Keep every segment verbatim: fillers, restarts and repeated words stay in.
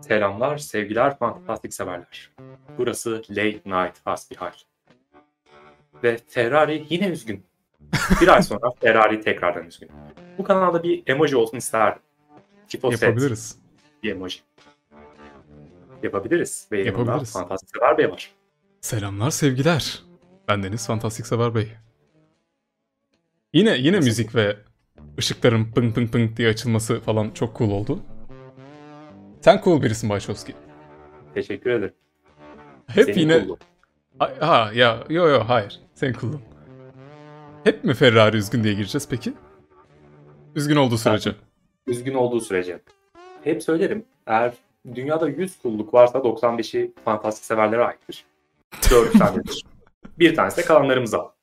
Selamlar, sevgiler, fantastik severler. Burası Late Night Hasbihal. Ve Ferrari yine üzgün. Bir ay sonra Ferrari tekrardan üzgün. Bu kanalda bir emoji olsun isterdim. Tifo set Yapabiliriz. bir emoji. Yapabiliriz. Ve yanımda Yapabiliriz. fantastik sever bey var. Selamlar, sevgiler. Ben Deniz Fantastik Sever Bey. Yine yine Nasıl? müzik ve ışıkların pıng pıng pıng diye açılması falan çok cool oldu. Sen cool birisin Bayçovski. Teşekkür ederim. Hep Senin yine... cool'un. Ha, ha ya yo yo hayır. Sen cool'un. Hep mi Ferrari üzgün diye gireceğiz peki? Üzgün olduğu sürece. Üzgün olduğu sürece. Hep söylerim. Eğer dünyada yüz kulluk varsa doksan beşi fantastik severlere aittir. dört tanedir. Bir tanesi de kalanlarımıza.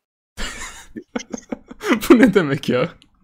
Bu ne demek ya?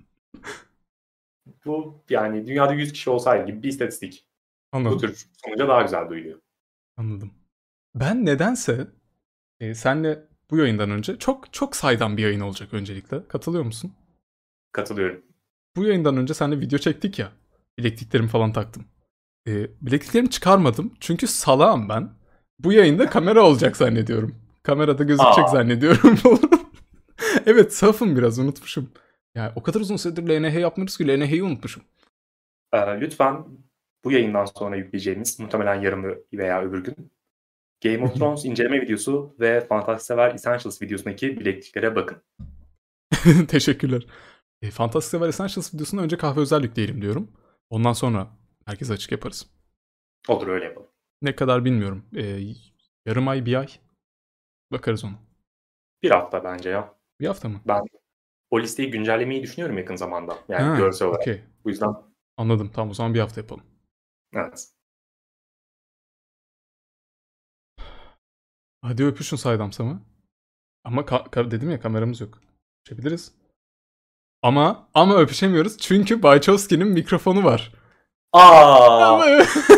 Bu yani dünyada yüz kişi olsaydı gibi bir istatistik. Anladım. Bu tür sonuca daha güzel duyuluyor. Anladım. Ben nedense e, senle bu yayından önce çok çok saydam bir yayın olacak öncelikle. Katılıyor musun? Katılıyorum. Bu yayından önce seninle video çektik ya. Bilekliklerimi falan taktım. Ee, bilekliklerimi çıkarmadım. Çünkü salağım ben. Bu yayında kamera olacak zannediyorum. Kamerada gözükecek Aa. zannediyorum. Evet, safım biraz, unutmuşum. Yani o kadar uzun süredir L N H yapmıyoruz ki L N H'yi unutmuşum. Ee, lütfen bu yayından sonra yükleyeceğimiz muhtemelen yarın veya öbür gün Game of Thrones inceleme videosu ve Fantastik Sever Essentials videosundaki bilekliklere bakın. Teşekkürler. E, Fantastic Sever Essentials videosunu önce kahve özel yükleyelim diyorum. Ondan sonra herkese açık yaparız. Olur, öyle yapalım. Ne kadar bilmiyorum. E, yarım ay, bir ay. Bakarız ona. Bir hafta bence ya. Bir hafta mı? Ben o listeyi güncellemeyi düşünüyorum yakın zamanda. Yani Ha, görsel olarak. okey. Bu yüzden Anladım. Tamam, o zaman bir hafta yapalım. evet. Hadi öpüşün saydam sana. Ama ka- ka- dedim ya, kameramız yok. Öpüşebiliriz. Ama ama öpüşemiyoruz çünkü Bayçovski'nin mikrofonu var. Aa! Ama...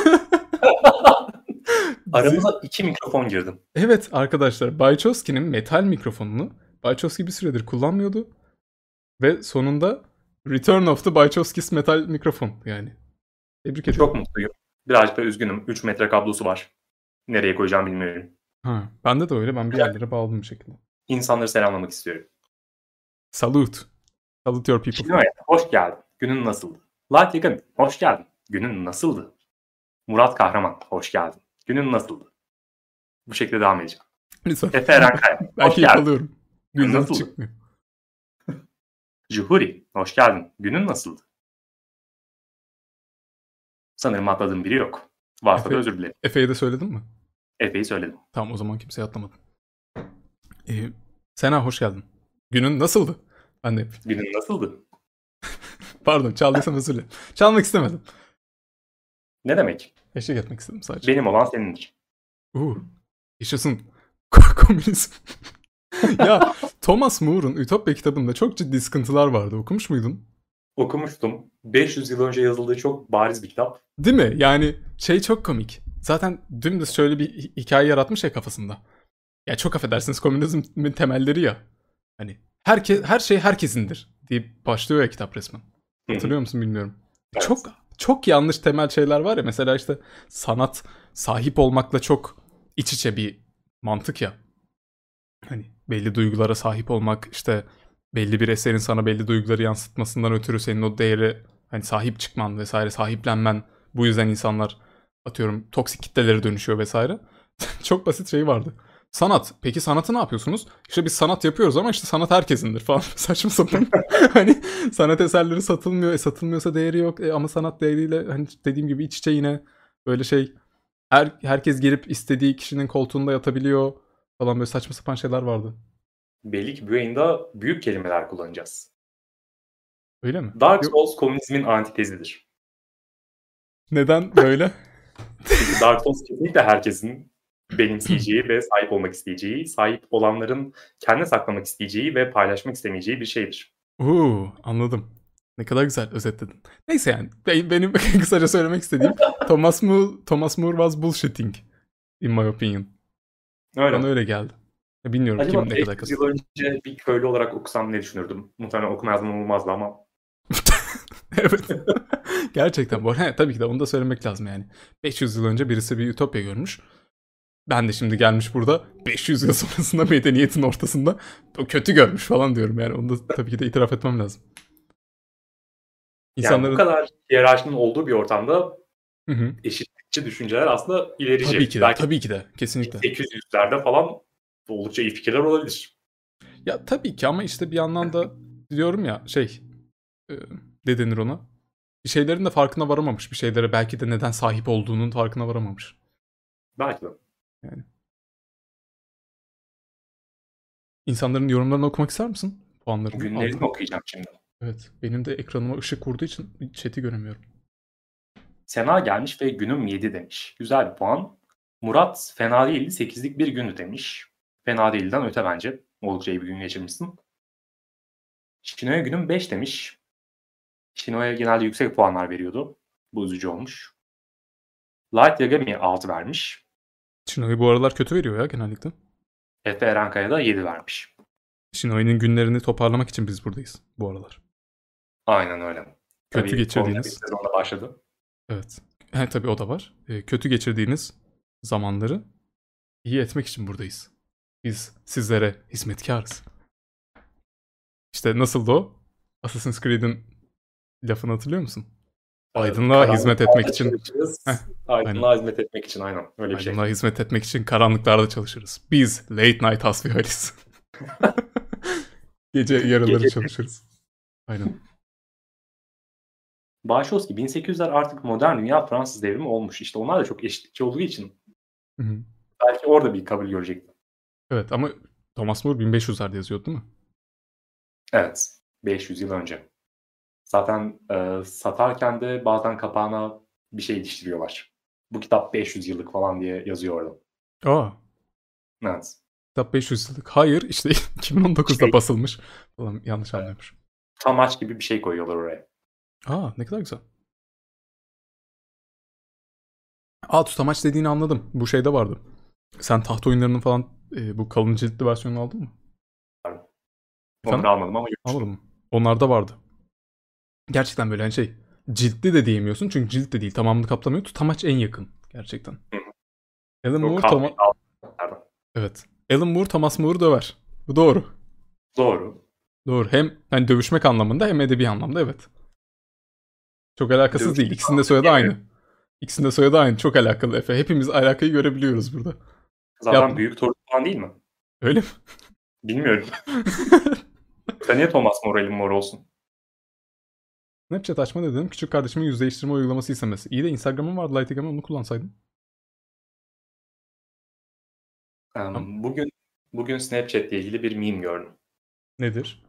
Aramıza iki mikrofon girdim. Evet arkadaşlar, Bayçovski'nin metal mikrofonunu Bayçovski bir süredir kullanmıyordu. Ve sonunda Return of the Bayçovski's metal mikrofon yani. Tebrik ediyorum. Çok mutluyum. Birazcık da üzgünüm. üç metre kablosu var. Nereye koyacağım bilmiyorum. Ha, bende de öyle. Ben bir yerlere bağladım bir şekilde. İnsanları selamlamak istiyorum. Salute. Salute your people. Şimdi hoş geldin. Günün nasıldı? Light Yakın, hoş geldin. Günün nasıldı? Murat Kahraman, hoş geldin. Günün nasıldı? Bu şekilde devam edeceğim. Lütfen. Efe Erenkaya, Ben hoş keyif geldin. alıyorum. Gündem Nasıldı? çıkmıyor. Juhuri, hoş geldin. Günün nasıldı? Sanırım atladığım biri yok. Varsa Efe, da özür dilerim. Efe'ye de söyledin mi? Efe'yi söyledim. Tamam, o zaman kimseye atlamadım. Ee, Sena hoş geldin. Günün nasıldı? Ben de yapayım. Günün nasıldı? Pardon, çaldıysam özür dilerim. Çalmak istemedim. Ne demek? Eşlik etmek istedim sadece. Benim olan senindir. Uuu. Yaşasın. Komünizm. Ya Thomas More'un Ütopya kitabında çok ciddi sıkıntılar vardı. Okumuş muydun? Okumuştum. beş yüz yıl önce yazıldığı çok bariz bir kitap. Değil mi? Yani şey çok komik. Zaten dümdüz şöyle bir hi- hikaye yaratmış ya kafasında. Ya çok affedersiniz, komünizmin temelleri ya. Hani herke, her şey herkesindir deyip başlıyor ya kitap resmen. Hatırlıyor musun bilmiyorum. Evet. Çok çok yanlış temel şeyler var ya. Mesela işte sanat sahip olmakla çok iç içe bir mantık ya. Hani belli duygulara sahip olmak, işte belli bir eserin sana belli duyguları yansıtmasından ötürü senin o değeri hani sahip çıkman vesaire, sahiplenmen, bu yüzden insanlar atıyorum toksik kitlelere dönüşüyor vesaire. Çok basit şey vardı. Sanat. Peki sanatı ne yapıyorsunuz? İşte biz sanat yapıyoruz ama işte sanat herkesindir falan. Saçma sapan. Hani sanat eserleri satılmıyor. E, satılmıyorsa değeri yok. E, ama sanat değeriyle hani dediğim gibi iç içe yine böyle şey. Her, herkes girip istediği kişinin koltuğunda yatabiliyor falan, böyle saçma sapan şeyler vardı. Belli ki bu yayında büyük kelimeler kullanacağız. Öyle mi? Dark Yok. Souls komünizmin antitezidir. Neden böyle? Çünkü Dark Souls kesinlikle herkesin benimseyeceği ve sahip olmak isteyeceği, sahip olanların kendine saklamak isteyeceği ve paylaşmak istemeyeceği bir şeydir. Uuu, anladım. Ne kadar güzel özetledin. Neyse yani benim kısaca söylemek istediğim Thomas Moore, Thomas Moore was bullshitting in my opinion. Öyle. Bana öyle geldi. Bilmiyorum Acaba kim ne kadar beş yüz yıl katıldı. önce bir köylü olarak okusam ne düşünürdüm? Muhtemelen okumazdım olmazdı ama. Evet. Gerçekten bu arada tabii ki de onu da söylemek lazım yani. beş yüz yıl önce birisi bir ütopya görmüş. Ben de şimdi gelmiş burada beş yüz yıl sonrasında medeniyetin ortasında o kötü görmüş falan diyorum yani. Onu da tabii ki de itiraf etmem lazım. Yani bu İnsanların kadar hiyerarşinin olduğu bir ortamda Hı hı. eşitlikçi düşünceler aslında ilerici. Tabii ki de, Belki tabii ki de. Kesinlikle. bin sekiz yüzlerde falan oldukça iyi fikirler olabilir. Ya tabii ki ama işte bir yandan da diyorum ya şey e, ne denir ona? Bir şeylerin de farkına varamamış. Bir şeylere belki de neden sahip olduğunun farkına varamamış. Belki de. Yani. İnsanların yorumlarını okumak ister misin? Puanlarını Günlerini altına. okuyacağım şimdi. Evet. Benim de ekranıma ışık vurduğu için chat'i göremiyorum. Sena gelmiş ve günüm yedi demiş. Güzel bir puan. Murat fena değildi. sekizlik bir gündü demiş. Fena değilden öte bence. Oldukça iyi bir gün geçirmişsin. Şino'ya günüm beş demiş. Shino'ya genelde yüksek puanlar veriyordu. Bu üzücü olmuş. Light Yagami'ye altı vermiş. Shinobi bu aralar kötü veriyor ya genellikle. Efe Erenkaya da yedi vermiş. Shinoi'nin günlerini toparlamak için biz buradayız bu aralar. Aynen öyle. Kötü Tabii geçirdiğiniz. sezonda başladı. Evet. He, tabii o da var. E, kötü geçirdiğiniz zamanları iyi etmek için buradayız. Biz sizlere hizmetkarız. İşte nasıldı o? Assassin's Creed'in lafını hatırlıyor musun? Aydınlığa Karanlıklarda hizmet etmek için. çalışırız. Heh, Aydınlığa aynen. hizmet etmek için aynen. Öyle bir şey. Aydınlığa hizmet etmek için karanlıklarda çalışırız. Biz late night hasbihaliz. Gece yarıları Gece- çalışırız. Aynen. Başovski bin sekiz yüzler artık modern dünya Fransız devrimi olmuş. İşte onlar da çok eşitlikçi olduğu için Hı hı. belki orada bir kabul görecekti. Evet ama Thomas More bin beş yüzlerde yazıyordu değil mi? Evet. beş yüz yıl önce. Zaten e, satarken de bazen kapağına bir şey iliştiriyorlar. Bu kitap beş yüz yıllık falan diye yazıyor orada. Aa. Evet. Kitap beş yüz yıllık. Hayır işte iki bin on dokuzda Şey- basılmış. Falan yanlış anlamış. Tamaç gibi bir şey koyuyorlar oraya. Aa ne kadar güzel. Aa tutamaç dediğini anladım. Bu şeyde vardı. Sen taht oyunlarının falan e, bu kalın ciltli versiyonunu aldın mı? Efendim? Onları almadım ama yokmuş. Anladın mı? Onlarda vardı. Gerçekten böyle hani şey ciltli de diyemiyorsun çünkü cilt de değil tamamını kaplamıyor. Tutamaç en yakın gerçekten. Hı. Alan O Moore kahveyi Thomas... aldım. Evet. Alan Moore Thomas More'u döver. Bu doğru. Doğru. Doğru. Hem hani dövüşmek anlamında hem edebi anlamda evet. Çok alakasız Dövüşmek değil. İkisinin de soyadı aynı. İkisinin de soyadı aynı. Çok alakalı Efe. Hepimiz alakayı görebiliyoruz burada. Zaten Yapma. büyük torun falan değil mi? Öyle mi? Bilmiyorum. Sen niye Thomas Morel'in mor olsun? Snapchat açma dedim. Küçük kardeşimin yüz değiştirme uygulaması istemesi. İyi de Instagram'ım vardı Lightgam'ı onu kullansaydım. Um, Tamam. bugün bugün Snapchat ile ilgili bir meme gördüm. Nedir?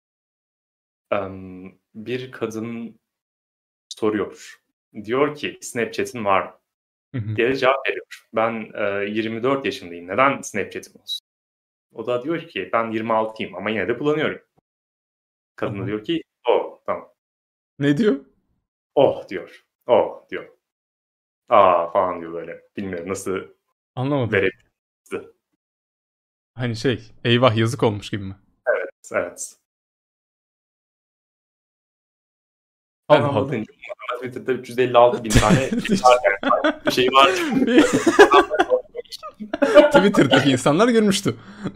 Um, bir kadın soruyor. Diyor ki Snapchat'in var mı? Hı hı. Diğeri cevap veriyor. Ben e, yirmi dört yaşındayım. Neden Snapchat'im olsun? O da diyor ki ben yirmi altıyım ama yine de kullanıyorum. Kadın da Tamam. diyor ki oh tamam. Ne diyor? Oh diyor. Oh diyor. Aa falan diyor böyle. Bilmiyorum nasıl Anlamadım. verebiliriz. Hani şey eyvah yazık olmuş gibi mi? Evet. Ben Allah Allah. anlatınca Twitter'da üç yüz elli altı bin tane bir şey var. Twitter'daki insanlar görmüştü.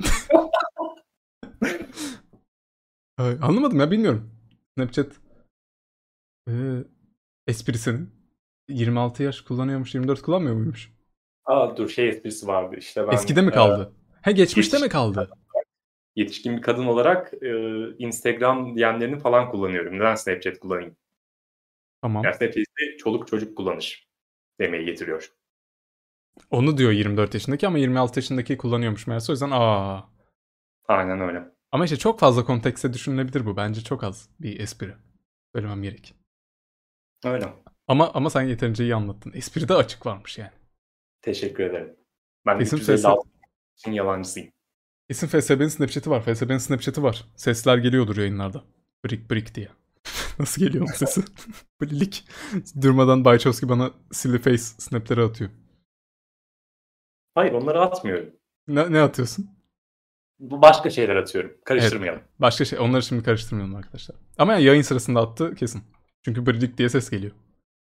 Ay, anlamadım ya bilmiyorum. Snapchat e, esprisini yirmi altı yaş kullanıyormuş yirmi dört kullanmıyor muymuş? Aa dur şey esprisi vardı işte ben Eskide mi kaldı? He geçmişte yetiş- mi kaldı? yetişkin bir kadın olarak e, Instagram D M'lerini falan kullanıyorum. Neden Snapchat kullanayım? Tamam. Yani Snapchat'i çoluk çocuk kullanır demeyi getiriyor. Onu diyor yirmi dört yaşındaki ama yirmi altı yaşındaki kullanıyormuş meğerse o yüzden aa. Aynen öyle. Ama işte çok fazla kontekste düşünülebilir bu. Bence çok az bir espri. Söylemem gerek. Öyle. Ama ama sen yeterince iyi anlattın. Espride açık varmış yani. Teşekkür ederim. Ben Kesin üç yüz elli sesi- altı için yalancısıyım. Kesin F S B'nin Snapchat'i var. F S B'nin Snapchat'i var. Sesler geliyordur yayınlarda. Brick brick diye. Nasıl geliyor onun sesi? Blilik. Durmadan Bayçovski bana silly face snapleri atıyor. Hayır onları atmıyorum. Ne, ne atıyorsun? Bu başka şeyler atıyorum. Karıştırmayalım. Başka şey. Onları şimdi karıştırmayalım arkadaşlar. Ama yani yayın sırasında attı kesin. Çünkü brilik diye ses geliyor.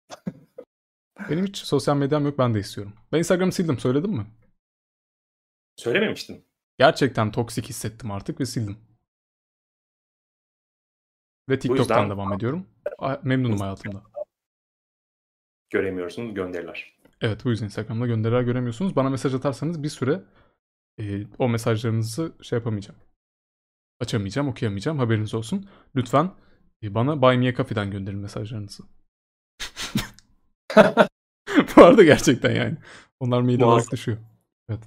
Benim hiç sosyal medyam yok, ben de istiyorum. Ben Instagram'ı sildim, söyledim mi? Söylememiştin. Gerçekten toksik hissettim artık ve sildim. Ve Bu TikTok'tan yüzden devam ediyorum. A- Memnunum hayatımda. göremiyorsunuz gönderiler. Evet, bu yüzden Instagram'da gönderiler göremiyorsunuz. Bana mesaj atarsanız bir süre e, o mesajlarınızı şey yapamayacağım. Açamayacağım, okuyamayacağım. Haberiniz olsun. Lütfen e, bana Buy Me a Coffee'den gönderin mesajlarınızı. Bu arada gerçekten yani. Onlar mail olarak Muazzam. düşüyor. Evet.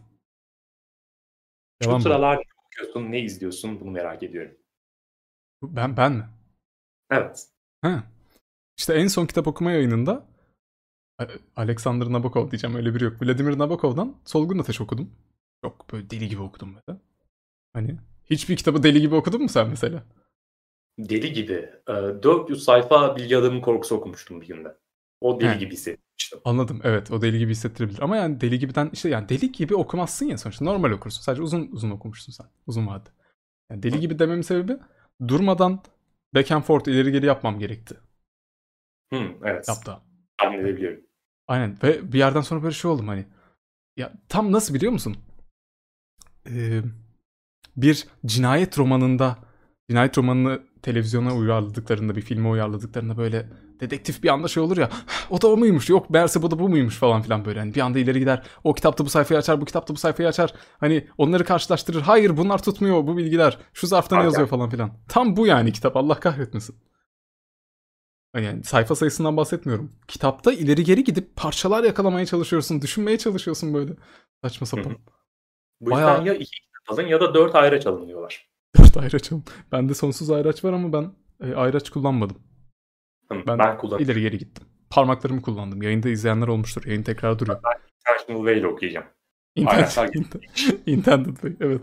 Şu Devam bu. sıralar ne okuyorsun, ne izliyorsun bunu merak ediyorum. Ben ben mi? Evet. Ha. İşte en son kitap okuma yayınında A- Alexander Nabokov diyeceğim, öyle biri yok. Vladimir Nabokov'dan Solgun Ateş okudum. Çok böyle deli gibi okudum böyle. Hani hiçbir kitabı deli gibi okudun mu sen mesela? Deli gibi. e, dört yüz sayfa Bilge Adam'ın Korkusu okumuştum bir günde. O deli He. gibi hissetmiştim. Anladım, evet, o deli gibi hissettirebilir. Ama yani deli gibiden işte, yani deli gibi okumazsın ya sonuçta. Normal okursun. Sadece uzun uzun okumuşsun sen. Uzun vadede. Yani deli gibi dememin sebebi durmadan back and forth ileri geri yapmam gerekti. Hı, evet. Yaptı. Tahmin edebiliyorum. Aynen, ve bir yerden sonra böyle şey oldum hani. Ya tam nasıl biliyor musun? Ee, bir cinayet romanında, cinayet romanını televizyona uyarladıklarında, bir filme uyarladıklarında böyle dedektif bir anda şey olur ya, o da o muymuş, yok meğerse bu da bu muymuş falan filan böyle. Hani bir anda ileri gider, o kitapta bu sayfayı açar, bu kitapta bu sayfayı açar. Hani onları karşılaştırır, hayır bunlar tutmuyor, bu bilgiler şu zarfta ne yazıyor falan filan. Tam bu yani kitap, Allah kahretmesin. Hani yani sayfa sayısından bahsetmiyorum. Kitapta ileri geri gidip parçalar yakalamaya çalışıyorsun, düşünmeye çalışıyorsun böyle. Saçma Hı hı. sapan. Bu yüzden Bayağı ya iki kitap alın ya da dört ayraç alın diyorlar. dört ayraçım. Bende sonsuz ayraç var ama ben e, ayraç kullanmadım. Hı, Ben ben kullanıyorum. ileri geri gittim. Parmaklarımı kullandım. Yayında izleyenler olmuştur. Yayın tekrar duruyor. Intentional Way ile okuyacağım. Intent, Ayraçlar intent, intended way. Evet.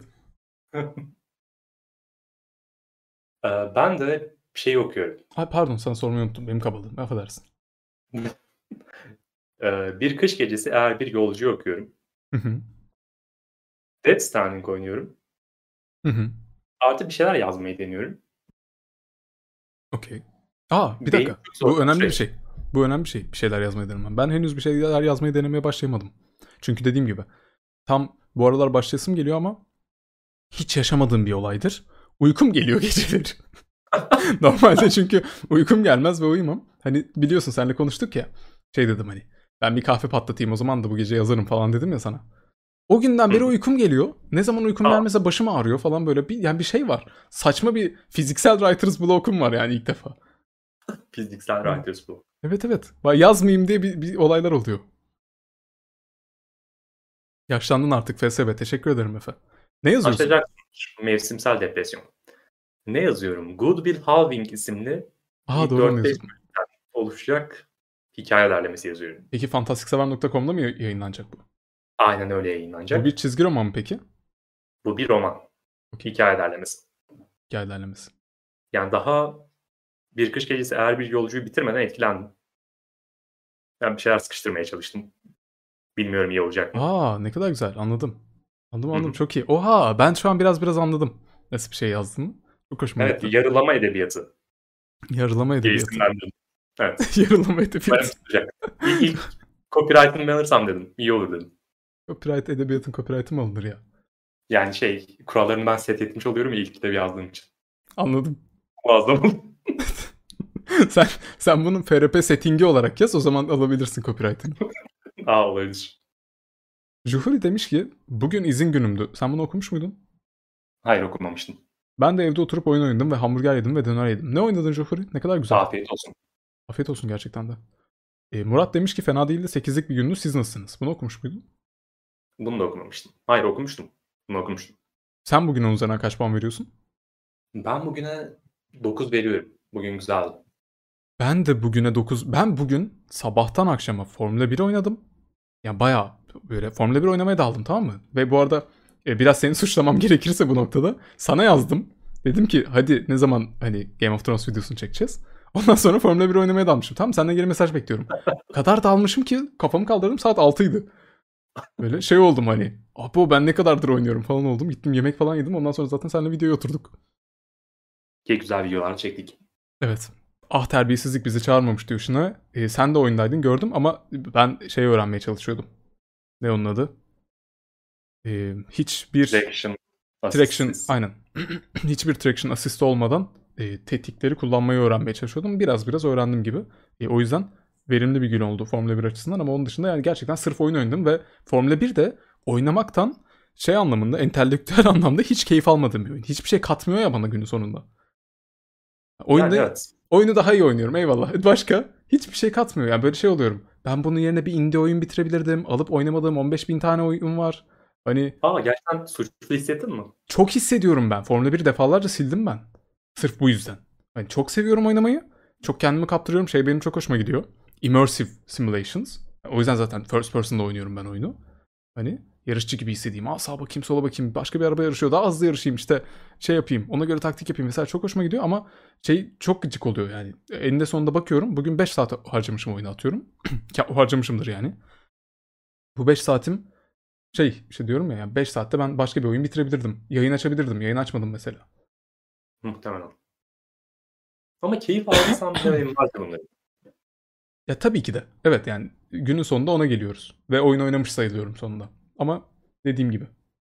Ee, ben de bir şey okuyorum. Ay, pardon, sana sormayı unuttum. Benim kabalığım. Affedersin. Ee, bir kış gecesi eğer bir yolcuyu okuyorum. Hı hı. Death Stranding oynuyorum. Hı hı. Artı bir şeyler yazmayı deniyorum. Okey. Aa, bir Beyin dakika. çok Bu zor bir önemli bir süreç. şey. Bu önemli bir şey. Bir şeyler yazmayı denemem. Ben henüz bir şeyler yazmayı denemeye başlayamadım. Çünkü dediğim gibi tam bu aralar başlayasım geliyor ama hiç yaşamadığım bir olaydır. Uykum geliyor geceleri. Normalde çünkü uykum gelmez ve uyumam. Hani biliyorsun, seninle konuştuk ya. Şey dedim hani, ben bir kahve patlatayım o zaman da bu gece yazarım falan dedim ya sana. O günden Hı beri hı. uykum geliyor. Ne zaman uykum Aa, gelmese başım ağrıyor falan böyle. Bir, yani bir şey var. Saçma bir fiziksel writer's block'um var yani ilk defa. fiziksel Evet, writers bu. evet. evet. Bak, yazmayayım diye bir, bir olaylar oluyor. Yaşlandın artık F S B. Teşekkür ederim Efe. Ne yazıyorsun? Başlayacak mevsimsel depresyon. Ne yazıyorum? Good Will Halving isimli Aa, bir doğru, onu dört beş yazıyordum. bölümden oluşacak hikaye derlemesi yazıyorum. Peki fantastiksever nokta com'da mı yayınlanacak bu? Aynen öyle Bu bir yayınlanacak. çizgi roman mı peki? Bu bir roman. Okey. Hikaye derlemesi. Hikaye derlemesi. Yani daha bir kış gecesi eğer bir yolcuyu bitirmeden etkilendim. Ben bir şeyler sıkıştırmaya çalıştım. Bilmiyorum iyi olacak mı? Aa, ne kadar güzel, anladım. Anladım Hı anladım, hı. çok iyi. Oha, ben şu an biraz biraz anladım nasıl bir şey yazdığımı. Çok hoşuma Evet, gitti. yarılama edebiyatı Yarılama diye edebiyatı. isimlendirdim. Evet. Yarılama Umarım edebiyatı. tutacak. İlk, ilk copyright'ını ben alırsam dedim. İyi olur dedim. Copyright edebiyatın copyright'ı mı alınır ya? Yani şey, kurallarını ben set etmiş oluyorum ya ilk kitabı yazdığım için. Anladım. Muazzam oldu. sen sen bunun F R P settingi olarak yaz, o zaman alabilirsin copyright'ını. Aa, olabilir. Juhuri demiş ki bugün izin günümdü. Sen bunu okumuş muydun? Hayır, okumamıştım. Ben de evde oturup oyun oynadım ve hamburger yedim ve döner yedim. Ne oynadın Juhuri? Ne kadar güzel. Afiyet olsun. Afiyet olsun gerçekten de. E, Murat demiş ki fena değildi, sekizlik bir gündü, siz nasılsınız? Bunu okumuş muydun? Bunu da okumamıştım. Hayır, okumuştum. Bunu okumuştum. Sen bugün onun üzerinden kaç puan veriyorsun? Ben bugüne dokuz veriyorum. Bugün güzeldi. Ben de bugüne dokuz. Ben bugün sabahtan akşama Formula bir oynadım. Ya bayağı böyle Formula bir oynamaya daldım, tamam mı? Ve bu arada e, biraz seni suçlamam gerekirse bu noktada sana yazdım. Dedim ki hadi ne zaman hani Game of Thrones videosunu çekeceğiz. Ondan sonra Formula bir oynamaya dalmışım. Tamam, senden geri mesaj bekliyorum. O kadar dalmışım ki kafamı kaldırdım, saat altıydı. Böyle şey oldum hani. Abo, ben ne kadardır oynuyorum falan oldum. Gittim yemek falan yedim. Ondan sonra zaten seninle videoya oturduk. Ki güzel videolar çektik. Evet. Ah terbiyesizlik bizi çağırmamış diyor şuna. E, sen de oyundaydın gördüm ama ben şey öğrenmeye çalışıyordum. Ne onun adı? E, hiçbir Traction traction Assist. aynen. Hiçbir traction assist olmadan e, tetikleri kullanmayı öğrenmeye çalışıyordum. Biraz biraz öğrendim gibi. E, o yüzden verimli bir gün oldu Formula bir açısından ama onun dışında yani gerçekten sırf oyun oynadım ve Formula bir de oynamaktan şey anlamında, entelektüel anlamda hiç keyif almadığım bir oyun. Hiçbir şey katmıyor ya bana günün sonunda. Oyunda Yani evet. oyunu daha iyi oynuyorum eyvallah. Başka hiçbir şey katmıyor. Yani böyle şey oluyorum. Ben bunun yerine bir indie oyun bitirebilirdim. Alıp oynamadığım on beş bin tane oyun var. Hani Aa, gerçekten suçlu hissettin mi? çok hissediyorum ben. Formula biri defalarca sildim ben. Sırf bu yüzden. Hani çok seviyorum oynamayı. Çok kendimi kaptırıyorum. Şey benim çok hoşuma gidiyor. Immersive Simulations. O yüzden zaten first person'da oynuyorum ben oyunu. Hani yarışçı gibi hissedeyim. Aa sağa bakayım sola bakayım. Başka bir araba yarışıyor. Daha hızlı yarışayım işte. Şey yapayım. Ona göre taktik yapayım. Mesela çok hoşuma gidiyor ama şey çok gıcık oluyor yani. Eninde sonunda bakıyorum. Bugün beş saat harcamışım oyunu atıyorum. harcamışımdır yani. Bu beş saatim şey işte diyorum ya yani beş saatte ben başka bir oyun bitirebilirdim. Yayın açabilirdim. Yayın açmadım mesela. Muhtemelen. Ama keyif aldıysan bile benim var bunları. Ya tabii ki de. Evet yani günün sonunda ona geliyoruz. Ve oyun oynamış sayılıyorum sonunda. Ama dediğim gibi.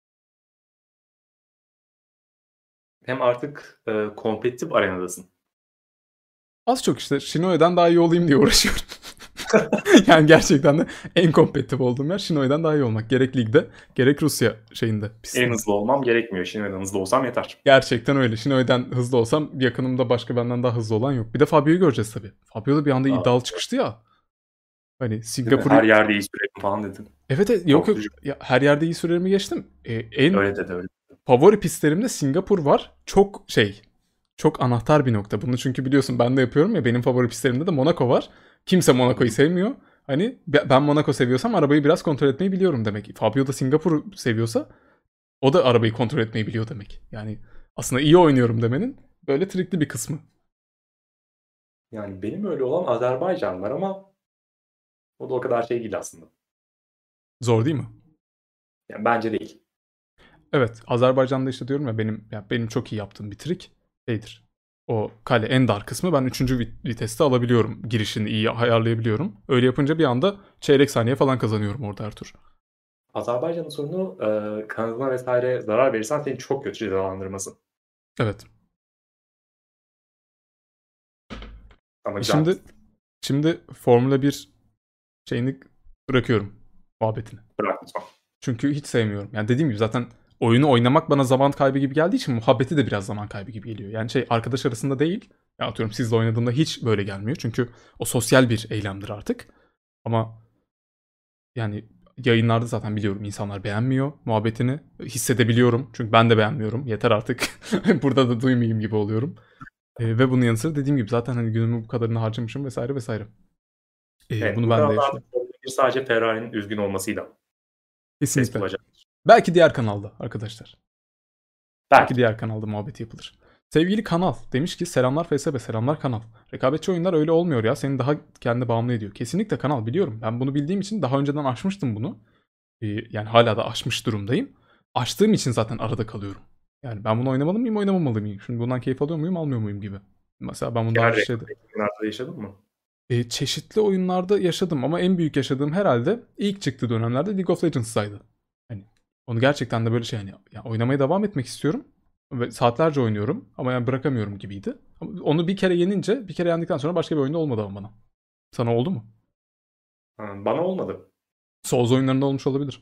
Hem artık e, kompetitif arenadasın. Az çok işte Shinoe'den daha iyi olayım diye uğraşıyorum. Yani gerçekten de en kompetitif olduğum yer Shinoe'den daha iyi olmak. Gerek ligde gerek Rusya şeyinde pistinde. En hızlı olmam gerekmiyor. Şimdi en hızlı olsam yeter. Gerçekten öyle. Shinoe'den hızlı olsam yakınımda başka benden daha hızlı olan yok. Bir de Fabio'yu göreceğiz tabii. Fabio da bir anda Aa, iddialı çıkıştı ya. Hani değil mi? Singapur'u... Her yerde iyi sürelim falan dedin. Evet, evet yok yok. Korkutucu. Ya, her yerde iyi sürelerimi geçtim. Ee, en Öyle dedi öyle. favori pistlerimde Singapur var. Çok şey... Çok anahtar bir nokta. Bunu çünkü biliyorsun ben de yapıyorum ya. Benim favori pistlerimde de Monaco var. Kimse Monaco'yu sevmiyor. Hani ben Monaco seviyorsam arabayı biraz kontrol etmeyi biliyorum demek. Fabio da Singapur seviyorsa o da arabayı kontrol etmeyi biliyor demek. Yani aslında iyi oynuyorum demenin böyle trikli bir kısmı. Yani benim öyle olan Azerbaycan var ama o da o kadar şey değil aslında. Zor değil mi? Yani bence değil. Evet, Azerbaycan'da işte diyorum ya benim ya benim çok iyi yaptığım bir trik şeydir. O kale en dar kısmı ben üçüncü viteste alabiliyorum. Girişini iyi ayarlayabiliyorum. Öyle yapınca bir anda çeyrek saniye falan kazanıyorum orada her tur. Azerbaycan'ın sorunu e, kanadına vesaire zarar verirsen seni çok kötü cezalandırması. Evet. Ama E güzel. şimdi şimdi Formula bir şeyini bırakıyorum muhabbetini. Bırak lütfen. Çünkü hiç sevmiyorum. Yani dediğim gibi zaten oyunu oynamak bana zaman kaybı gibi geldiği için muhabbeti de biraz zaman kaybı gibi geliyor. Yani şey arkadaş arasında değil. Ya atıyorum sizle oynadığımda hiç böyle gelmiyor. Çünkü o sosyal bir eylemdir artık. Ama yani yayınlarda zaten biliyorum insanlar beğenmiyor muhabbetini. Hissedebiliyorum. Çünkü ben de beğenmiyorum. Yeter artık. Burada da duymayayım gibi oluyorum. E, ve bunun yanı sıra dediğim gibi zaten hani günümü bu kadarını harcamışım vesaire vesaire. E, Evet, bunu bu ben de kanalda yaşıyorum. artık Formula bir sadece Ferrari'nin üzgün olmasıyla ses Kesinlikle. bulacak. Belki diğer kanalda arkadaşlar. Belki Belki. diğer kanalda muhabbeti yapılır. Sevgili kanal demiş ki selamlar F S B, selamlar kanal. Rekabetçi oyunlar öyle olmuyor ya, seni daha kendi bağımlı ediyor. Kesinlikle kanal, biliyorum. Ben bunu bildiğim için daha önceden aşmıştım bunu. Ee, yani hala da aşmış durumdayım. Aştığım için zaten arada kalıyorum. Yani ben bunu oynamalı mıyım, oynamamalı mıyım? Şimdi bundan keyif alıyor muyum, almıyor muyum gibi. Mesela ben bunu daha Diğer önce şeyde... rekabetçi oyunlarda da yaşadın mı? Ee, çeşitli oyunlarda yaşadım ama en büyük yaşadığım herhalde ilk çıktığı dönemlerde League of Legends'taydı. Hani onu gerçekten de böyle şey hani ya oynamaya devam etmek istiyorum ve saatlerce oynuyorum ama yani bırakamıyorum gibiydi. Ama onu bir kere yenince, bir kere yendikten sonra başka bir oyunda olmadı ama bana. Sana oldu mu? Ha, bana olmadı. Souls oyunlarında olmuş olabilir.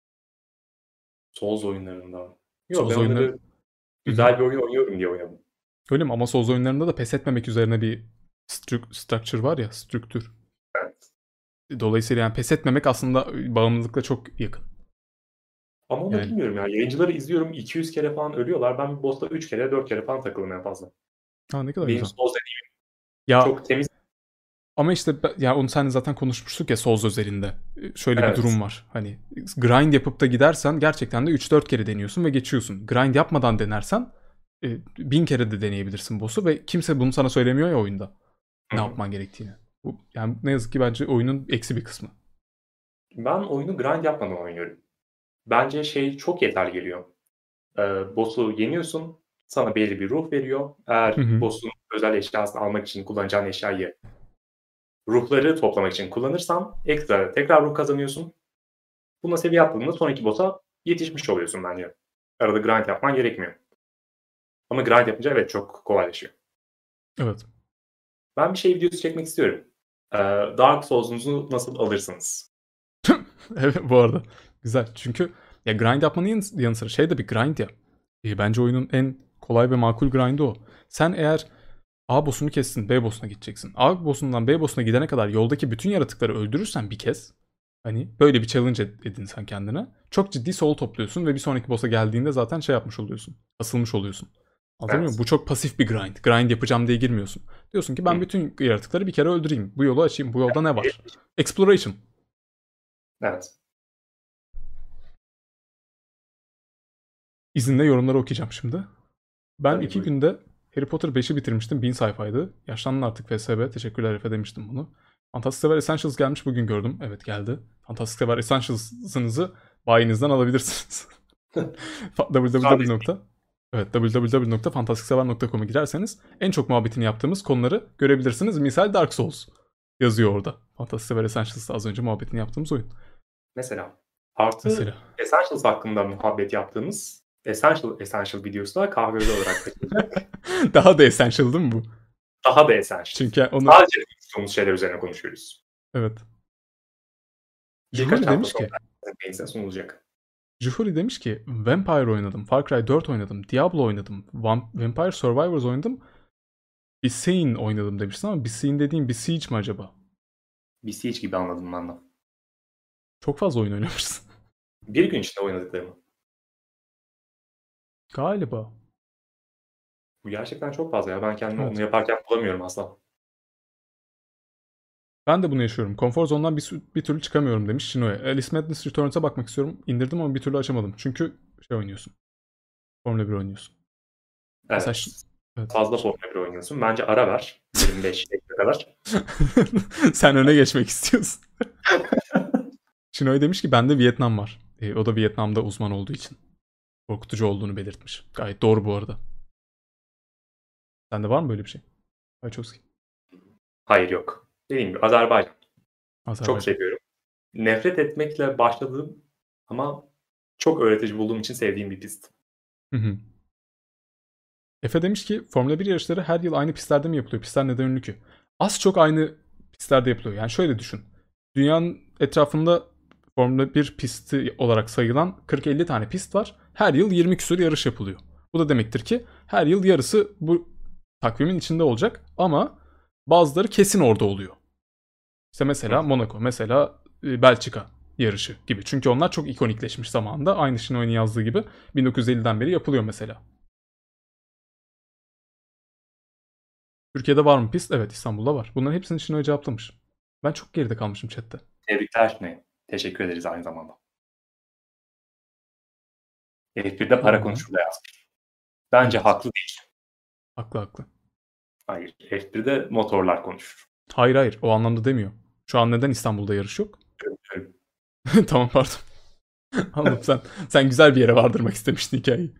Souls oyunlarında. Yok, ben Souls oyunları... onları Hı hı. güzel bir oyun oynuyorum diye oynadım. Öyle mi? Ama Souls oyunlarında da pes etmemek üzerine bir stru- structure var ya, strüktür. Evet. Dolayısıyla yani pes etmemek aslında bağımlılıkla çok yakın. Ama onu Yani bilmiyorum ya. Yayıncıları izliyorum, iki yüz kere falan ölüyorlar. Ben bir boss'ta üç kere dört kere falan takıldım en fazla. ha, ne kadar Benim güzel. Souls deneyimim Ya çok temiz. ama işte be- ya onu seninle zaten konuşmuştuk ya Souls özelinde. Ee, Şöyle bir Evet. durum var. Hani grind yapıp da gidersen gerçekten de üç dört kere deniyorsun ve geçiyorsun. Grind yapmadan denersen e, bin kere de deneyebilirsin boss'u ve kimse bunu sana söylemiyor ya oyunda. Hı Ne hı. yapman gerektiğini. Bu, yani ne yazık ki bence oyunun eksi bir kısmı. Ben oyunu grind yapmadan oynuyorum. Bence şey çok yeterli geliyor. Ee, boss'u yeniyorsun. sana belli bir ruh veriyor. Eğer Hı hı. boss'un özel eşyasını almak için kullanacağın eşyayı ruhları toplamak için kullanırsan ekstra tekrar ruh kazanıyorsun. Buna seviye atladığında sonraki boss'a yetişmiş oluyorsun bence. Arada grind yapman gerekmiyor. Ama grind yapınca evet çok kolaylaşıyor. Evet. Ben bir şey videosu çekmek istiyorum. Ee, Dark Souls'unuzu nasıl alırsınız? Evet, bu arada. Güzel. Çünkü ya grind yapmanın yanı, yanı sıra şey de bir grind ya. E, bence oyunun en kolay ve makul grind'i o. Sen eğer A boss'unu kestin, B boss'una gideceksin. A boss'undan B boss'una gidene kadar yoldaki bütün yaratıkları öldürürsen bir kez, hani böyle bir challenge ed- edin sen kendine. Çok ciddi soul topluyorsun ve bir sonraki boss'a geldiğinde zaten şey yapmış oluyorsun. Asılmış oluyorsun. Anlatabiliyor muyum? Evet. Bu çok pasif bir grind. Grind yapacağım diye girmiyorsun. Diyorsun ki ben Hı. bütün yaratıkları bir kere öldüreyim. Bu yolu açayım. Bu yolda ne var? Exploration. Evet. İzinle yorumları okuyacağım şimdi. Ben Tabii iki buyurun. günde Harry Potter beşi bitirmiştim. bin sayfaydı. Yaşlandın artık F S B. Teşekkürler Efe demiştim bunu. Fantastic Sever Essentials gelmiş bugün gördüm. Evet geldi. Fantastic Sever Essentials'ınızı bayinizden alabilirsiniz. www. nokta- Evet www nokta fantastiksever nokta com'a girerseniz en çok muhabbetini yaptığımız konuları görebilirsiniz. Misal Dark Souls yazıyor orada. Fantastic Sever Essentials'ta az önce muhabbetini yaptığımız oyun. Mesela. Artı Mesela. Essentials hakkında muhabbet yaptığımız Essential Essential videosu da kahveli olarak kaçacak. Daha da essential değil mi bu? Daha da Essential. Çünkü onu Sadece konuştuğumuz şeyler üzerine konuşuyoruz. evet. Birkaç Juhuri hafta demiş sonra ki beğeninize sunulacak. Juhuri demiş ki Vampire oynadım, Far Cry dört oynadım, Diablo oynadım, Vam- Vampire Survivors oynadım, Besiege oynadım demiştin ama Besiege dediğin Besiege mi acaba? Bir Siege gibi anladım ben de. Çok fazla oyun oynamışsın. Bir gün içinde oynadıklarımı. Galiba. Bu gerçekten çok fazla ya. Ben kendimi onu Evet. yaparken bulamıyorum asla. Ben de bunu yaşıyorum. Konfor zondan bir, sü- bir türlü çıkamıyorum demiş Shinoe. Alice Madness Returns'a bakmak istiyorum. İndirdim ama bir türlü açamadım. Çünkü şey oynuyorsun. Formula bir oynuyorsun. Mesela Ş- Evet. evet. Fazla Formula bir oynuyorsun. Bence ara ver. yirmi beş dakika kadar. Sen öne geçmek istiyorsun. Shinoe demiş ki bende Vietnam var. E, o da Vietnam'da uzman olduğu için. Korkutucu olduğunu belirtmiş. Gayet doğru bu arada. Sende var mı böyle bir şey? Wachowski. Hayır yok. Dediğim gibi Azerbaycan. Çok Azerbaycan. seviyorum. Nefret etmekle başladığım ama çok öğretici bulduğum için sevdiğim bir pist. Hı hı. Efe demiş ki Formula bir yarışları her yıl aynı pistlerde mi yapılıyor? Pistler neden ünlü ki? Az çok aynı pistlerde yapılıyor. Yani şöyle düşün. Dünyanın etrafında Formula bir pisti olarak sayılan kırk elli tane pist var. Her yıl yirmi küsur yarış yapılıyor. Bu da demektir ki her yıl yarısı bu takvimin içinde olacak ama bazıları kesin orada oluyor. İşte mesela Hı. Monaco, mesela e, Belçika yarışı gibi. Çünkü onlar çok ikonikleşmiş zamanında. Aynı Shinoy'un yazdığı gibi bin dokuz yüz elliden beri yapılıyor mesela. Türkiye'de var mı pist? Evet, İstanbul'da var. Bunların hepsini Shinoy cevaplamış. Ben çok geride kalmışım chatte. Tebrikler Şunay. Teşekkür ederiz aynı zamanda. F bir'de para Tamam. konuşur da yazmış. Bence Evet. haklı değil. Haklı haklı. Hayır. F bir'de motorlar konuşur. Hayır hayır, o anlamda demiyor. Şu an neden İstanbul'da yarış yok? Diyorum. Tamam pardon. Anladım, sen sen güzel bir yere vardırmak istemiştin hikayeyi.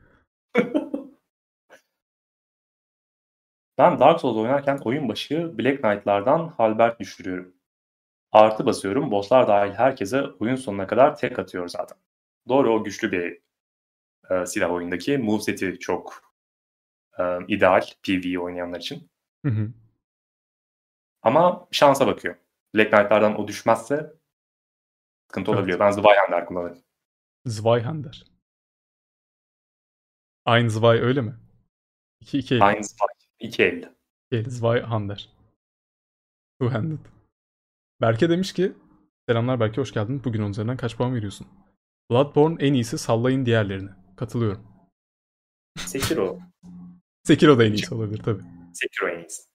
Ben Dark Souls oynarken oyun başı Black Knight'lardan halberd düşürüyorum. Artı basıyorum. Bosslar dahil herkese oyun sonuna kadar tek atıyor zaten. Doğru o güçlü bir e, silah oyundaki. Moveseti çok e, ideal PvE oynayanlar için. Hı hı. Ama şansa bakıyor. Black Knight'lardan o düşmezse sıkıntı Evet. olabiliyor. Ben Zweihander kullanırım. Zweihander. Aynı Zwei öyle mi? İki, iki eli. Aynı Zwei. İki elde. İki eli Zweihander. Two-handed. Berke demiş ki selamlar Berke, hoş geldin. Bugün onun üzerinden kaç puan veriyorsun? Bloodborne en iyisi, sallayın diğerlerini. Katılıyorum. Sekiro. Sekiro da en iyisi olabilir tabii. Sekiro en iyisi.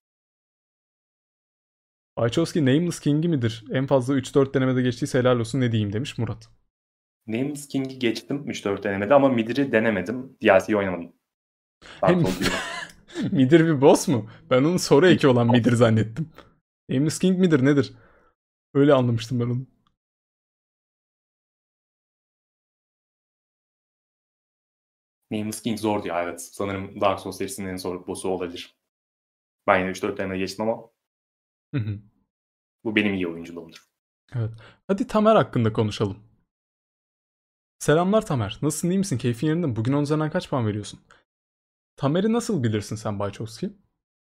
Wachowski Nameless King'i midir? En fazla üç dört denemede geçtiyse helal olsun ne diyeyim demiş Murat. Nameless King'i geçtim üç dört denemede ama Midor'ı denemedim. D L C'yi oynamadım. Hem Dark Souls birden. Midir bir boss mu? Ben onu soru eki olan Midir zannettim. Nameless King midir nedir? Öyle anlamıştım ben onu. Nameless King zordu ya, evet. Sanırım Dark Souls serisinin en zor boss'u olabilir. Ben yine üç dört tane geçtim ama Hı hı. bu benim iyi oyunculuğumdur. Evet. Hadi Tamer hakkında konuşalım. Selamlar Tamer. Nasılsın, iyi misin? Keyfin yerinde mi? Bugün on üzerinden kaç puan veriyorsun? Tamer'i nasıl bilirsin sen Bayçovski?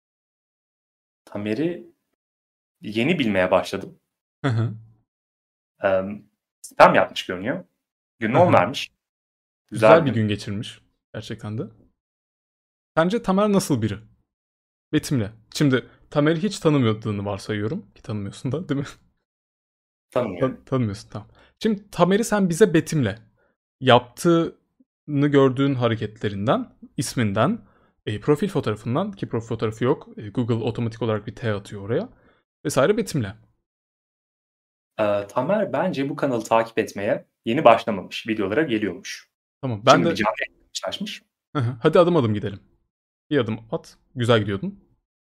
Tamer'i yeni bilmeye başladım. Hı hı. Ee, spam yapmış görünüyor. Günün Hı on hı. vermiş. Güzel Güzel bir bir gün. gün geçirmiş. Gerçekten de. Sence Tamer nasıl biri? Betimle. Şimdi Tamer'i hiç tanımıyordığını varsayıyorum. Ki tanımıyorsun da değil mi? Tanımıyorum. Tan- tanımıyorsun, tamam. Şimdi Tamer'i sen bize betimle. Yaptığını gördüğün hareketlerinden, isminden, e, profil fotoğrafından, ki profil fotoğrafı yok. E, Google otomatik olarak bir T atıyor oraya. Vesaire betimle. Ee, Tamer bence bu kanalı takip etmeye yeni başlamamış. Videolara geliyormuş. Tamam, ben Şimdi bir de canlı yayın karşılaşmış. Hı hı. Hadi adım adım gidelim. Bir adım at. Güzel gidiyordun.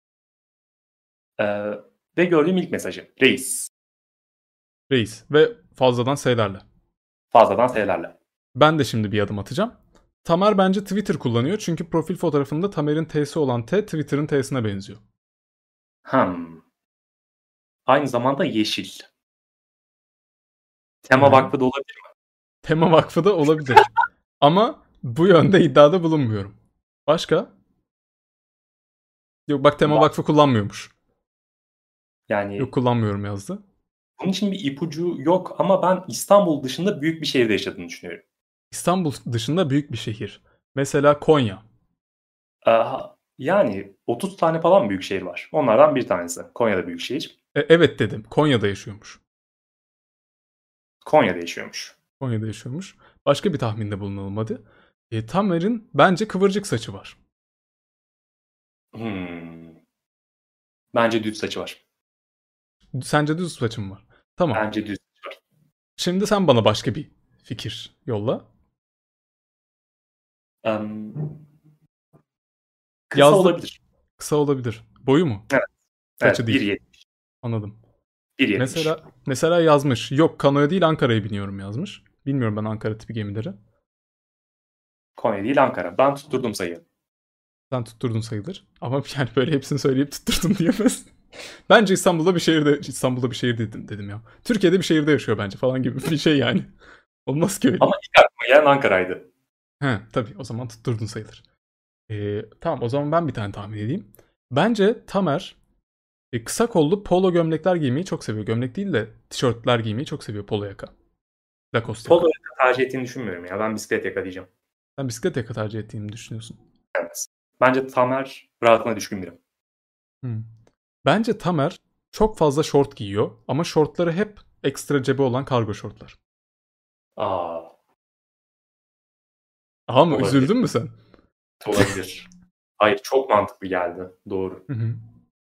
Ee, ve gördüğüm ilk mesajı. Reis. Reis ve fazladan S'lerle. Fazladan S'lerle. Ben de şimdi bir adım atacağım. Tamer bence Twitter kullanıyor çünkü profil fotoğrafında Tamer'in T'si olan T Twitter'ın T'sine benziyor. Hmm. Aynı zamanda yeşil. Tema Hı. Vakfı da olabilir mi? Tema Vakfı da olabilir. Ama bu yönde iddiada bulunmuyorum. Başka? Yok bak, Tema Bak, Vakfı kullanmıyormuş. Yok, yani kullanmıyorum yazdı. bunun için bir ipucu yok ama ben İstanbul dışında büyük bir şehirde yaşadığını düşünüyorum. İstanbul dışında büyük bir şehir. Mesela Konya. Ee, yani otuz tane falan büyük şehir var. Onlardan bir tanesi. Konya'da büyük şehir. E, evet dedim. Konya'da yaşıyormuş. Konya'da yaşıyormuş. Konya'da yaşıyormuş. Başka bir tahminde bulunalım hadi. E, Tamer'in bence kıvırcık saçı var. Hmm. Bence düz saçı var. Sence düz saçım var. Tamam. Bence düz saçı var. Şimdi sen bana başka bir fikir yolla. Em, kısa Yazdım. olabilir. Kısa olabilir. Boyu mu? Evet. Saçı Evet. değil. bir yetmiş. Anladım. bir yetmiş. Mesela mesela yazmış. Yok, Kano'ya değil Ankara'ya biniyorum yazmış. Bilmiyorum ben Ankara tipi gemileri. Konya değil Ankara. Ben tutturdum sayıyı. Sen tutturdun sayılır. Ama yani böyle hepsini söyleyip tutturdun diyemez. Bence İstanbul'da bir şehirde İstanbul'da bir şehir dedim, dedim ya. Türkiye'de bir şehirde yaşıyor bence falan gibi bir şey yani. Olmaz ki öyle. Ama ilk aklıma gelen Ankara'ydı. He, tabii o zaman tutturdun sayılır. Ee, tamam, o zaman ben bir tane tahmin edeyim. Bence Tamer e, kısa kollu polo gömlekler giymeyi çok seviyor. Gömlek değil de tişörtler giymeyi çok seviyor, polo yaka. Lacoste yaka. Polo yaka tercih ettiğini düşünmüyorum ya. Ben bisiklet yaka diyeceğim. Sen bisiklet yaka tercih ettiğini düşünüyorsun. Evet. Bence Tamer rahatına düşkün biri. Hmm. Bence Tamer çok fazla şort giyiyor ama şortları hep ekstra cebi olan kargo şortlar. Aa, Aha mı? olabilir. Üzüldün mü sen? Olabilir. Hayır, çok mantıklı geldi. Doğru. Hı hı.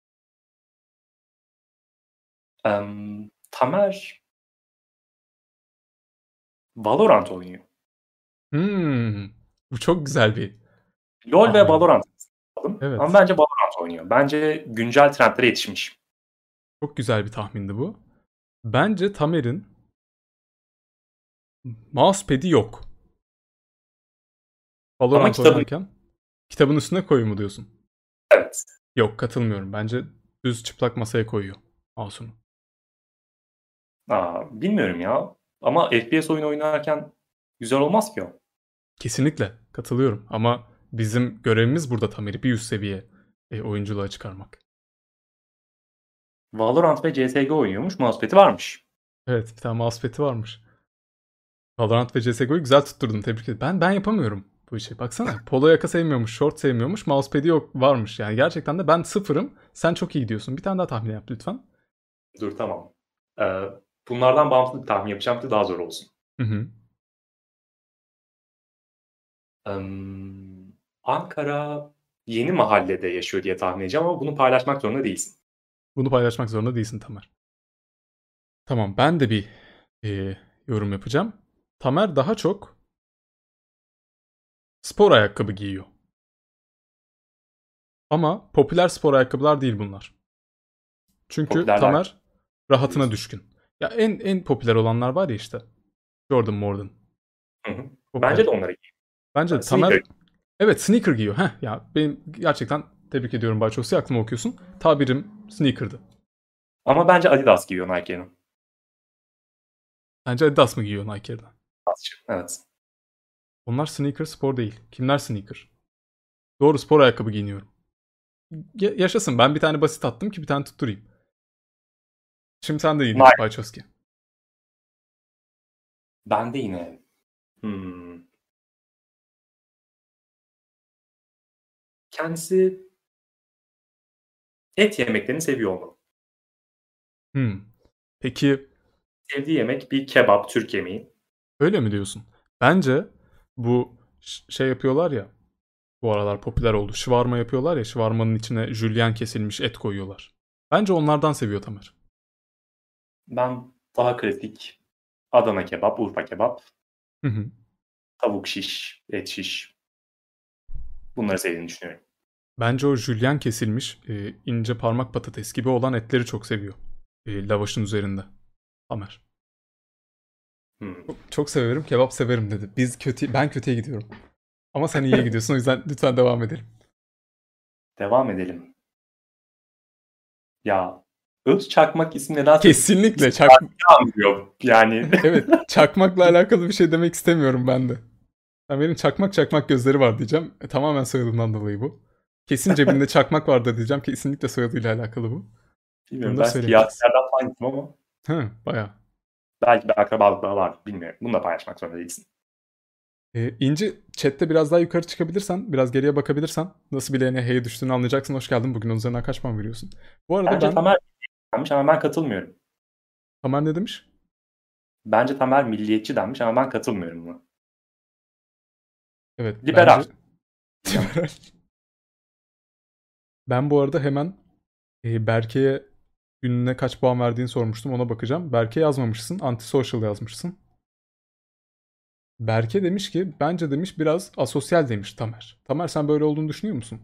Em, Tamer Valorant oynuyor. Hmm. Bu çok güzel bir LoL ve tahmin. Valorant aldım. Ama Evet. bence Valorant oynuyor. Bence güncel trendlere yetişmiş. Çok güzel bir tahmindi bu. Bence Tamer'in mousepad'i yok. Ama Valorant kitabın oynarken kitabın üstüne koyuyor mu diyorsun? evet. Yok, katılmıyorum. Bence düz çıplak masaya koyuyor mouse'unu. Aa, bilmiyorum ya. Ama F P S oyunu oynarken güzel olmaz ki o. Kesinlikle katılıyorum ama bizim görevimiz burada Tamer'i bir üst seviye e, oyunculuğa çıkarmak. Valorant ve C S G O oynuyormuş. Mousepad'i varmış. Evet, bir tane mousepad'i varmış. Valorant ve C S G O'yu güzel tutturdun, tebrik ederim. Ben ben yapamıyorum bu işi. Baksana, polo yaka sevmiyormuş, short sevmiyormuş, mousepad'i yok varmış. Yani gerçekten de ben sıfırım. Sen çok iyi gidiyorsun. Bir tane daha tahmin yap lütfen. Dur tamam. Ee, bunlardan bağımsız bir tahmin yapacağım ki daha zor olsun. Hı hı. Em, Ankara Yeni Mahalle'de yaşıyor diye tahmin edeceğim ama bunu paylaşmak zorunda değilsin. Bunu paylaşmak zorunda değilsin Tamer. Tamam, ben de bir e, yorum yapacağım. Tamer daha çok spor ayakkabı giyiyor. Ama popüler spor ayakkabılar değil bunlar. Çünkü Popülerler Tamer rahatına diyorsun. düşkün. Ya en en popüler olanlar var ya işte. Jordan Mordan. Hı hı. Bence Popüler. de onları giy. Bence Ben de Tamer sneaker. Evet, sneaker giyiyor. Heh, ya benim gerçekten tebrik ediyorum Bayçosi, aklıma okuyorsun. Tabirim sneaker'dı. Ama bence Adidas giyiyor Nike yerine. Bence Adidas mı giyiyor Nike yerine? Evet. Onlar sneaker, spor değil. Kimler sneaker? Doğru, spor ayakkabı giyiniyorum. Ya- yaşasın, ben bir tane basit attım ki bir tane tutturayım. Şimdi sen de yine Nike. Bayçoski. Ben de yine. Hmm. Kendisi et yemeklerini seviyor olmalı. Hmm. Peki Sevdiği yemek bir kebap, Türk yemeği. öyle mi diyorsun? Bence bu ş- şey yapıyorlar ya, bu aralar popüler oldu. Şıvarma yapıyorlar ya, şıvarmanın içine jülyen kesilmiş et koyuyorlar. Bence onlardan seviyor Tamer. Ben daha klasik Adana kebap, Urfa kebap, Hı hı. tavuk şiş, et şiş. Bunları sevdiğini düşünüyorum. Bence o jülyen kesilmiş e, ince parmak patates gibi olan etleri çok seviyor. E, lavaşın üzerinde. Tamer. Hmm. Çok, çok severim, kebap severim dedi. Biz kötü, ben kötüye gidiyorum. Ama sen iyiye gidiyorsun, o yüzden lütfen devam edelim. Devam edelim. Ya Öz Çakmak ismi nedense Kesinlikle bir çak anlıyor. Yani evet, çakmakla alakalı bir şey demek istemiyorum ben de. Ben benim çakmak çakmak gözleri var diyeceğim. E, tamamen soyadından dolayı bu. Kesin cebinde çakmak vardı diyeceğim. Kesinlikle soyadıyla alakalı bu. bilmiyorum, Bunları ben söylemeyeceğiz. siyasilerden falan gittim ama Hı, bayağı. belki bir akrabalık bağı var. Bilmiyorum. Bunu da paylaşmak zorunda değilsin. E, İnci, chatte biraz daha yukarı çıkabilirsen, biraz geriye bakabilirsen nasıl bir L N H'ye düştüğünü anlayacaksın. Hoş geldin. Bugün onun üzerinden kaç puan veriyorsun? Bu arada Bence ben... Tamer denmiş ama ben katılmıyorum. Tamer ne demiş? Bence Tamer milliyetçi denmiş ama ben katılmıyorum buna. Evet, Liberal. bence... Liberal. Ben bu arada hemen e, Berke'ye gününe kaç puan verdiğini sormuştum. Ona bakacağım. Berke yazmamışsın. Antisocial yazmışsın. Berke demiş ki bence demiş biraz asosyal demiş Tamer. Tamer, sen böyle olduğunu düşünüyor musun?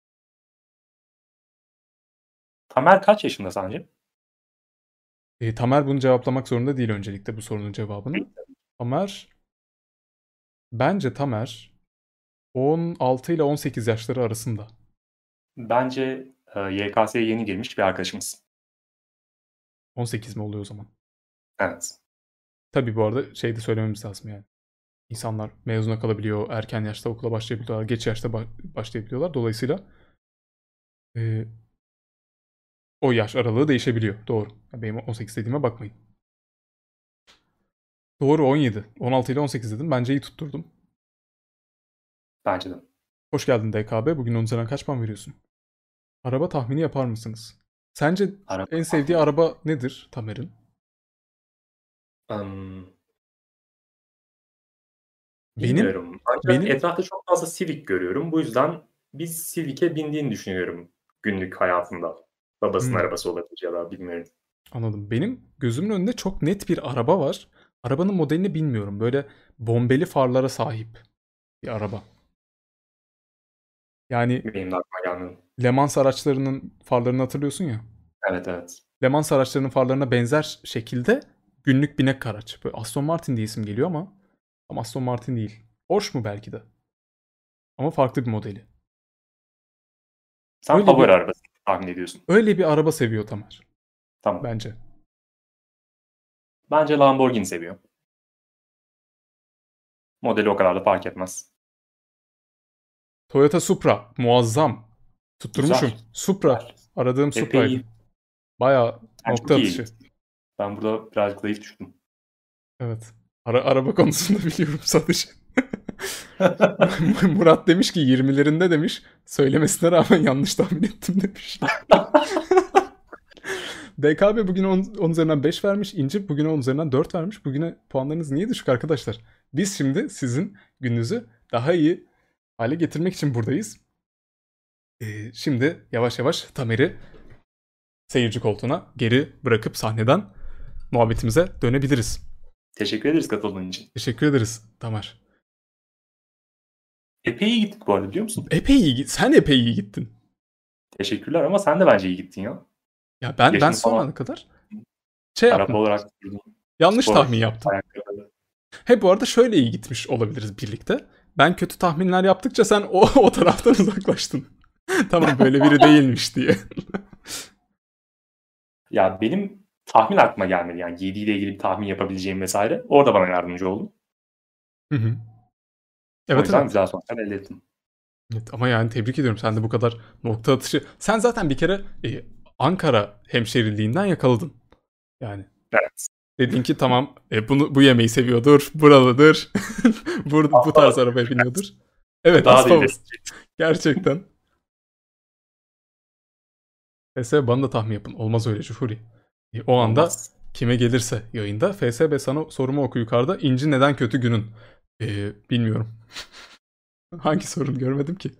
Tamer kaç yaşında sence? E, Tamer bunu cevaplamak zorunda değil öncelikle bu sorunun cevabını. Tamer bence Tamer on altı ile on sekiz yaşları arasında. Bence e, Y K S'ye yeni girmiş bir arkadaşımız. on sekiz mi oluyor o zaman? Evet. Tabii bu arada şey de söylememiz lazım yani. İnsanlar mezuna kalabiliyor, erken yaşta okula başlayabiliyorlar, geç yaşta ba- başlayabiliyorlar. Dolayısıyla e, o yaş aralığı değişebiliyor. Doğru. Benim on sekiz dediğime bakmayın. Doğru, on yedi. on altı ile on sekiz dedim. Bence iyi tutturdum. Bence de. Hoş geldin D K B. Bugün on üzerinden kaç puan veriyorsun? Araba tahmini yapar mısınız? Sence Araba en sevdiği tahmini. araba nedir Tamer'in? Um, Benim bilmiyorum. Ancak benim etrafta çok fazla Civic görüyorum. Bu yüzden biz Civic'e bindiğini düşünüyorum günlük hayatında. Babasının Hmm, arabası olabilir ya da bilmiyorum. anladım. Benim gözümün önünde çok net bir araba var. Arabanın modelini bilmiyorum. Böyle bombeli farlara sahip bir araba. Yani Benim de aklıma gelmedi. Le Mans araçlarının farlarını hatırlıyorsun ya. Evet, evet. Le Mans araçlarının farlarına benzer şekilde günlük binek araç. Böyle Aston Martin diye isim geliyor ama ama Aston Martin değil. Porsche mu belki de. Ama farklı bir modeli. Sen Öyle favori bir arabası tahmin ediyorsun. öyle bir araba seviyor Tamer Tamam. bence. Bence Lamborghini seviyor. Modeli o kadar da fark etmez. Toyota Supra muazzam. Tutturmuşum. Güzel. Supra. Güzel. Aradığım Epey Supra'ydı. iyi. Bayağı Sen nokta çok iyi atışı. gittin. Ben burada birazcık zayıf düştüm. Evet. Ara araba konusunda biliyorum sadece. Murat demiş ki yirmilerinde demiş. Söylemesine rağmen yanlış tahmin ettim demiş. D K B bugün on üzerinden beş vermiş. İnci bugüne on üzerinden dört vermiş. Bugüne puanlarınız niye düşük arkadaşlar? Biz şimdi sizin gününüzü daha iyi hale getirmek için buradayız. Ee, şimdi yavaş yavaş Tamer'i seyirci koltuğuna geri bırakıp sahneden muhabbetimize dönebiliriz. Teşekkür ederiz katıldığın için. Teşekkür ederiz Tamer. Epey iyi gittik bu arada, biliyor musun? Epey iyi, sen epey iyi gittin. Teşekkürler ama sen de bence iyi gittin ya. Ya ben ben Yaşını son falan ana kadar şey araba yaptım. olarak durdun. Yanlış Spor, tahmin yaptım. ayakkabı. He bu arada şöyle iyi gitmiş olabiliriz birlikte. ben kötü tahminler yaptıkça sen o, o taraftan uzaklaştın. Tamam böyle biri değilmiş diye. Ya benim tahmin aklıma gelmedi. Yani giydiğiyle ilgili bir tahmin yapabileceğim vesaire. Orada bana yardımcı oldu. Hı hı. O Evet yüzden evet. güzel sonuçlar elde ettim. Evet, ama yani tebrik ediyorum. Sen de bu kadar nokta atışı. Sen zaten bir kere e, Ankara hemşeriliğinden yakaladın. Yani Evet. dedin ki tamam e, bunu bu yemeği seviyordur, buralıdır. Burada bu tarz arabaya biniyordur. Evet, Daha da ileri. Aspavus. Gerçekten. F S B bana da tahmin yapın. Olmaz öyle Cufuri. E, o anda Olmaz. kime gelirse yayında. F S B sana sorumu oku yukarıda. İnci neden kötü günün? E, bilmiyorum. Hangi sorun görmedim ki?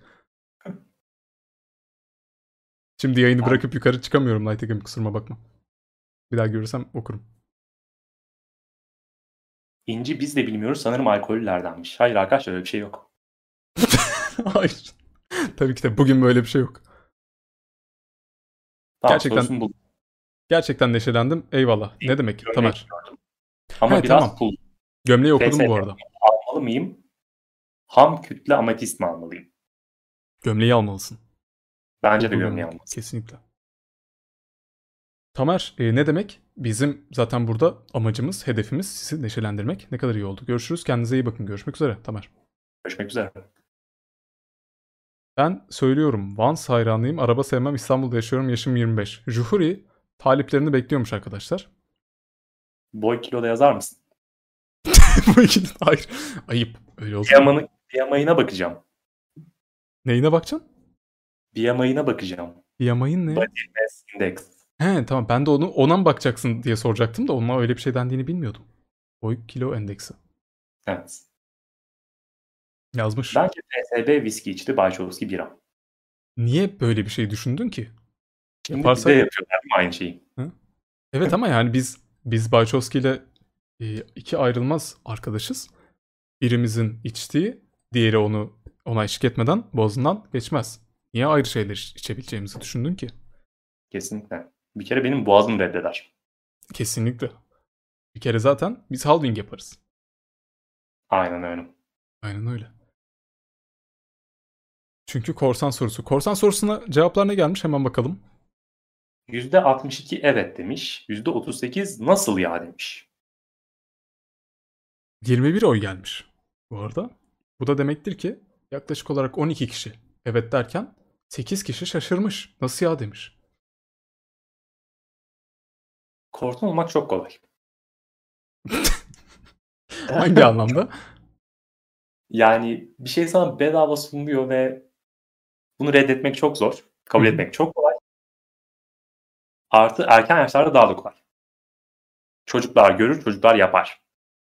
Şimdi yayını Yani bırakıp yukarı çıkamıyorum Lightagam, kusuruma bakma. Bir daha görürsem okurum. İnci biz de bilmiyoruz. Sanırım alkollülerdenmiş. Hayır arkadaşlar öyle bir şey yok. Hayır. Tabii ki de bugün böyle bir şey yok. Tamam Gerçekten sorusunu buldum. gerçekten neşelendim. Eyvallah. Ne demek Gömleği Tamer? gördüm. Ama He biraz tamam. pul. Gömleği okudum bu F S B arada. almalı mıyım? Ham kütle ametist mi almalıyım? Gömleği almalısın. Bence de Pullu gömleği gömlek. almalısın. Kesinlikle. Tamer e, ne demek? Bizim zaten burada amacımız, hedefimiz sizi neşelendirmek. Ne kadar iyi oldu. Görüşürüz. Kendinize iyi bakın. Görüşmek üzere Tamer. Görüşmek üzere. Ben söylüyorum. Vans hayranıyım. Araba sevmem. İstanbul'da yaşıyorum. Yaşım yirmi beş. Juhuri taliplerini bekliyormuş arkadaşlar. Boy kiloda yazar mısın? Bu ikinin hayır. Ayıp. Öyle oldu. Biyamanı, biyamayına bakacağım. Neyine bakacaksın? Biyamayına bakacağım. Yamayın ne? Body Mass Index. He tamam, ben de onu ona mı bakacaksın diye soracaktım da onunla öyle bir şey dendiğini bilmiyordum. Boy kilo endeksi. Evet. Yazmış. Bence F S B viski içti, Bayçovski bira. Niye böyle bir şey düşündün ki? Şimdi Yaparsak... bize yapıyorlar değil mi aynı şeyi? Hı? Evet ama yani biz biz Wachowski ile e, iki ayrılmaz arkadaşız. Birimizin içtiği, diğeri onu ona eşlik etmeden boğazından geçmez. Niye ayrı şeyler iç- içebileceğimizi düşündün ki? Kesinlikle. Bir kere benim boğazım reddeder. Kesinlikle. Bir kere zaten biz halving yaparız. Aynen öyle. Aynen öyle. Çünkü korsan sorusu. Korsan sorusuna cevaplar ne gelmiş hemen bakalım. yüzde altmış iki evet demiş. yüzde otuz sekiz nasıl ya demiş. yirmi bir oy gelmiş bu arada. Bu da demektir ki yaklaşık olarak on iki kişi evet derken sekiz kişi şaşırmış. Nasıl ya demiş. Korsan olmak çok kolay. Hangi anlamda? Yani bir şey sana bedava sunuluyor ve bunu reddetmek çok zor. Kabul Hı hı. etmek çok kolay. Artı erken yaşlarda daha da kolay. Çocuklar görür, çocuklar yapar.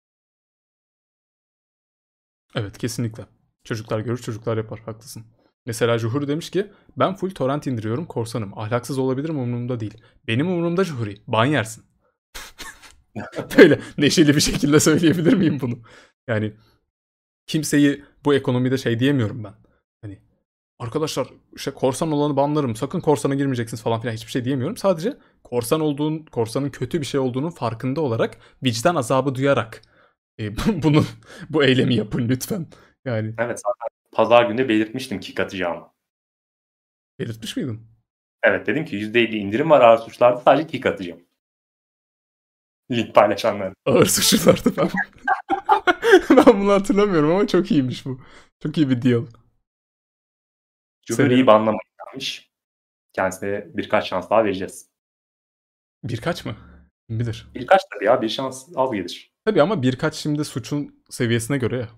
Evet kesinlikle. Çocuklar görür, çocuklar yapar. Haklısın. Mesela Juhuri demiş ki ben full torrent indiriyorum, korsanım. Ahlaksız olabilirim, umurumda değil. Benim umurumda Juhuri. Ban yersin. Böyle neşeli bir şekilde söyleyebilir miyim bunu? Yani kimseyi bu ekonomide şey diyemiyorum ben. Hani arkadaşlar işte korsan olanı banlarım, sakın korsana girmeyeceksiniz falan filan, hiçbir şey diyemiyorum. Sadece korsan olduğun, korsanın kötü bir şey olduğunun farkında olarak, vicdan azabı duyarak e, bunun bu eylemi yapın lütfen. Yani Evet zaten pazar günü belirtmiştim kick atacağımı. belirtmiş miydin? Evet dedim ki yüzde elli indirim var ağır suçlarda, sadece kick atacağım. Link paylaşanlar. Ağır suçlulardı ben. Ben bunu hatırlamıyorum ama çok iyiymiş bu. Çok iyi bir deal. Juhuri'yi Severim. banlamayın demiş. Kendisine birkaç şans daha vereceğiz. Birkaç mı? Kim bilir. Birkaç tabii ya, bir şans az gelir. Tabii ama birkaç şimdi suçun seviyesine göre ya.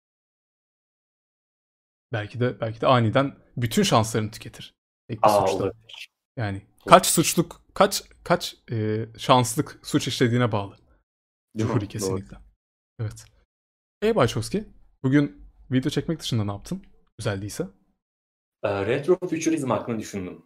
Belki de belki de aniden bütün şanslarını tüketir. Tek bir Aa suçta. olabilir. Yani kaç suçluk, kaç kaç e, şanslık suç işlediğine bağlı. Değil mi? Juhuri Doğru. kesinlikle. Evet. Ey Bayçovski, bugün video çekmek dışında ne yaptın? Güzel değilse. Ee, Retrofuturizm hakkında düşündüm.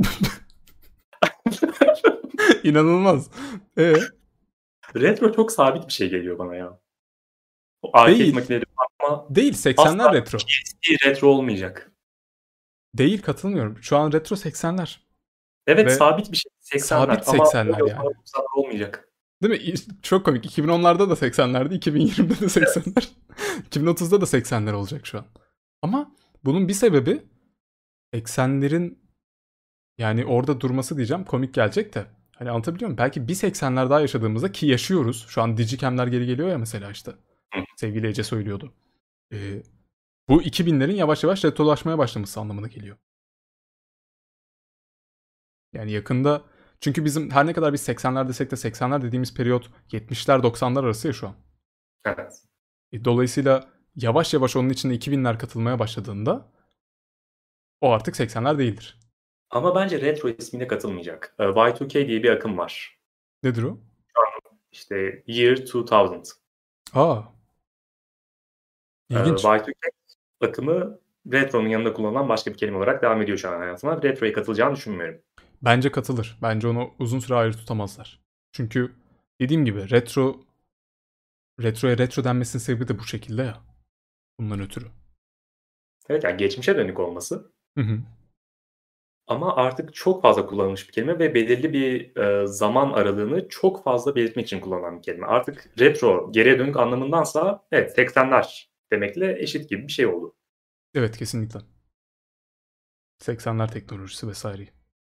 İnanılmaz. Ee, Retro çok sabit bir şey geliyor bana ya. O arcade Değil. makineleri bakma değil seksenler asla retro. bir retro olmayacak. Değil, katılmıyorum. Şu an retro seksenler. Evet Ve sabit bir şey seksenler sabit ama seksenler öyle yani. doksanlar olmayacak. Değil mi? İ- Çok komik. iki bin onlarda da seksenlerdi, iki bin yirmide de seksenler. iki bin otuzda da seksenler olacak şu an. Ama bunun bir sebebi seksenlerin yani orada durması diyeceğim. Komik gelecek de. Hani anlatabiliyor muyum? Belki bir seksenler daha yaşadığımızda ki yaşıyoruz. Şu an Digicam'ler geri geliyor ya mesela işte. Hı. Sevgili Ece söylüyordu. Ee, bu iki binlerin yavaş yavaş retrolaşmaya başlaması anlamına geliyor. Yani yakında çünkü bizim her ne kadar biz seksenler desek de seksenler dediğimiz periyot yetmişler doksanlar arası ya şu an. Evet. E, dolayısıyla yavaş yavaş onun içinde iki binler katılmaya başladığında o artık seksenler değildir. Ama bence retro ismine katılmayacak. Ee, Y iki K diye bir akım var. Nedir o? İşte Year iki bin. Aa, Ee, ilginç. Y iki K akımı retro'nun yanında kullanılan başka bir kelime olarak devam ediyor şu an hayatıma. Retro'ya katılacağını düşünmüyorum. Bence katılır. Bence onu uzun süre ayrı tutamazlar. Çünkü dediğim gibi retro retroya retro denmesinin sebebi de bu şekilde ya. Bundan ötürü. Evet, yani geçmişe dönük olması Hı hı. ama artık çok fazla kullanılmış bir kelime ve belirli bir e, zaman aralığını çok fazla belirtmek için kullanılan bir kelime. Artık retro geriye dönük anlamındansa evet seksenler demekle eşit gibi bir şey oldu. Evet, kesinlikle. seksenler teknolojisi vesaire.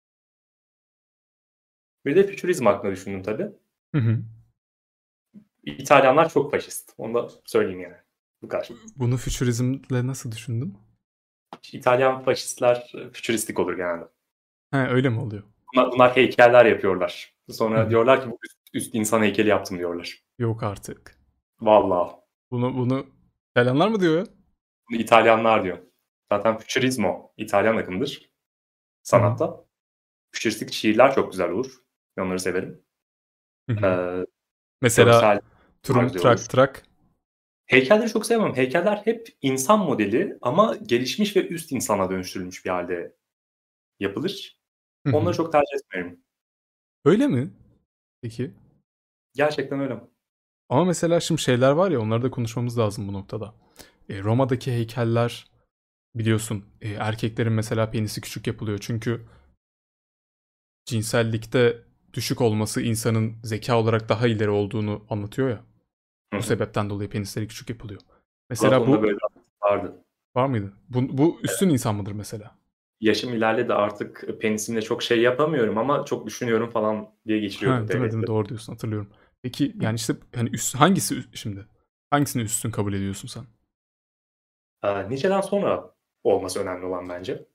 Bir de fütürizm hakkında düşündüm tabii. Hı hı. İtalyanlar çok faşist. Onu da söyleyeyim yani. Bu kadar. Bunu fütürizmle nasıl düşündün? İtalyan faşistler e, fütüristik olur genelde. He, öyle mi oluyor? Bunlar, bunlar heykeller yapıyorlar. Hı Sonra hı. diyorlar ki bu üst, üst insan heykeli yaptım diyorlar. Yok artık. Vallahi. Bunu bunu İtalyanlar mı diyor ya? Bunu İtalyanlar diyor. Zaten fütürizmo İtalyan akımıdır Hı hı. sanatta. Fütüristik şiirler çok güzel olur. Ben onları severim. Hı hı. Ee, Mesela görsel Turum güzel olur. Trak Trak. Heykelleri çok sevmem. Heykeller hep insan modeli ama gelişmiş ve üst insana dönüştürülmüş bir halde yapılır. Hı Onları hı. çok tercih etmiyorum. Öyle mi? Peki. Gerçekten öyle. Ama mesela şimdi şeyler var ya, onları da konuşmamız lazım bu noktada. E, Roma'daki heykeller biliyorsun e, erkeklerin mesela penisi küçük yapılıyor. Çünkü cinsellikte düşük olması insanın zeka olarak daha ileri olduğunu anlatıyor ya. Hı Bu hı. sebepten dolayı penisleri küçük yapılıyor. Mesela Platon'da bu böyle bir vardı. var mıydı? Bu, bu üstün insan mıdır mesela? Yaşım ilerledi artık penisimle çok şey yapamıyorum ama çok düşünüyorum falan diye geçiriyordu Ha, değil mi değil mi? devletleri. Doğru diyorsun, hatırlıyorum. Peki yani işte hani üst, hangisi üst- şimdi? Hangisini üstün kabul ediyorsun sen? Ee, Nietzsche'den sonra olması önemli olan bence.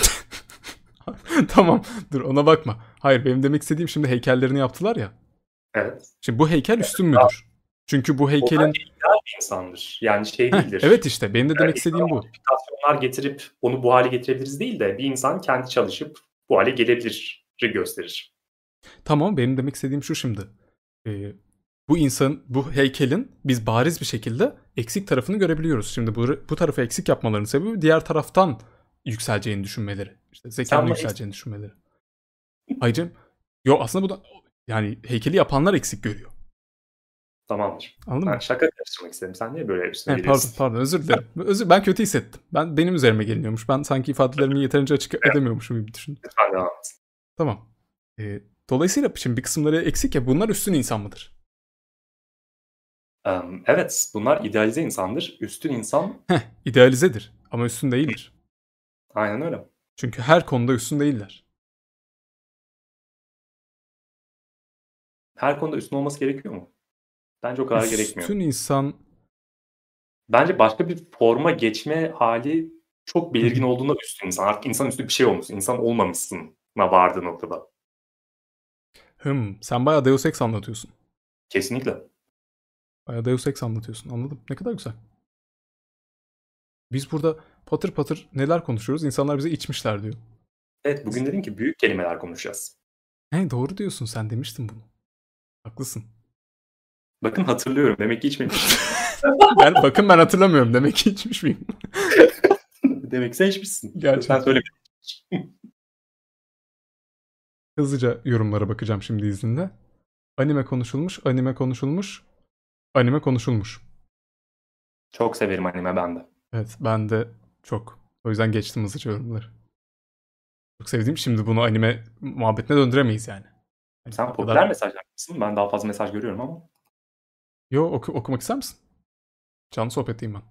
Tamam, dur ona bakma. Hayır, benim demek istediğim şimdi heykellerini yaptılar ya. Evet. Şimdi bu heykel üstün müdür? Çünkü bu O heykelin... bence ideal bir insandır. Yani şey Heh, değildir. evet işte benim de Yani demek insana istediğim bu. modifikasyonlar getirip onu bu hale getirebiliriz değil de bir insan kendi çalışıp bu hale gelebilir gösterir. Tamam, benim demek istediğim şu şimdi. Ee, bu insan, bu heykelin biz bariz bir şekilde eksik tarafını görebiliyoruz. Şimdi bu, bu tarafı eksik yapmalarının sebebi diğer taraftan yükseleceğini düşünmeleri. İşte Sen zekanın buna eksik yükseleceğini düşünmeleri. Hayır canım. Yo, aslında bu da yani heykeli yapanlar eksik görüyor. tamamdır. Anladın Ben mı? şaka karıştırmak istedim. Sen niye böyle üstüne He, pardon geliyorsun? pardon, özür dilerim. Özür, ben kötü hissettim. Ben benim üzerime geliniyormuş. Ben sanki ifadelerimi yeterince açık Evet, edemiyormuşum gibi düşündüm. lütfen devam et. Tamam. Ee, dolayısıyla şimdi bir kısımları eksik ya, bunlar üstün insan mıdır? Em, Evet, bunlar idealize insandır. Üstün insan Heh, idealizedir ama üstün değildir. aynen öyle. Çünkü her konuda üstün değiller. Her konuda üstün olması gerekiyor mu? Bence o kadar gerekmiyor. Üstün insan... Bence başka bir forma geçme hali çok Hı belirgin hı. olduğunda üstün insan. Artık insanüstü bir şey olmuşsun. İnsan olmamışsın'a vardığı noktada. Hım, sen bayağı Deus Ex anlatıyorsun. Kesinlikle. Bayağı Deus Ex anlatıyorsun. Anladım. Ne kadar güzel. Biz burada patır patır neler konuşuyoruz? İnsanlar bize içmişler diyor. Evet, bugün dedim ki büyük kelimeler konuşacağız. He, doğru diyorsun, sen demiştin bunu. Haklısın. Bakın hatırlıyorum. Demek ki içmemişim. Ben bakın ben hatırlamıyorum. Demek ki içmiş miyim? Demek ki sen içmişsin. Sen Gerçekten. söylemedin. Hızlıca yorumlara bakacağım şimdi izninle. Anime konuşulmuş, anime konuşulmuş, anime konuşulmuş. Çok severim anime ben de. Evet, ben de çok. O yüzden geçtim hızlıca yorumları. Çok sevdiğim, şimdi bunu anime muhabbetine döndüremeyiz yani. Hani Sen o popüler kadar... mesajlar mısın? Ben daha fazla mesaj görüyorum ama. Yo oku- okumak ister misin? Canlı sohbetteyim ben.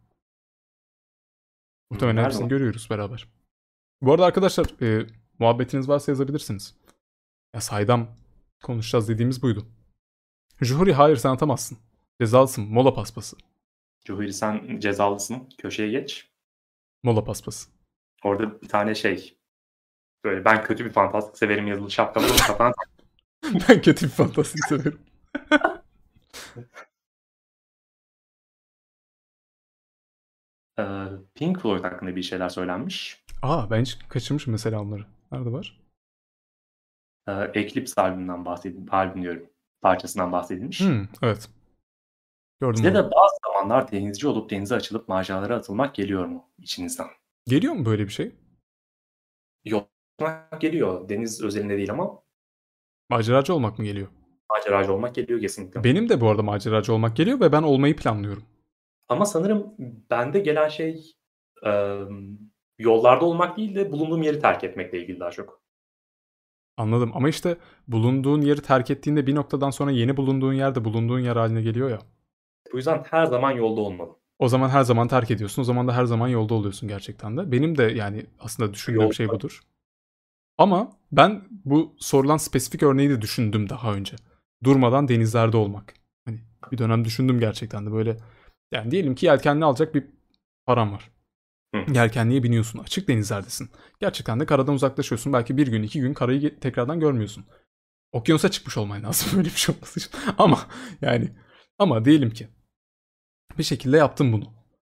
Hmm, Muhtemelen her hepsini zaman. görüyoruz beraber. Bu arada arkadaşlar e, muhabbetiniz varsa yazabilirsiniz. Ya saydam konuşacağız dediğimiz buydu. Juhuri hayır sen atamazsın. Cezalısın. Mola paspası. Cuhuri sen cezalısın. Köşeye geç. Mola paspası. Orada bir tane şey. Böyle ben kötü bir fantastik severim yazılı şapkamı onun kafana tak. Ben kötü bir fantastik severim. Ee, Pink Floyd hakkında bir şeyler söylenmiş. Aa ben hiç kaçırmışım mesela onları. Nerede var? Ee, Eclipse albümünden bahsedilmiş. Albüm diyorum. Parçasından bahsedilmiş. Hmm, evet. Gördüm Size onu. de bazı zamanlar denizci olup denize açılıp maceralara atılmak geliyor mu içinizden? Geliyor mu böyle bir şey? Yok. Geliyor. Deniz özelinde değil ama Maceracı olmak mı geliyor? maceracı olmak geliyor kesinlikle. Benim de bu arada maceracı olmak geliyor ve ben olmayı planlıyorum. Ama sanırım bende gelen şey e, yollarda olmak değil de bulunduğum yeri terk etmekle ilgili daha çok. Anladım ama işte bulunduğun yeri terk ettiğinde bir noktadan sonra yeni bulunduğun yerde bulunduğun yer haline geliyor ya. Bu yüzden her zaman yolda olmalı. O zaman her zaman terk ediyorsun. O zaman da her zaman yolda oluyorsun gerçekten de. Benim de yani aslında düşündüğüm şey Yolda. budur. Ama ben bu sorulan spesifik örneği de düşündüm daha önce. Durmadan denizlerde olmak. Hani bir dönem düşündüm gerçekten de böyle. Yani diyelim ki yelkenli alacak bir param var. Hı. Yelkenliye biniyorsun. Açık denizlerdesin. Gerçekten de karadan uzaklaşıyorsun. Belki bir gün iki gün karayı ge- tekrardan görmüyorsun. Okyanusa çıkmış olman lazım böyle bir şey olması için. Ama yani ama diyelim ki bir şekilde yaptım bunu.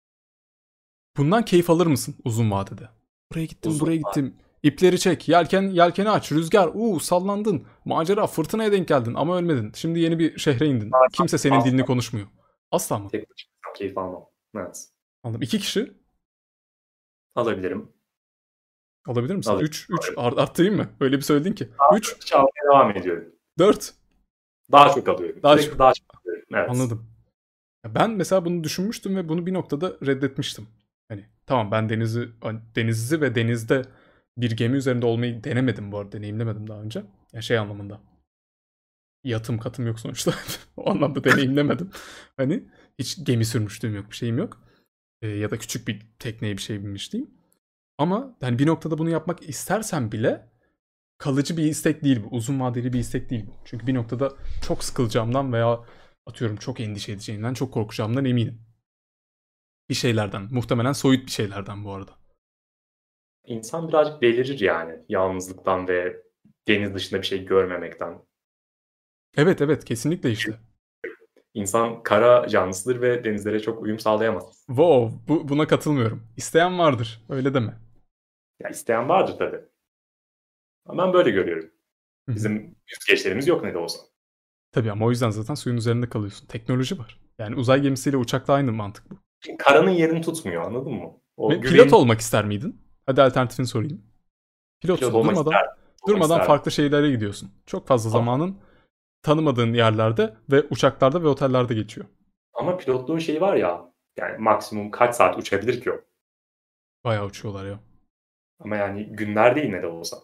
Bundan keyif alır mısın uzun vadede? Buraya gittim, Uzun buraya var. gittim. İpleri çek, yelken yelkeni aç, rüzgar, uuu sallandın. Macera, fırtınaya denk geldin ama ölmedin. Şimdi yeni bir şehre indin. Kimse senin Asla. dilini konuşmuyor. Asla mı? Tek başına keyif almam. Evet. Anladım. İki kişi Alabilirim. alabilir misin? Alabilirim. Üç, üç art- arttırayım mı? Öyle bir söyledin ki. Üç, Çalmaya devam ediyorum. dört. Daha çok alıyorum. Daha Sürekli çok. daha çok alıyorum. Evet. Anladım. Ya ben mesela bunu düşünmüştüm ve bunu bir noktada reddetmiştim. Hani tamam ben denizi denizci ve denizde bir gemi üzerinde olmayı denemedim bu arada. Deneyimlemedim daha önce. Ya şey anlamında. Yatım katım yok sonuçta. O anlamda deneyimlemedim. Hani hiç gemi sürmüşlüğüm yok, bir şeyim yok. Ee, ya da küçük bir tekneye bir şey binmişliğim. Ama yani bir noktada bunu yapmak istersen bile kalıcı bir istek değil bu. Uzun vadeli bir istek değil bu. Çünkü bir noktada çok sıkılacağımdan veya atıyorum çok endişe edeceğimden, çok korkacağımdan eminim. Bir şeylerden. Muhtemelen soyut bir şeylerden bu arada. İnsan birazcık delirir yani. Yalnızlıktan ve deniz dışında bir şey görmemekten. Evet evet kesinlikle işte. İnsan kara canlısıdır ve denizlere çok uyum sağlayamaz. Wow bu, buna katılmıyorum. İsteyen vardır. Öyle deme. Ya isteyen vardır tabii. Ama ben böyle görüyorum. Hı hı. Bizim yüzgeçlerimiz yok ne de olsa. Tabii ama o yüzden zaten suyun üzerinde kalıyorsun. Teknoloji var. Yani uzay gemisiyle uçakla aynı mantık bu. Karanın yerini tutmuyor anladın mı? Ve O pilot güvenin olmak ister miydin? Hadi alternatifini sorayım. pilot Pilotsun. olmak Durmadan isterdim. Olmak durmadan isterdim. farklı şeylere gidiyorsun. Çok fazla Ama, zamanın tanımadığın yerlerde ve uçaklarda ve otellerde geçiyor. ama pilotluğun şeyi var ya, yani maksimum kaç saat uçabilir ki o? Bayağı uçuyorlar ya. Ama yani günler değil ne de olsa.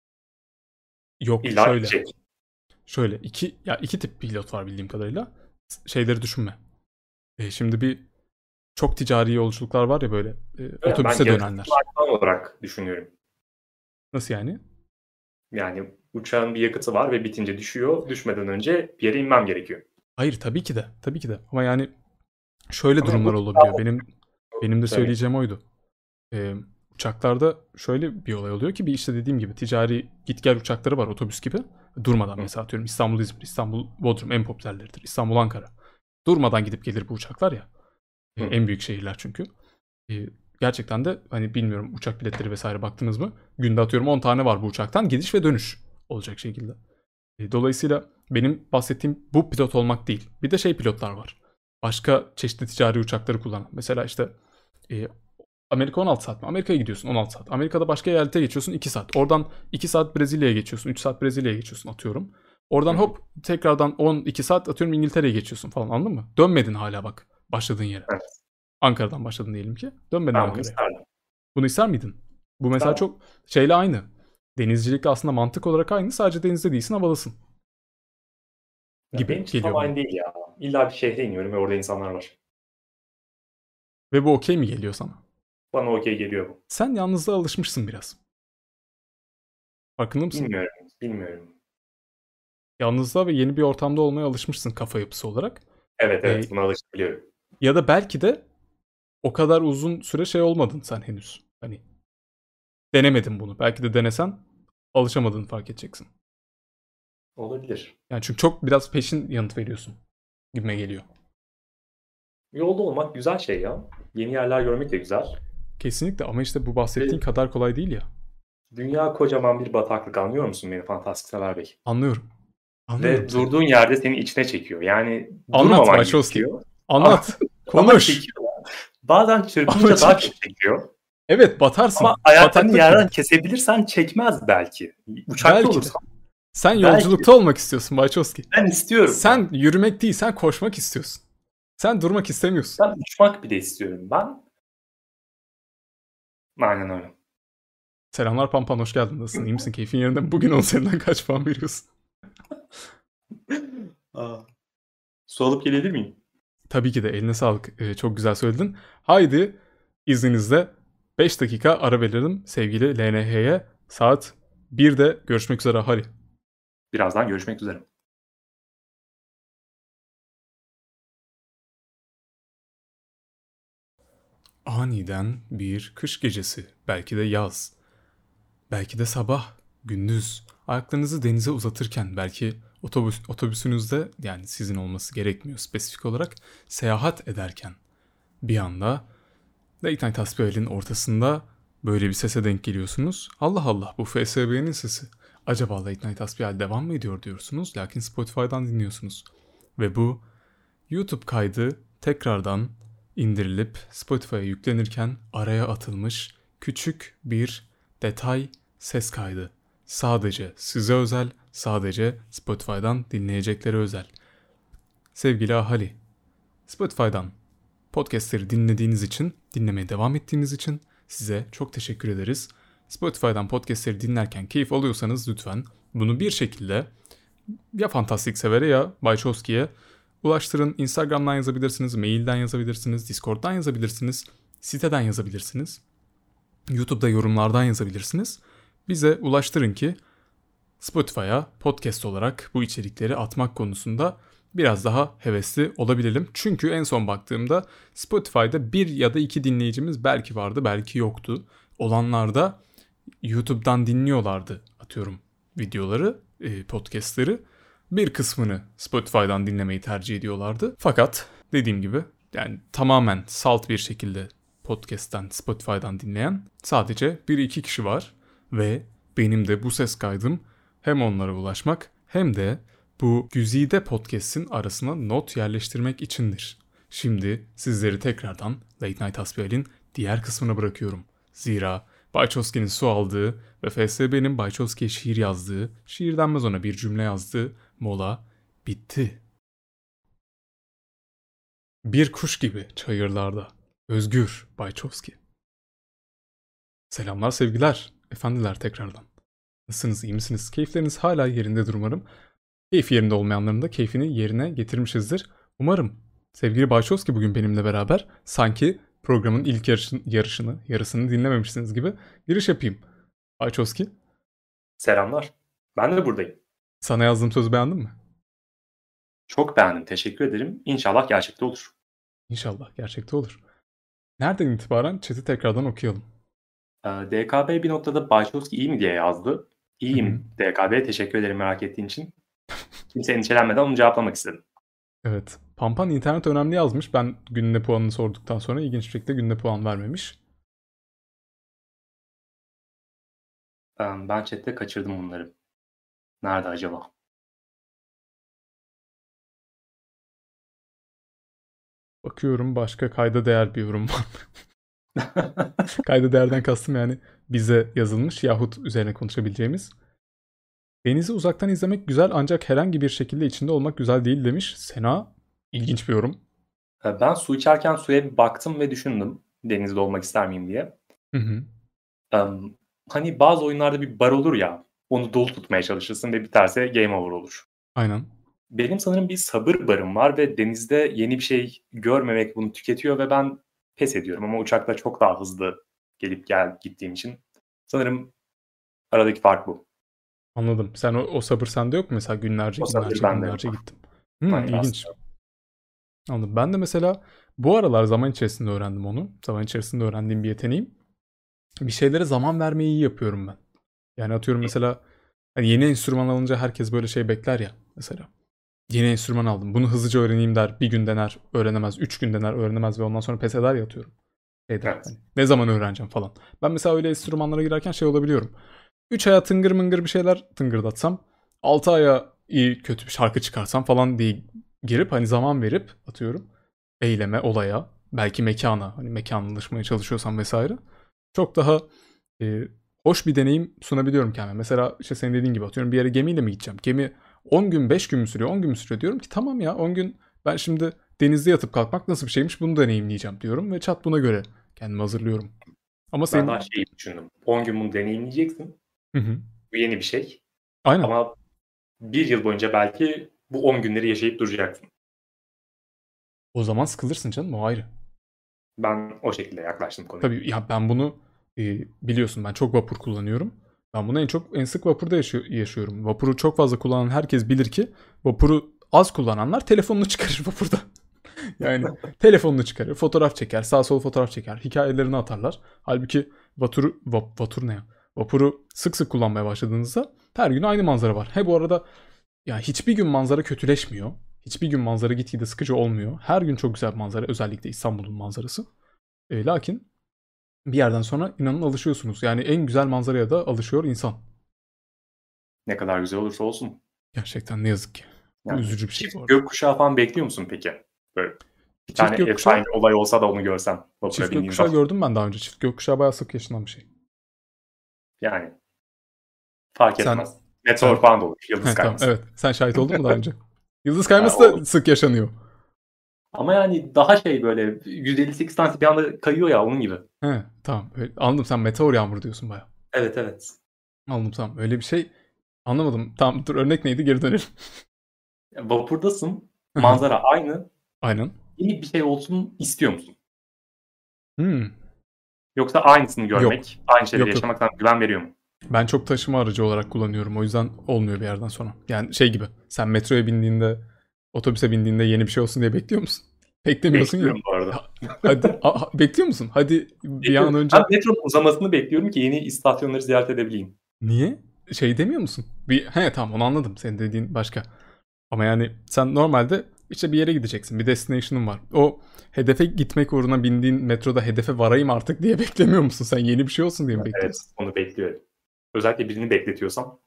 Yok İlla şöyle. şey. Şöyle iki ya iki tip pilot var bildiğim kadarıyla. Şeyleri düşünme. E, şimdi bir çok ticari yolculuklar var ya böyle e, Evet, ben otobüse yakıt dönenler. lifeline olarak düşünüyorum. Nasıl yani? Yani uçağın bir yakıtı var ve bitince düşüyor. Düşmeden önce bir yere inmem gerekiyor. Hayır tabii ki de. Tabii ki de. Ama yani şöyle Ama durumlar bu olabiliyor. Benim benim de tabii. söyleyeceğim oydu. E, uçaklarda şöyle bir olay oluyor ki bir işte dediğim gibi ticari git gel uçakları var otobüs gibi. Durmadan Hı. mesela atıyorum İstanbul İzmir, İstanbul Bodrum en popülerleridir. İstanbul Ankara. Durmadan gidip gelir bu uçaklar ya. E, Hı. en büyük şehirler çünkü. E, gerçekten de hani bilmiyorum uçak biletleri vesaire baktınız mı? Günde atıyorum on tane var bu uçaktan gidiş ve dönüş olacak şekilde. E, dolayısıyla benim bahsettiğim bu pilot olmak değil. Bir de şey pilotlar var. Başka çeşitli ticari uçakları kullanan. Mesela işte e, Amerika on altı saat mi? Amerika'ya gidiyorsun on altı saat. Amerika'da başka eyalete geçiyorsun iki saat. Oradan iki saat Brezilya'ya geçiyorsun. üç saat Brezilya'ya geçiyorsun atıyorum. Oradan Hı. hop tekrardan on iki saat atıyorum İngiltere'ye geçiyorsun falan anladın mı? Dönmedin hala bak başladığın yere. Evet. Ankara'dan başladın diyelim ki. Dönmedin Ben bunu Ankara'ya. isterdim. Bunu ister miydin? Bu mesela İsterdim. çok şeyle aynı. Denizcilikle aslında mantık olarak aynı. Sadece denizde değilsin havalısın. Ya benim gibi için geliyor tam bana. aynı değil ya. İlla bir şehre iniyorum ve orada insanlar var. Ve bu okey mi geliyor sana? Bana okey geliyor bu. Sen yalnızlığa alışmışsın biraz. Farkında mısın? Bilmiyorum, bilmiyorum. Yalnızlığa ve yeni bir ortamda olmaya alışmışsın kafa yapısı olarak. Evet E, evet buna alışabiliyorum. ya da belki de o kadar uzun süre şey olmadın sen henüz. Hani denemedin bunu. Belki de denesen alışamadığını fark edeceksin. Olabilir. Yani çünkü çok biraz peşin yanıt veriyorsun gibime geliyor. Yolda olmak güzel şey ya. Yeni yerler görmek de güzel. Kesinlikle ama işte bu Ve bahsettiğin kadar kolay değil ya. dünya kocaman bir bataklık, anlıyor musun beni fantastik sever bey? Anlıyorum. Anlıyorum Ve seni. durduğun yerde seni içine çekiyor. Yani Anlat durmaman Wachowski. gerekiyor. Ama, Anlat. ama Konuş. çekiyor. Bazen Ama çırpınınca daha çek. çok çekiyor. Evet Ama batarsın. ayaklarını Bataklık gibi. yerden kesebilirsen çekmez belki. Uçakta Belki de. olursan Sen belki. yolculukta olmak istiyorsun Wachowski. Ben istiyorum. Sen yürümek değil, sen koşmak istiyorsun. Sen durmak istemiyorsun. Ben uçmak bile istiyorum. Ben aynen öyle. Selamlar Pampan, hoş geldin. Nasılsın? İyi misin? Keyfin yerinde mi? Bugün on üzerinden kaç puan veriyorsun? Aa. Su alıp gelebilir miyim? Tabii ki de eline sağlık. Ee, çok güzel söyledin. Haydi izninizle beş dakika ara verelim sevgili L N H'ye. Saat birde görüşmek üzere Hari. Birazdan görüşmek üzere. Aniden bir kış gecesi, belki de yaz, belki de sabah, gündüz, ayaklarınızı denize uzatırken, belki otobüs, otobüsünüzde, yani sizin olması gerekmiyor spesifik olarak, seyahat ederken bir anda Late Night Hasbihal'in ortasında böyle bir sese denk geliyorsunuz. Allah Allah, bu F S B'nin sesi. Acaba Late Night Hasbihal devam mı ediyor diyorsunuz, lakin Spotify'dan dinliyorsunuz. Ve bu YouTube kaydı tekrardan indirilip Spotify'a yüklenirken araya atılmış küçük bir detay ses kaydı. Sadece size özel, sadece Spotify'dan dinleyeceklere özel. Sevgili ahali, Spotify'dan podcastleri dinlediğiniz için, dinlemeye devam ettiğiniz için size çok teşekkür ederiz. Spotify'dan podcastleri dinlerken keyif alıyorsanız lütfen bunu bir şekilde ya Fantastik Sever'e ya Wachowski'ye ulaştırın. Instagram'dan yazabilirsiniz, mailden yazabilirsiniz, Discord'dan yazabilirsiniz, siteden yazabilirsiniz, YouTube'da yorumlardan yazabilirsiniz. Bize ulaştırın ki Spotify'a podcast olarak bu içerikleri atmak konusunda biraz daha hevesli olabilelim. Çünkü en son baktığımda Spotify'da bir ya da iki dinleyicimiz belki vardı, belki yoktu. Olanlar da YouTube'dan dinliyorlardı, atıyorum videoları, podcastları. Bir kısmını Spotify'dan dinlemeyi tercih ediyorlardı. Fakat dediğim gibi yani tamamen salt bir şekilde podcast'ten, Spotify'dan dinleyen sadece bir iki kişi var. Ve benim de bu ses kaydım hem onlara ulaşmak hem de bu güzide podcast'in arasına not yerleştirmek içindir. Şimdi sizleri tekrardan Late Night Hasbihal'in diğer kısmına bırakıyorum. Zira Wachowski'nin su aldığı ve F S B'nin Wachowski'ye şiir yazdığı, şiir denmez ona bir cümle yazdığı mola bitti. Bir kuş gibi çayırlarda, özgür Wachowski. Selamlar sevgiler, efendiler tekrardan. Nasılsınız, iyi misiniz? Keyifleriniz hala yerindedir umarım. Keyfi yerinde olmayanların da keyfini yerine getirmişizdir. Umarım sevgili Wachowski bugün benimle beraber sanki programın ilk yarışın, yarışını, yarısını dinlememişsiniz gibi giriş yapayım. Wachowski. Selamlar. Ben de buradayım. Sana yazdığım sözü beğendin mi? Çok beğendim. Teşekkür ederim. İnşallah gerçekte olur. İnşallah gerçekte olur. Nereden itibaren chat'i tekrardan okuyalım. D K B bir noktada Wachowski iyi mi diye yazdı. İyiyim D K B. Teşekkür ederim merak ettiğin için. Kimse endişelenmeden onu cevaplamak istedim. Evet. Pampan internet önemli yazmış. Ben gününe puanını sorduktan sonra ilginç bir şekilde gününe puan vermemiş. Ben chatte kaçırdım bunları. Nerede acaba? Bakıyorum başka kayda değer bir yorum var mı? Kayda değerden kastım yani bize yazılmış yahut üzerine konuşabileceğimiz. Denizi uzaktan izlemek güzel ancak herhangi bir şekilde içinde olmak güzel değil demiş. Sena ilginç bir yorum. Ben su içerken suya bir baktım ve düşündüm. Denizde olmak ister miyim diye. Hı hı. Um, hani bazı oyunlarda bir bar olur ya. Onu dolu tutmaya çalışırsın ve biterse game over olur. Aynen. Benim sanırım bir sabır barım var ve denizde yeni bir şey görmemek bunu tüketiyor ve ben pes ediyorum ama uçakta çok daha hızlı gelip gel gittiğim için sanırım aradaki fark bu. Anladım. Sen o, o sabır sende yok mu? Mesela günlerce O sabır günlerce bende günlerce yok. gittim. Hmm, Hayır ilginç. aslında. Anladım. Ben de mesela bu aralar zaman içerisinde öğrendim onu. Zaman içerisinde öğrendiğim bir yeteneğim. Bir şeylere zaman vermeyi iyi yapıyorum ben. Yani atıyorum mesela hani yeni enstrüman alınca herkes böyle şey bekler ya mesela. Yeni enstrüman aldım. Bunu hızlıca öğreneyim der. Bir gün dener, öğrenemez. Üç gün dener, öğrenemez ve ondan sonra pes eder ya atıyorum. Şey der Evet. hani ne zaman öğreneceğim falan. Ben mesela öyle enstrümanlara girerken şey olabiliyorum. Üç aya tıngır mıngır bir şeyler tıngırdatsam. Altı aya iyi kötü bir şarkı çıkarsam falan diye girip hani zaman verip atıyorum. Eyleme, olaya, belki mekana. Hani mekanlaşmaya çalışıyorsam vesaire. Çok daha e, hoş bir deneyim sunabiliyorum kendime. Mesela işte senin dediğin gibi atıyorum bir yere gemiyle mi gideceğim? Gemi on gün beş gün mü sürüyor? on gün mü sürüyor? Diyorum ki tamam ya on gün ben şimdi denizde yatıp kalkmak nasıl bir şeymiş bunu deneyimleyeceğim diyorum. Ve çat buna göre kendimi hazırlıyorum. Ama Ben daha senin... şeyi düşündüm. on gün bunu deneyimleyeceksin. Hı hı. Bu yeni bir şey. Aynen. Ama bir yıl boyunca belki bu on günleri yaşayıp duracaksın. O zaman sıkılırsın canım o ayrı. Ben o şekilde yaklaştım konuya. Tabii ya ben bunu e, biliyorsun ben çok vapur kullanıyorum. Ben bunu en çok en sık vapurda yaşıyor, yaşıyorum. Vapuru çok fazla kullanan herkes bilir ki vapuru az kullananlar telefonunu çıkarır vapurda. Yani telefonunu çıkarır, fotoğraf çeker, sağ sol fotoğraf çeker, hikayelerini atarlar. Halbuki vaturu, vap, vatur ne ya? Vapuru sık sık kullanmaya başladığınızda her gün aynı manzara var. He bu arada ya hiçbir gün manzara kötüleşmiyor. Hiçbir gün manzara gitgide sıkıcı olmuyor. Her gün çok güzel bir manzara, özellikle İstanbul'un manzarası. E, lakin bir yerden sonra inanın alışıyorsunuz. Yani en güzel manzaraya da alışıyor insan. Ne kadar güzel olursa olsun. Gerçekten ne yazık ki. Bu Yani üzücü bir şey çift bu arada. gökkuşağı falan bekliyor musun peki? Böyle bir Çift tane gökkuşağı, efsane olay olsa da onu görsem vapura çift bindiğin gökkuşağı zaman. gördüm ben daha önce. Çift gökkuşağı bayağı sık yaşanan bir şey. Yani fark Sen etmez. Meteor sen falan da olur. Yıldız He, tamam kayması. evet. Sen şahit oldun mu daha önce? Yıldız Ha, kayması o. da sık yaşanıyor. Ama yani daha şey böyle yüz elli sekiz tanesi bir anda kayıyor ya onun gibi. He, tamam. Öyle- anladım sen meteor yağmuru diyorsun bayağı. Evet evet. Anladım tamam. Öyle bir şey anlamadım. Tamam dur örnek neydi geri dönelim. Ya, vapurdasın. Hı hı. Manzara aynı. Aynen. Yeni bir şey olsun istiyor musun? Hmm. Yoksa aynısını Yok. görmek, aynı şeyleri Yok yok. yaşamak sana güven veriyor mu? Ben çok taşıma aracı olarak kullanıyorum. O yüzden olmuyor bir yerden sonra. Yani şey gibi. Sen metroya bindiğinde, otobüse bindiğinde yeni bir şey olsun diye bekliyor musun? Beklemiyorsun ya. Bekliyorum bu arada. Ha- Hadi a- a- bekliyor musun? Hadi bir an Bekliyorum. Ben önce metronun uzamasını bekliyorum ki yeni istasyonları ziyaret edebileyim. niye? Şey demiyor musun? Bir he tamam onu anladım. Senin dediğin başka. Ama yani sen normalde işte bir yere gideceksin. Bir destination'ın var. O hedefe gitmek uğruna bindiğin metroda hedefe varayım artık diye beklemiyor musun? Sen yeni bir şey olsun diye mi Evet, bekliyorsun? onu bekliyorum. Özellikle birini bekletiyorsam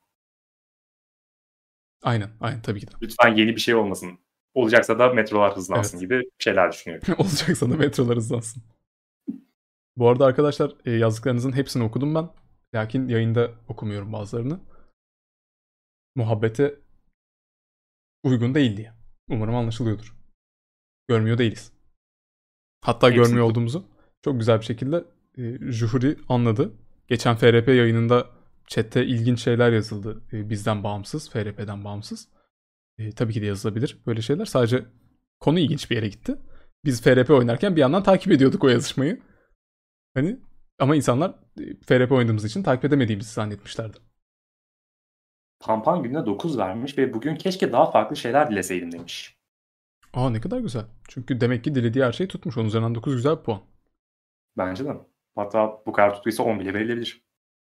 Aynen, aynen tabii ki de. lütfen yeni bir şey olmasın. Olacaksa da metrolar hızlansın Evet. gibi şeyler düşünüyorum. Olacaksa da metrolar hızlansın. Bu arada arkadaşlar e, yazdıklarınızın hepsini okudum ben. Lakin yayında okumuyorum bazılarını. Muhabbete uygun değil diye. Umarım anlaşılıyordur. Görmüyor değiliz. Hatta Hepsini görmüyor olduğumuzu çok güzel bir şekilde e, jüri anladı. Geçen F R P yayınında chatte ilginç şeyler yazıldı. E, bizden bağımsız, F R P'den bağımsız. E, tabii ki de yazılabilir böyle şeyler. Sadece konu ilginç bir yere gitti. Biz F R P oynarken bir yandan takip ediyorduk o yazışmayı. Hani ama insanlar e, F R P oynadığımız için takip edemediğimizi zannetmişlerdi. Pampan gününe dokuz vermiş ve bugün keşke daha farklı şeyler dileseydim demiş. Aa ne kadar güzel. Çünkü demek ki dilediği her şeyi tutmuş. Onun üzerinden dokuz güzel bir puan. Bence de. Hatta bu kadar tuttuysa on bile verilebilir.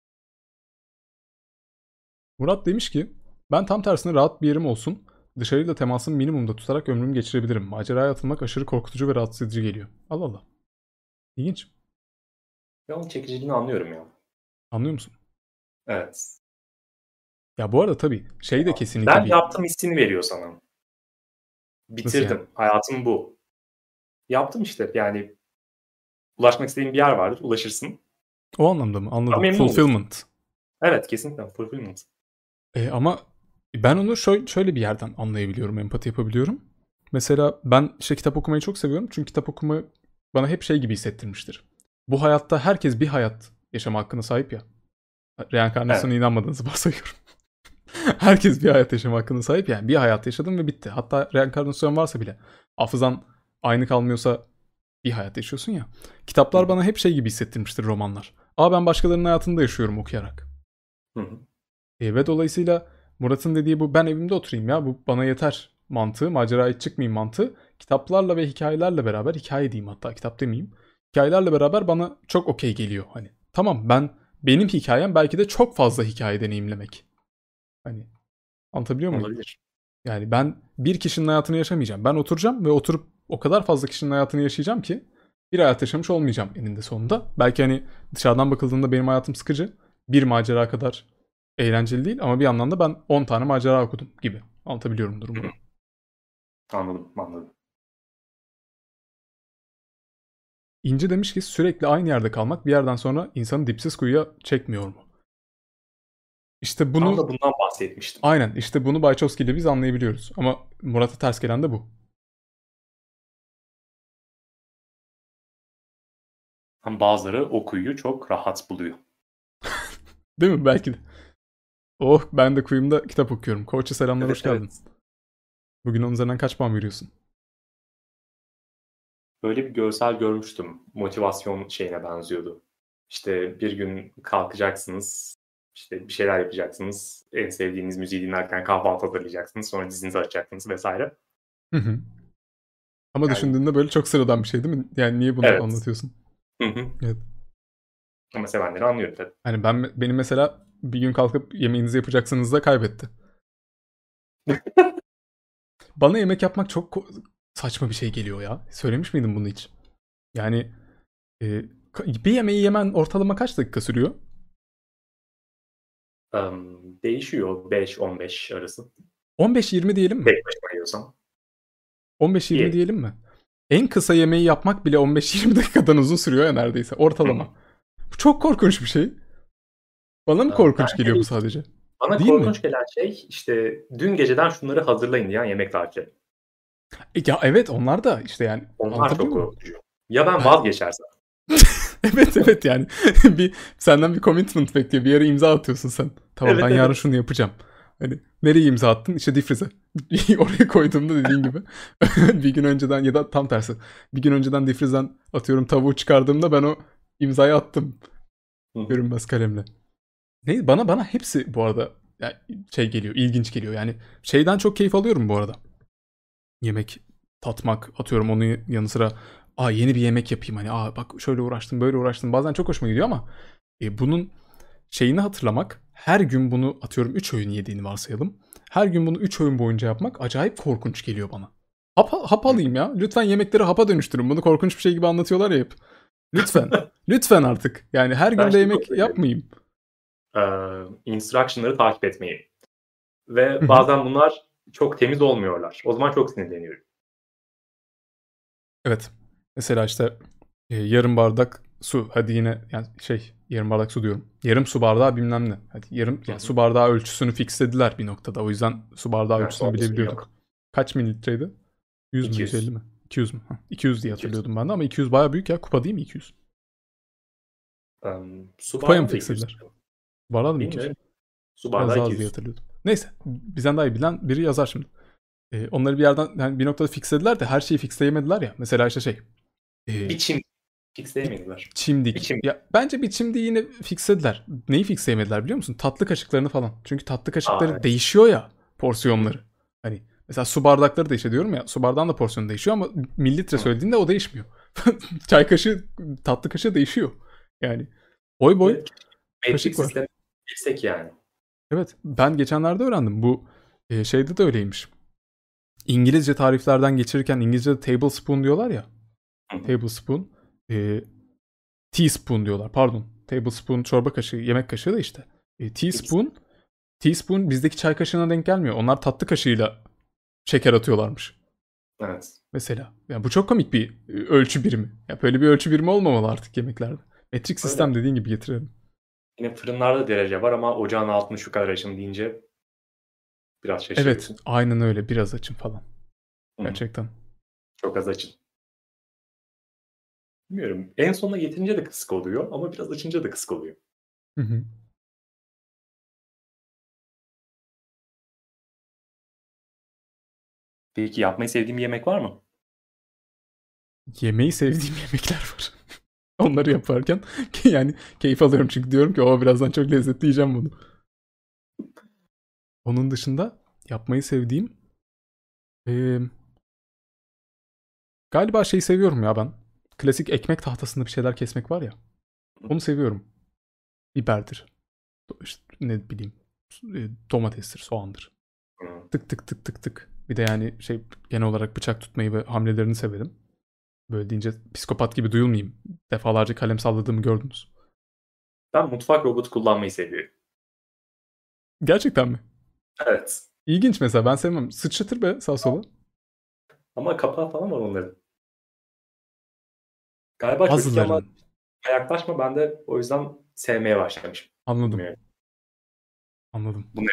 Murat demiş ki ben tam tersine rahat bir yerim olsun. Dışarıyla temasımı minimumda tutarak ömrümü geçirebilirim. Maceraya atılmak aşırı korkutucu ve rahatsız edici geliyor. Allah Allah. İlginç. Ve onun çekiciliğini anlıyorum ya. Anlıyor musun? Evet. Ya bu arada tabii şey de kesinlikle Ben bir... yaptım hissini veriyor sana. Nasıl yani? Bitirdim. Hayatım bu. Yaptım işte. Yani ulaşmak istediğin bir yer vardır. Ulaşırsın. O anlamda mı? Ama Anladım. memnun olursun. Fulfillment. Evet kesinlikle. Fulfillment. E, ama ben onu şöyle, şöyle bir yerden anlayabiliyorum, empati yapabiliyorum. Mesela ben işte kitap okumayı çok seviyorum. Çünkü kitap okuma bana hep şey gibi hissettirmiştir. Bu hayatta herkes bir hayat yaşama hakkına sahip ya. Reenkarnasyona Evet. inanmadığınızı varsayıyorum. Herkes bir hayat yaşama hakkına sahip yani. Bir hayat yaşadın ve bitti. Hatta reenkarnasyon varsa bile. Hafızan aynı kalmıyorsa bir hayat yaşıyorsun ya. Hı Kitaplar hı. bana hep şey gibi hissettirmiştir, romanlar. Aa, ben başkalarının hayatını da yaşıyorum okuyarak. Hı hı. E, ve dolayısıyla Murat'ın dediği bu, ben evimde oturayım ya, bu bana yeter mantığı, maceraya hiç çıkmayayım mantığı, kitaplarla ve hikayelerle beraber, hikaye diyeyim hatta, kitap demeyeyim. Hikayelerle beraber bana çok okey geliyor. Hani tamam, ben benim hikayem belki de çok fazla hikaye deneyimlemek. Hani anlatabiliyor muyum? Olabilir. Yani ben bir kişinin hayatını yaşamayacağım. Ben oturacağım ve oturup o kadar fazla kişinin hayatını yaşayacağım ki bir hayat yaşamış olmayacağım eninde sonunda. Belki hani dışarıdan bakıldığında benim hayatım sıkıcı. Bir macera kadar eğlenceli değil ama bir yandan da ben on tane macera okudum gibi. Anlatabiliyorum Hı durumu. hı. Anladım, anladım. İnci demiş ki sürekli aynı yerde kalmak bir yerden sonra insanı dipsiz kuyuya çekmiyor mu? İşte Tam bunu da bundan bahsetmiştim. aynen işte bunu Bayçovski ile biz anlayabiliyoruz. Ama Murat'a ters gelen de bu. Ama bazıları o kuyuyu çok rahat buluyor. Değil mi? Belki de. Oh, ben de kuyumda kitap okuyorum. Koç'a selamlar, Evet, hoş geldin. evet. Bugün onun üzerinden kaç puan veriyorsun? Böyle bir görsel görmüştüm. Motivasyon şeyine benziyordu. İşte bir gün kalkacaksınız, işte bir şeyler yapacaksınız, en sevdiğiniz müziği dinlerken kahvaltı hazırlayacaksınız, sonra dizinizi açacaksınız vesaire. Hı hı. Ama Yani düşündüğünde böyle çok sıradan bir şey değil mi? Yani niye bunu evet. anlatıyorsun? Hı hı. Evet. Ama sevenleri anlıyorum tabii. Hani ben, benim mesela bir gün kalkıp yemeğinizi yapacaksınız da kaybetti. Bana yemek yapmak çok ko- saçma bir şey geliyor ya. Söylemiş miydim bunu hiç? Yani e, ka- bir yemeği yemen ortalama kaç dakika sürüyor? Em, değişiyor beş on beş arası. on beş yirmi diyelim mi? Tek başıma yiyorsam. on beş yirmi Diyelim. diyelim mi? En kısa yemeği yapmak bile on beş yirmi dakikadan uzun sürüyor ya neredeyse. Hı hı. Ortalama. Bu çok korkunç bir şey. Bana mı Em, korkunç bence geliyor bu değil. sadece? Bana Değil mi? korkunç gelen şey işte dün geceden şunları hazırlayın diyen yemek tarifleri. E, ya evet, onlar da işte yani, Onlar anlatabiliyor çok muyum? korkutucu. Ya ben Ben vazgeçersem? evet evet yani bir senden bir commitment bekliyor. Bir yere imza atıyorsun sen. Tamam, ben Evet, yarın evet. şunu yapacağım. Hani nereye imza attın? İşte difrize. Oraya koyduğumda dediğin gibi bir gün önceden, ya da tam tersi. Bir gün önceden difrizden atıyorum tavuğu çıkardığımda ben o imzayı attım Hı hı. görünmez kalemle. Ne, bana bana hepsi bu arada yani şey geliyor, ilginç geliyor. Yani şeyden çok keyif alıyorum bu arada. Yemek tatmak, atıyorum onun yanı sıra aa, yeni bir yemek yapayım, hani aa bak şöyle uğraştım böyle uğraştım, bazen çok hoşuma gidiyor ama e, bunun şeyini hatırlamak, her gün bunu atıyorum üç öğün yediğini varsayalım. Her gün bunu üç öğün boyunca yapmak acayip korkunç geliyor bana. Hap, hap Hı. alayım ya. Lütfen yemekleri hapa dönüştürün. Bunu korkunç bir şey gibi anlatıyorlar ya hep. Lütfen. Lütfen artık. Yani her Ben gün de şeyi çok yemek seviyorum. yapmayayım. Eee, instruction'ları takip etmeyi Hı ve hı. bazen bunlar çok temiz olmuyorlar. O zaman çok sinirleniyorum. Evet. Mesela işte e, yarım bardak su. Hadi yine yani şey, yarım bardak su diyorum. Yarım su bardağı bilmem ne. Hadi yarım, Hı yani hı. su bardağı ölçüsünü fixlediler bir noktada. O yüzden su bardağı Evet, ölçüsünü orada sorun bilebiliyorduk. yok. Kaç mililitreydi? yüz mü, yüz elli iki yüz. mi? iki yüz mü? Hah, iki yüz diye iki yüz. hatırlıyordum ben de ama iki yüz baya büyük ya. Kupa değil mi iki yüz? Emm, su Kupaya mı bardağı da iki yüz fixlediler? sanırım. Bardağı da mı iki yüz? Bilmiyorum. Su Biraz bardağı daha az diye iki yüz. hatırlıyordum. Neyse. Bizden daha iyi bilen biri yazar şimdi. E, onları bir yerden yani bir noktada fixlediler de her şeyi fixleyemediler ya. Mesela işte şey. E, Biçim Bir fixleyemediler. çimdik. Biçim. Ya bence bir çimdiği yine fixlediler. Neyi fixleyemediler biliyor musun? Tatlı kaşıklarını falan. Çünkü tatlı A, kaşıkları evet. değişiyor ya Hı hı. porsiyonları. Hani mesela su bardakları değişiyor diyorum ya. Su bardağın da porsiyonu değişiyor ama mililitre Hı. söylediğinde o değişmiyor. Çay kaşığı, tatlı kaşığı değişiyor. Yani boy boy Evet, metrik kaşık var. sistemi bilsek yani. Evet, ben geçenlerde öğrendim. Bu e, şeyde de öyleymiş. İngilizce tariflerden geçirirken İngilizce'de tablespoon diyorlar ya. Hı hı. Tablespoon. E, Teaspoon diyorlar. Pardon. Tablespoon çorba kaşığı, yemek kaşığı da işte. E, İkisi de. teaspoon, teaspoon bizdeki çay kaşığına denk gelmiyor. Onlar tatlı kaşığıyla şeker atıyorlarmış. Evet. Mesela. Yani bu çok komik bir e, ölçü birimi. Ya böyle bir ölçü birimi olmamalı artık yemeklerde. Metrik Öyle. sistem dediğin gibi getirelim. Yine fırınlarda derece var ama ocağın altını şu kadar açın deyince biraz Evet, şaşırıyorsun. aynen öyle. Biraz açın falan. Hı hı. Gerçekten. Çok az açın. Bilmiyorum. En sonuna getirince de kısık oluyor ama biraz açınca da kısık oluyor. Hı hı. Peki yapmayı sevdiğin bir yemek var mı? Yemeği sevdiğim yemekler var. Onları yaparken yani keyif alıyorum çünkü diyorum ki o birazdan çok lezzetli yiyeceğim bunu. Onun dışında yapmayı sevdiğim eee, galiba şeyi seviyorum ya ben. Klasik ekmek tahtasında bir şeyler kesmek var ya. Onu seviyorum. Biberdir. İşte ne bileyim e, domatestir, soğandır. Hı. Tık tık tık tık tık. Bir de yani şey genel olarak bıçak tutmayı ve hamlelerini severim. Böyle deyince psikopat gibi duyulmayayım. Defalarca kalem salladığımı gördünüz. Ben mutfak robotu kullanmayı seviyorum. Gerçekten mi? Evet. İlginç mesela ben sevmem. Sıçratır be sağ sola. Ama kapağı falan var onların. Galiba çocukken bana Bazılarının. yaklaşma, ben de o yüzden sevmeye başlamışım. Anladım. Bilmiyorum. Anladım. Bu ne?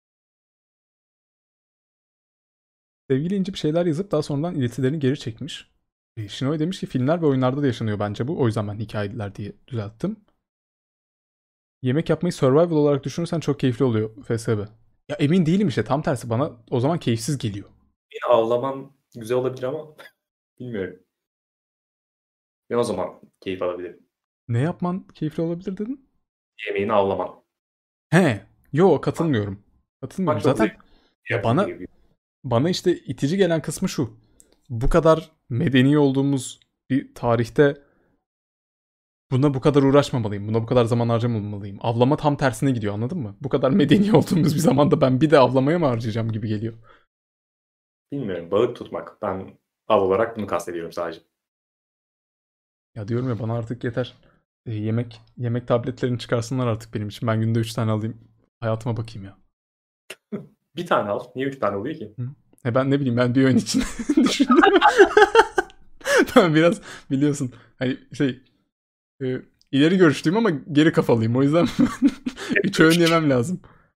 Sevgili İnci bir şeyler yazıp daha sonradan iletilerini geri çekmiş. E, Shinoy demiş ki filmler ve oyunlarda da yaşanıyor bence bu. O yüzden ben hikayeler diye düzelttim. Yemek yapmayı survival olarak düşünürsen çok keyifli oluyor F S B. Ya emin değilim işte tam tersi bana o zaman keyifsiz geliyor. Beni avlaman güzel olabilir ama bilmiyorum. Ben o zaman keyif alabilirim. Ne yapman keyifli olabilir dedin? Yemeğini avlaman. He, yo katılmıyorum. Bak Katılmıyorum. çok Zaten zevkli. ya Yapıldığı bana gibi. bana işte itici gelen kısmı şu. Bu kadar medeni olduğumuz bir tarihte buna bu kadar uğraşmamalıyım. Buna bu kadar zaman harcamamalıyım. Avlama tam tersine gidiyor anladın mı? Bu kadar medeni olduğumuz bir zamanda ben bir de avlamaya mı harcayacağım gibi geliyor. Bilmiyorum. Balık tutmak. Ben av olarak bunu kastediyorum sadece. Ya diyorum ya bana artık yeter. E, yemek yemek tabletlerini çıkarsınlar artık benim için. Ben günde üç tane alayım. Hayatıma bakayım ya. Bir tane al. Niye üç tane oluyor ki? Hı? E ben ne bileyim ben bir öğün için düşündüm. Ben biraz biliyorsun hani şey e, ileri görüşlüyüm ama geri kafalıyım. O yüzden üç öğün yemem lazım.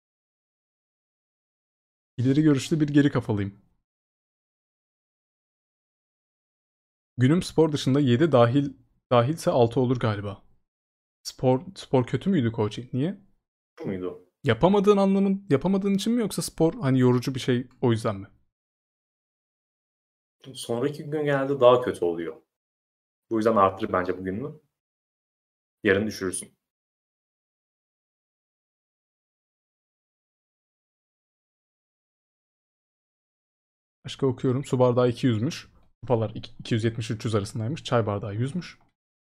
İleri görüşlü bir geri kafalıyım. Günüm spor dışında yedi dahil dahilse altı olur galiba. Spor spor kötü müydü coaching? Niye? Bu muydu? Yapamadığın anlamın yapamadığın için mi yoksa spor hani yorucu bir şey o yüzden mi? Sonraki gün genelde daha kötü oluyor. Bu yüzden arttır bence bugününü. Yarın düşürürsün. Başka okuyorum. Su bardağı iki yüzmüş. Kupalar iki yüz yetmiş üç yüz arasındaymış. Çay bardağı yüzmüş.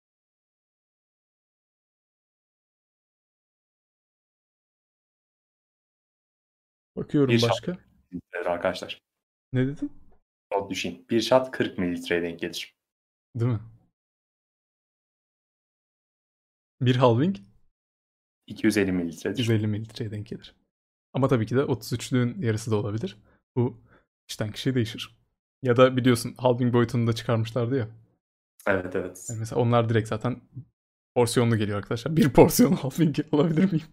Bir Bakıyorum shot başka. arkadaşlar. Ne dedin? Not düşeyim. Bir shot kırk mililitreye denk gelir. Değil mi? Bir halving iki yüz elli mililitredir. yüz elli mililitreye denk gelir. Ama tabii ki de otuz üçlüğün yarısı da olabilir. Bu kişiden kişiye değişir. Ya da biliyorsun halving boyutunu da çıkarmışlardı ya. Evet evet. Yani mesela onlar direkt zaten porsiyonlu geliyor arkadaşlar. Bir porsiyon halving alabilir miyim?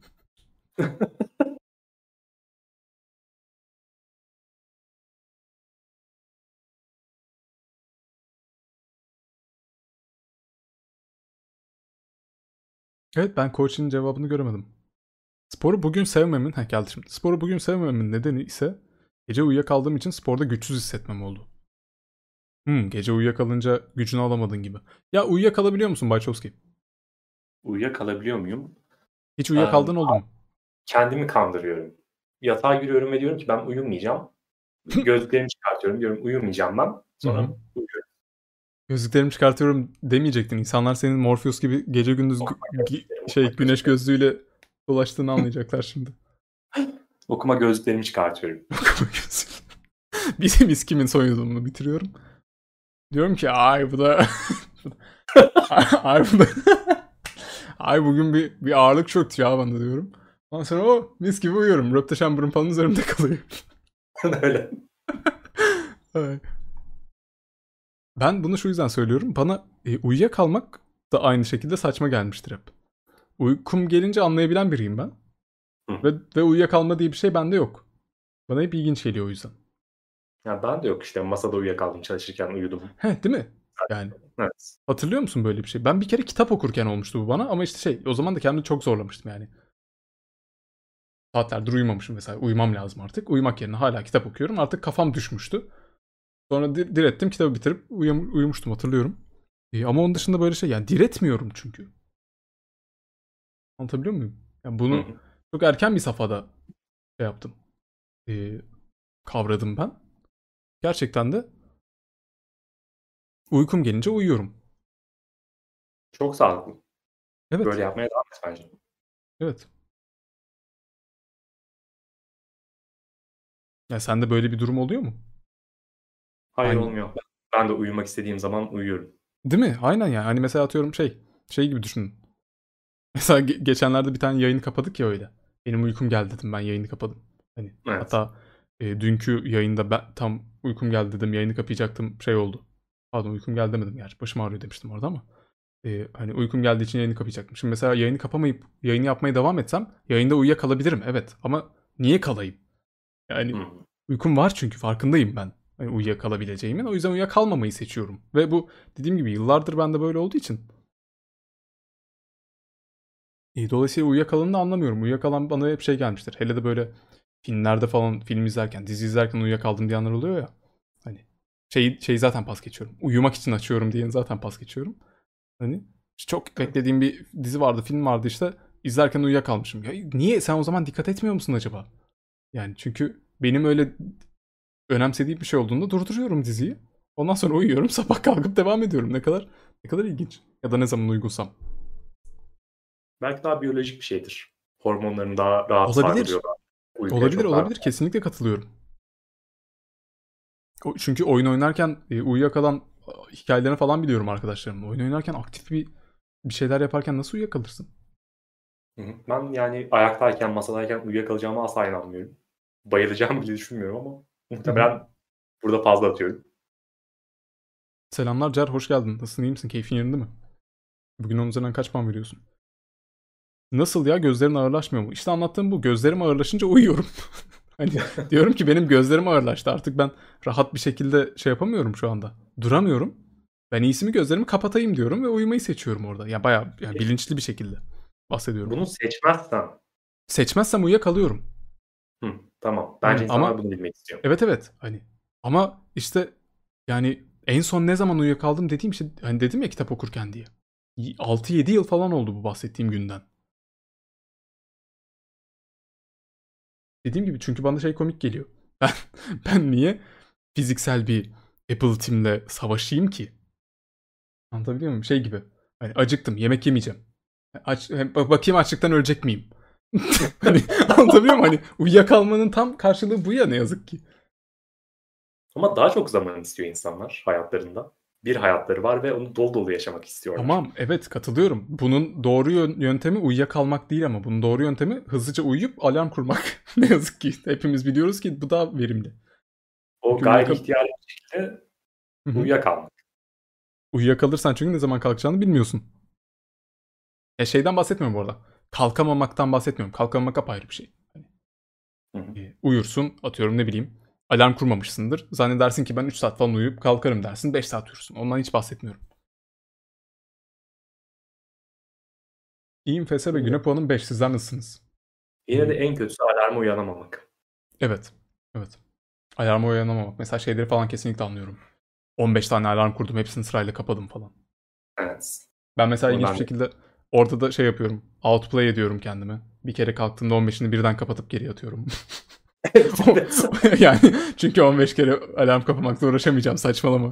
Evet ben coach'in cevabını göremedim. Sporu bugün sevmemin, ha geldi şimdi. Sporu bugün sevmememin nedeni ise gece uyuyakaldığım için sporda güçsüz hissetmem oldu. Hmm, gece uyuyakalınca gücünü alamadığın gibi. Ya uyuyakalabiliyor musun Bayçovski? Uyuyakalabiliyor muyum? Hiç Eee, uyuyakaldığın oldu mu? kendimi kandırıyorum. Yatağa giriyorum ve diyorum ki ben uyumayacağım. Gözlüklerimi çıkartıyorum. Diyorum uyumayacağım ben. Hı Sonra hı. uyuyorum. Gözlüklerimi çıkartıyorum demeyecektin. İnsanlar senin Morpheus gibi gece gündüz gü- Okuma gi- gözlüklerimi, şey okuma güneş gözlüklerimi. gözlüğüyle dolaştığını anlayacaklar şimdi. Okuma gözlüklerimi çıkartıyorum. Okuma gözlüğü. Bizim iskimin soyadını bitiriyorum. Diyorum ki ay bu da ay bu da ay bugün bir, bir ağırlık çöktü ya bana diyorum. Ondan sonra o mis gibi uyuyorum. Röpte falan üzerimde kalıyor. Öyle. Ay. Ben bunu şu yüzden söylüyorum. Bana e, uyuyakalmak da aynı şekilde saçma gelmiştir hep. Uykum gelince anlayabilen biriyim ben. Hı. Ve, ve uyuyakalma diye bir şey bende yok. Bana hep ilginç geliyor o yüzden. Ya ben de yok işte masada uyuyakaldım çalışırken uyudum. He değil mi? Yani Evet. hatırlıyor musun böyle bir şey? Ben bir kere kitap okurken olmuştu bu bana ama işte şey o zaman da kendimi çok zorlamıştım yani. Saatlerdir uyumamışım mesela. Uyumam lazım artık. Uyumak yerine hala kitap okuyorum. Artık kafam düşmüştü. Sonra di- direttim, kitabı bitirip uyum- uyumuştum, hatırlıyorum. E, ama onun dışında böyle şey, yani diretmiyorum çünkü. Anlatabiliyor muyum? Yani Hı bunu hı. çok erken bir safhada şey yaptım. E, kavradım ben. Gerçekten de uykum gelince uyuyorum. Çok sağlıklı. Evet, Böyle yapmaya devam et bence. evet. Ya sende böyle bir durum oluyor mu? Hayır, Aynı. olmuyor. Ben ben de uyumak istediğim zaman uyuyorum. Değil mi? Aynen yani. Hani mesela atıyorum şey, şey gibi düşünün. Mesela ge- geçenlerde bir tane yayını kapadık ya öyle. Benim uykum geldi dedim, ben yayını kapadım. Hani Evet. hatta e, dünkü yayında ben tam uykum geldi dedim, yayını kapayacaktım, şey oldu. Pardon, uykum geldi demedim gerçi. Başım ağrıyor demiştim orada ama. E, hani uykum geldiği için yayını kapayacaktım. Şimdi mesela yayını kapamayıp yayını yapmaya devam etsem yayında uyuyakalabilirim, evet. Ama niye kalayım? Yani Hı. uykum var çünkü farkındayım ben. Hani uyuyakalabileceğimin. O yüzden uyuyakalmamayı seçiyorum. Ve bu dediğim gibi yıllardır bende böyle olduğu için. E, dolayısıyla uyuyakalanını da anlamıyorum. Uyuyakalan bana hep şey gelmiştir. Hele de böyle filmlerde falan, film izlerken, dizi izlerken uyuyakaldım diyenler oluyor ya. Hani şey, şey zaten pas geçiyorum. Uyumak için açıyorum diye zaten pas geçiyorum. Hani çok Evet. beklediğim bir dizi vardı, film vardı işte. İzlerken uyuyakalmışım. Ya niye? Sen o zaman dikkat etmiyor musun acaba? Yani çünkü benim öyle önemsediğim bir şey olduğunda durduruyorum diziyi. Ondan sonra uyuyorum, sabah kalkıp devam ediyorum. Ne kadar ne kadar ilginç. Ya da ne zaman uygunsam. Belki daha biyolojik bir şeydir. Hormonlarını daha rahat Olabilir. salgılıyorlar. Uykuya Olabilir, çok daha. olabilir. Kesinlikle katılıyorum. O- Çünkü oyun oynarken e, uyuyakalan a, hikayelerini falan biliyorum arkadaşlarımla. Oyun oynarken aktif bir bir şeyler yaparken nasıl uyuyakalırsın? Hı hı. Ben yani ayaktayken, masadayken uyuyakalacağıma asla inanmıyorum. Bayılacağımı bile düşünmüyorum ama Hı hı. muhtemelen burada fazla atıyorum. Selamlar Cer, hoş geldin. Nasılsın, iyi misin? Keyfin yerinde mi? Bugün onun üzerinden kaç puan veriyorsun? Nasıl ya, gözlerin ağırlaşmıyor mu? İşte anlattığım bu. Gözlerim ağırlaşınca uyuyorum. Hani diyorum ki benim gözlerim ağırlaştı. Artık ben rahat bir şekilde şey yapamıyorum şu anda. Duramıyorum. Ben iyisi mi gözlerimi kapatayım diyorum ve uyumayı seçiyorum orada. Ya bayağı yani Peki, bilinçli bir şekilde bahsediyorum. bunu seçmezsen. Seçmezsem uyuyakalıyorum. Hı, tamam. Aynen Bence insanlar ama bunu bilmek istiyor. evet, evet, hani ama işte yani en son ne zaman uyuyakaldım dediğim şey, hani dedim ya kitap okurken diye. altı yedi yıl falan oldu bu bahsettiğim günden. Dediğim gibi çünkü bana şey komik geliyor. Ben ben niye fiziksel bir Apple Team'le savaşayım ki? Anlatabiliyor muyum? Şey gibi. Hani acıktım, yemek yemeyeceğim. Aç, bakayım açlıktan ölecek miyim? Hani anlatabiliyor muyum? Hani uyuyakalmanın tam karşılığı bu ya, ne yazık ki. Ama daha çok zaman istiyor insanlar hayatlarında. Bir hayatları var ve onu dolu dolu yaşamak istiyorlar. Tamam, evet, katılıyorum. Bunun doğru yön- yöntemi uyuyakalmak değil ama bunun doğru yöntemi hızlıca uyuyup alarm kurmak. Ne yazık ki hepimiz biliyoruz ki bu daha verimli. O Çünkü gayri uyuyakal ihtiyari bir şekilde Hı hı. uyuyakalmak. Uyuyakalırsan çünkü ne zaman kalkacağını bilmiyorsun. Ya şeyden bahsetmiyorum bu arada. Kalkamamaktan bahsetmiyorum. Kalkamamak apayrı bir şey. Hani, Hı hı. e, uyursun, atıyorum ne bileyim. Alarm kurmamışsındır. Zannedersin ki ben üç saat falan uyuyup kalkarım dersin. beş saat uyursun. Ondan hiç bahsetmiyorum. İyiyim F S ve Yine, güne puanım beş. Sizler nasılsınız? yine E, de en kötüsü alarma uyanamamak. evet. Evet. Alarma uyanamamak. Mesela şeyleri falan kesinlikle anlıyorum. on beş tane alarm kurdum. Hepsini sırayla kapadım falan. Evet. Ben mesela Onu ilginç bir ben de. şekilde orada da şey yapıyorum. Outplay ediyorum kendimi. Bir kere kalktığımda on beşini birden kapatıp geri yatıyorum. Evet. Yani çünkü on beş kere alarm kapamakla uğraşamayacağım, saçmalama.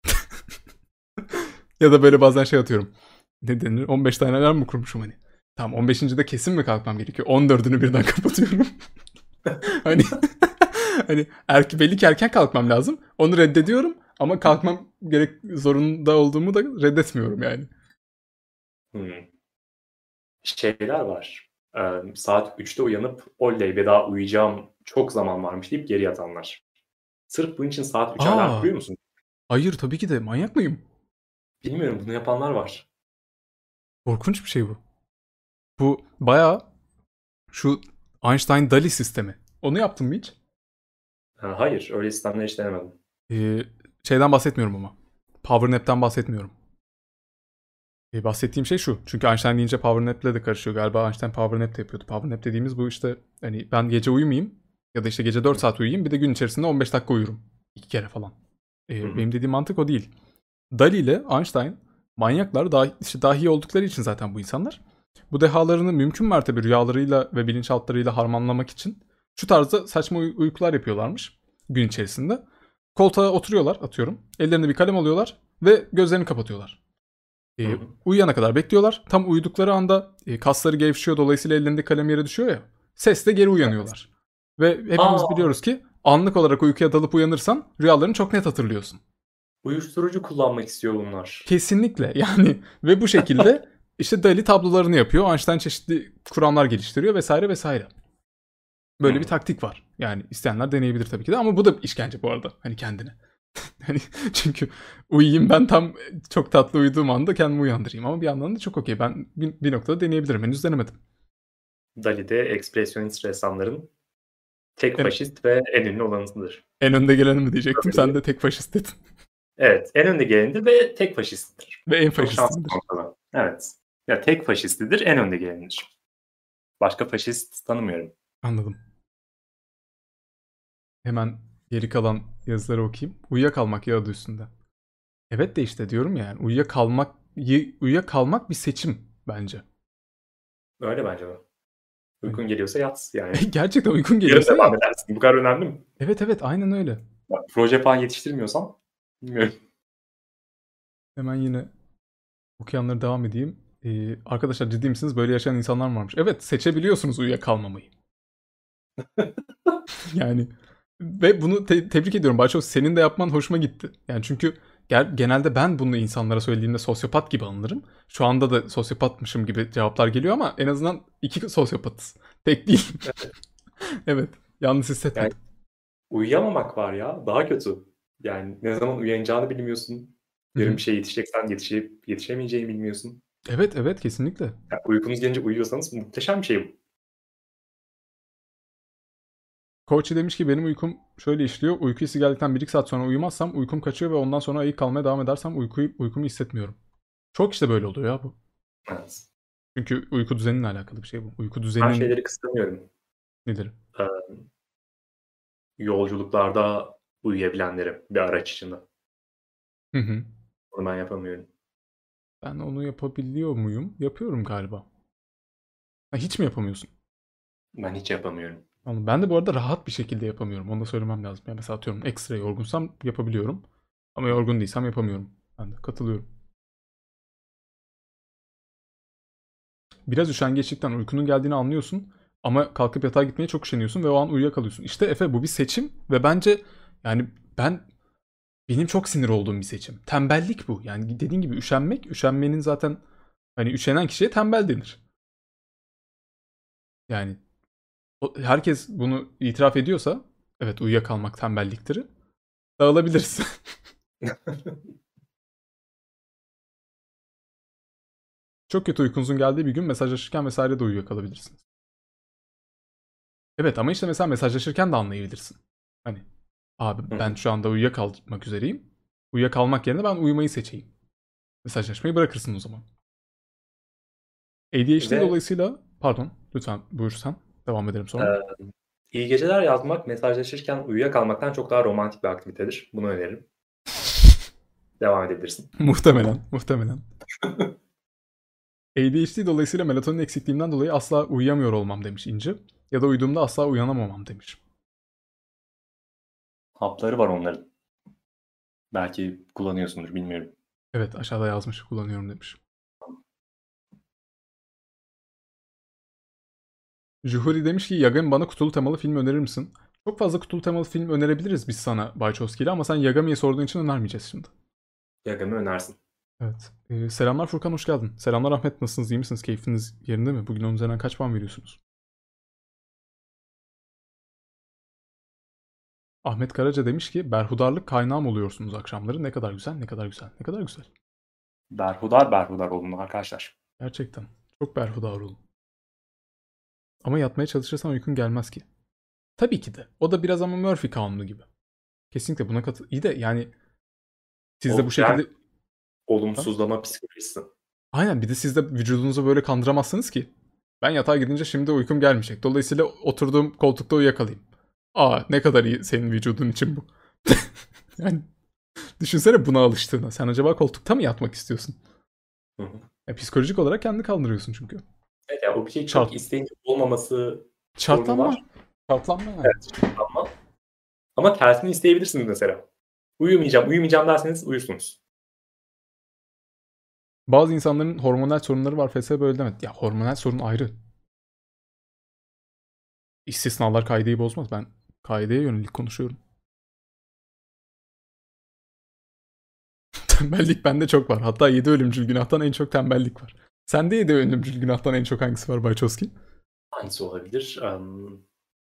Ya da böyle bazen şey atıyorum. Ne denir? on beş tane alarm mı kurmuşum hani? Tamam, on beşinci de kesin mi kalkmam gerekiyor? on dördünü birden kapatıyorum. Hani hani erke, belli ki erken kalkmam lazım. Onu reddediyorum ama kalkmam gerek zorunda olduğumu da reddetmiyorum yani. Hımm. Şeyler var. Emm, saat üçte uyanıp "Oley be, daha uyuyacağım, çok zaman varmış." deyip geri yatanlar. Sırf bunun için saat üçe alarm Aa, kuruyor musun? hayır tabii ki de, manyak mıyım? Bilmiyorum, bunu yapanlar var. Korkunç bir şey bu. Bu bayağı şu Einstein-Dali sistemi. Onu yaptın mı hiç? Ha, hayır, öyle sistemler hiç denemedim. Ee, şeyden bahsetmiyorum ama. Power Nap'ten bahsetmiyorum. Ee, bahsettiğim şey şu. Çünkü Einstein deyince Power Nap'le de karışıyor. Galiba Einstein Power Nap de yapıyordu. Power Nap dediğimiz bu işte, hani ben gece uyumayayım ya da işte gece dört Hı. saat uyuyayım, bir de gün içerisinde on beş dakika uyurum. İki kere falan. Ee, Hı hı. benim dediğim mantık o değil. Dali ile Einstein manyaklar, dahi, işte dahi oldukları için zaten bu insanlar. Bu dehalarını mümkün mertebe rüyalarıyla ve bilinçaltlarıyla harmanlamak için şu tarzda saçma uy- uykular yapıyorlarmış gün içerisinde. Koltuğa oturuyorlar, atıyorum. Ellerinde bir kalem alıyorlar ve gözlerini kapatıyorlar. Hı E, hı. uyuyana kadar bekliyorlar. Tam uyudukları anda e, kasları gevşiyor, dolayısıyla ellerinde kalem yere düşüyor ya. Sesle geri uyanıyorlar. Ve hepimiz Aa, biliyoruz ki anlık olarak uykuya dalıp uyanırsan rüyalarını çok net hatırlıyorsun. uyuşturucu kullanmak istiyor bunlar. Kesinlikle yani ve bu şekilde işte Dali tablolarını yapıyor. Einstein çeşitli kuramlar geliştiriyor vesaire vesaire. Hı Böyle bir hı. taktik var. Yani isteyenler deneyebilir tabii ki de ama bu da işkence bu arada. Hani kendine. Hani çünkü uyuyayım ben tam çok tatlı uyuduğum anda kendimi uyandırayım ama bir yandan da çok okey. Ben bir, bir noktada deneyebilirim. Henüz denemedim. Dali de ekspresyonist ressamların tek En, faşist ve en ünlü olanıdır. en önde geleni mi diyecektim. Sen de tek faşist dedin. Evet, en önde gelenidir ve tek faşisttir. Ve en Çok şanslı faşistindir. bu noktada. Evet. Ya tek faşistidir, en önde gelenidir. Başka faşist tanımıyorum. Anladım. Hemen geri kalan yazıları okuyayım. Uyuyakalmak ya adı üstünde. Evet de işte diyorum ya yani uyuyakalmak, uyuyakalmak bir seçim bence. Öyle bence bu. Hani, Uykun geliyorsa yat yani. gerçekten uykun Yarın geliyorsa devam yat. edersin. Bu kadar önemli mi? Evet evet aynen öyle. Ya, proje falan yetiştirmiyorsan bilmiyorum. Hemen yine okuyanlara devam edeyim. Ee, arkadaşlar ciddi misiniz? Böyle yaşayan insanlar varmış. Evet seçebiliyorsunuz uyuyakalmamayı. Yani ve bunu te- tebrik ediyorum. Başka senin de yapman hoşuma gitti. Yani çünkü ger- genelde ben bunu insanlara söylediğimde sosyopat gibi anılırım. Şu anda da sosyopatmışım gibi cevaplar geliyor ama en azından iki sosyopatız. Tek değil. Evet. Yalnız Yani hissetmedim. uyuyamamak var ya. Daha kötü. Yani ne zaman uyanacağını bilmiyorsun. Hı Yarın hı. bir şeye yetişeceksen yetişip yetişemeyeceğini bilmiyorsun. Evet evet kesinlikle. Ya, uykunuz gelince uyuyorsanız muhteşem bir şey bu. Koçi demiş ki benim uykum şöyle işliyor. Uyku hissi geldikten bir iki saat sonra uyumazsam uykum kaçıyor ve ondan sonra ayık kalmaya devam edersem uykuyu, uykumu hissetmiyorum. Çok işte böyle oluyor ya bu. Evet. Çünkü uyku düzeninle alakalı bir şey bu. Uyku Ben düzeninin şeyleri kıskanıyorum. nedir? Eee, yolculuklarda uyuyabilenleri bir araç içinde. Hı hı. Onu ben yapamıyorum. Ben onu yapabiliyor muyum? Yapıyorum galiba. Ha, hiç mi yapamıyorsun? Ben hiç yapamıyorum. Anladım. Ben de bu arada rahat bir şekilde yapamıyorum. Onu da söylemem lazım. Yani mesela atıyorum ekstra yorgunsam yapabiliyorum. Ama yorgun değilsem yapamıyorum. Ben de katılıyorum. Biraz üşengeçlikten uykunun geldiğini anlıyorsun. Ama kalkıp yatağa gitmeye çok üşeniyorsun ve o an uyuyakalıyorsun. İşte Efe bu bir seçim ve bence yani ben benim çok sinir olduğum bir seçim. Tembellik bu. Yani dediğin gibi üşenmek, üşenmenin zaten hani üşenen kişiye tembel denir. Yani herkes bunu itiraf ediyorsa evet uyuyakalmak tembelliktir. Dağılabiliriz. Çok kötü uykunuzun geldiği bir gün mesajlaşırken vesaire de uyuyakalabilirsiniz. Evet ama işte mesela mesajlaşırken de anlayabilirsin. Hani abi Hı ben hı. şu anda uyuyakalmak üzereyim. Uyuyakalmak yerine ben uyumayı seçeyim. Mesajlaşmayı bırakırsın o zaman. A D H D Ve dolayısıyla pardon lütfen buyursan devam ederim sonra. eee, iyi geceler yazmak mesajlaşırken uyuyakalmaktan çok daha romantik bir aktivitedir. Bunu öneririm. Devam edebilirsin. Muhtemelen muhtemelen. A D H D dolayısıyla melatonin eksikliğimden dolayı asla uyuyamıyor olmam demiş İnci. Ya da uyuduğumda asla uyanamamam demiş. Hapları var onların. Belki kullanıyorsundur, bilmiyorum. Evet aşağıda yazmış kullanıyorum demiş. Juhuri demiş ki Yagami bana kutulu temalı film önerir misin? Çok fazla kutulu temalı film önerebiliriz biz sana Bayçovski ile ama sen Yagami'ye sorduğun için önermeyeceğiz şimdi. Yagami önersin. Evet. Ee, selamlar Furkan hoş geldin. Selamlar Ahmet nasılsınız iyi misiniz? Keyfiniz yerinde mi? Bugün onun üzerinden kaç puan veriyorsunuz? Ahmet Karaca demiş ki berhudarlık kaynağım oluyorsunuz akşamları. Ne kadar güzel ne kadar güzel ne kadar güzel. Berhudar berhudar olun arkadaşlar. Gerçekten. Çok berhudar olun. Ama yatmaya çalışırsan uykun gelmez ki. Tabii ki de. O da biraz ama Murphy kanunu gibi. Kesinlikle buna katıl... İyi de yani siz de bu O yani şekilde... Ha? olumsuzlama psikolojisi. Aynen bir de siz de vücudunuzu böyle kandıramazsınız ki. Ben yatağa gidince şimdi uykum gelmeyecek. Dolayısıyla oturduğum koltukta uyuyakalayayım. Aa ne kadar iyi senin vücudun için bu. Yani Düşünsene buna alıştığına. Sen acaba koltukta mı yatmak istiyorsun? Hı hı. E, psikolojik olarak kendini kaldırıyorsun çünkü. Evet, yani o bir şey çok Çarp, isteğin olmaması sorunu çarplanma. var. Çarplanma yani. Evet, ama, ama tersini isteyebilirsiniz mesela. Uyumayacağım, uyumayacağım derseniz uyursunuz. Bazı insanların hormonal sorunları var. F S böyle demedi. Ya hormonal sorun ayrı. İstisnalar kaideyi bozmaz. Ben kaideye yönelik konuşuyorum. Tembellik bende çok var. Hatta yedi ölümcül günahtan en çok tembellik var. Sende yedi ölümcül günahtan en çok hangisi var Bayçovski? Hangisi olabilir? Um,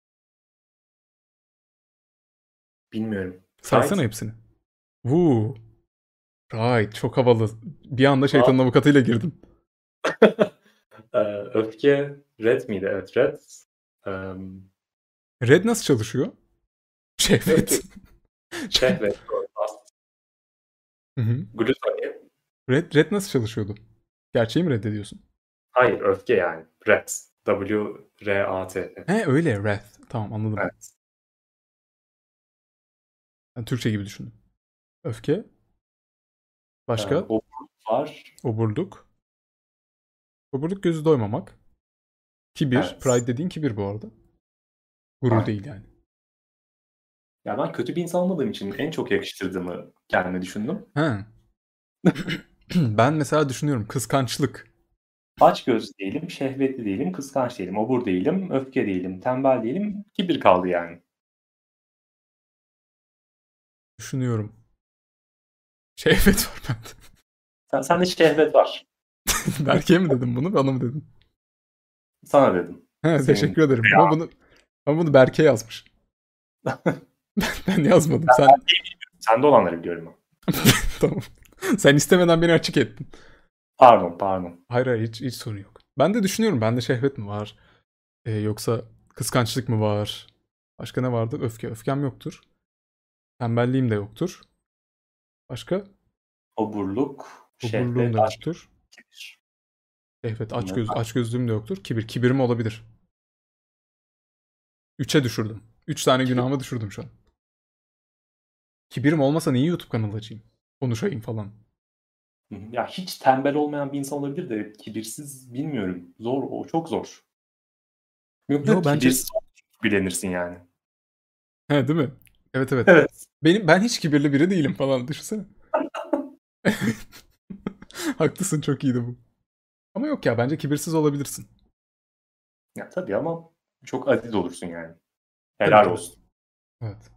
bilmiyorum. Saysana Pride? hepsini. Woo. Right. Çok havalı. Bir anda Aa, şeytanın avukatıyla girdim. Ee, öfke Red miydi? Evet, Red. Um, Red nasıl çalışıyor? öfke, Şehvet. şehvet, lust, Hı hı. glutoni. Red, Red nasıl çalışıyordu? Gerçeği mi reddediyorsun? Hayır, öfke yani. Red. W-R-A-T. He öyle Wrath. Tamam anladım. Evet. Ben Türkçe gibi düşündüm. Öfke. Ee, Başka? o var. Oburluk. Oburluk gözü doymamak. Kibir. Evet. Pride dediğin kibir bu arada. Gurur Aynen. değil yani. Ya ben kötü bir insan olmadığım için en çok yakıştırdığımı kendime düşündüm. He. Ben mesela düşünüyorum. Kıskançlık. Açgözlü değilim, şehvetli değilim, kıskanç değilim, obur değilim, öfke değilim, tembel değilim, kibir kaldı yani. Düşünüyorum. Şehvet var bende. Sen, sende şehvet var. Berke'ye mi dedim bunu? Bana mı dedin? Sana dedim. He, Senin teşekkür ederim. Ama bunu ama bunu Berke yazmış. Ben yazmadım. Sen sende olanları biliyorum ben. tamam. Sen istemeden beni açık ettin. Pardon, pardon. Hayır hayır hiç, hiç sorun yok. Ben de düşünüyorum. Bende şehvet mi var? Ee, yoksa kıskançlık mı var? Başka ne vardı? Öfke. Öfkem yoktur. Tembelliğim de yoktur. Başka? Oburluk, Oburluğum şehvet, da aşk, yoktur. kibir. Şehvet, Bunları açgöz, açgözlüğüm de yoktur. Kibir. Kibirim olabilir. Üçe düşürdüm. Üç tane kibir. günahımı düşürdüm şu an. Kibirim olmasa niye YouTube kanalı açayım? Konuşayım falan. Ya hiç tembel olmayan bir insan olabilir de kibirsiz bilmiyorum. Zor, o çok zor. Yok da Yo bence... kibirsiz bilenirsin yani. He değil mi? Evet evet. Evet. Benim, ben hiç kibirli biri değilim falan. Düşünsene. Haklısın çok iyiydi bu. Ama yok ya bence kibirsiz olabilirsin. Ya tabii ama çok aziz olursun yani. Tabii Helal tabii. olsun. Evet.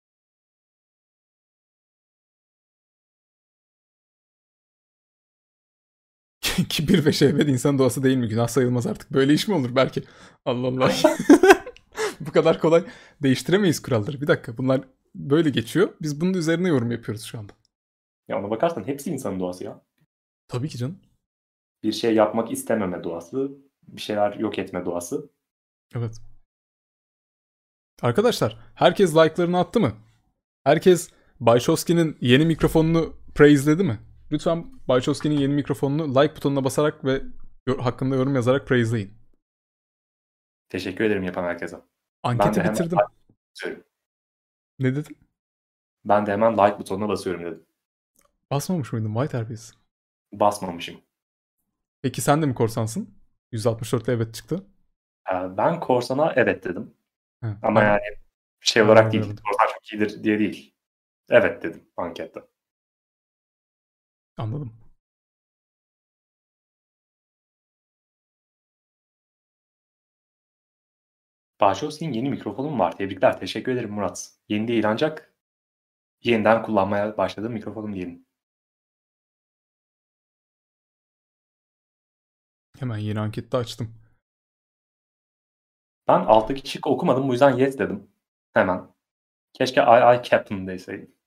Kibir ve şehvet insan doğası değil mi? Günah sayılmaz artık. Böyle iş mi olur belki? Allah Allah. Bu kadar kolay değiştiremeyiz kuralları. Bir dakika bunlar böyle geçiyor. Biz bunun üzerine yorum yapıyoruz şu anda. Ya ona bakarsan hepsi insanın doğası ya. Tabii ki canım. Bir şey yapmak istememe doğası, bir şeyler yok etme doğası. Evet. Arkadaşlar herkes like'larını attı mı? Herkes Bayşovski'nin yeni mikrofonunu praise'ledi mi? Lütfen Bayşovski'nin yeni mikrofonunu like butonuna basarak ve hakkında yorum yazarak praise'leyin. Teşekkür ederim yapan herkese. Ben Anketi de hemen bitirdim. like basıyorum. Ne dedin? Ben de hemen like butonuna basıyorum dedim. Basmamış mıydın? Vay terbiyesiz. Basmamışım. Peki sen de mi korsansın? yüz altmış dörtte evet çıktı. Ee, Ben Korsan'a evet dedim. He, Ama ben yani şey ben olarak değil. onayladım. Korsan çok iyidir diye değil. Evet dedim ankette. Anladım. Bahçovski'nin yeni mikrofonu mu var? Tebrikler. Teşekkür ederim Murat. Yeni değil ancak yeniden kullanmaya başladığım mikrofonum diyelim. Hemen yeni ankette açtım. Ben alttaki şıkkı okumadım. Bu yüzden yes dedim. Hemen. Keşke I, I Captain deseydim.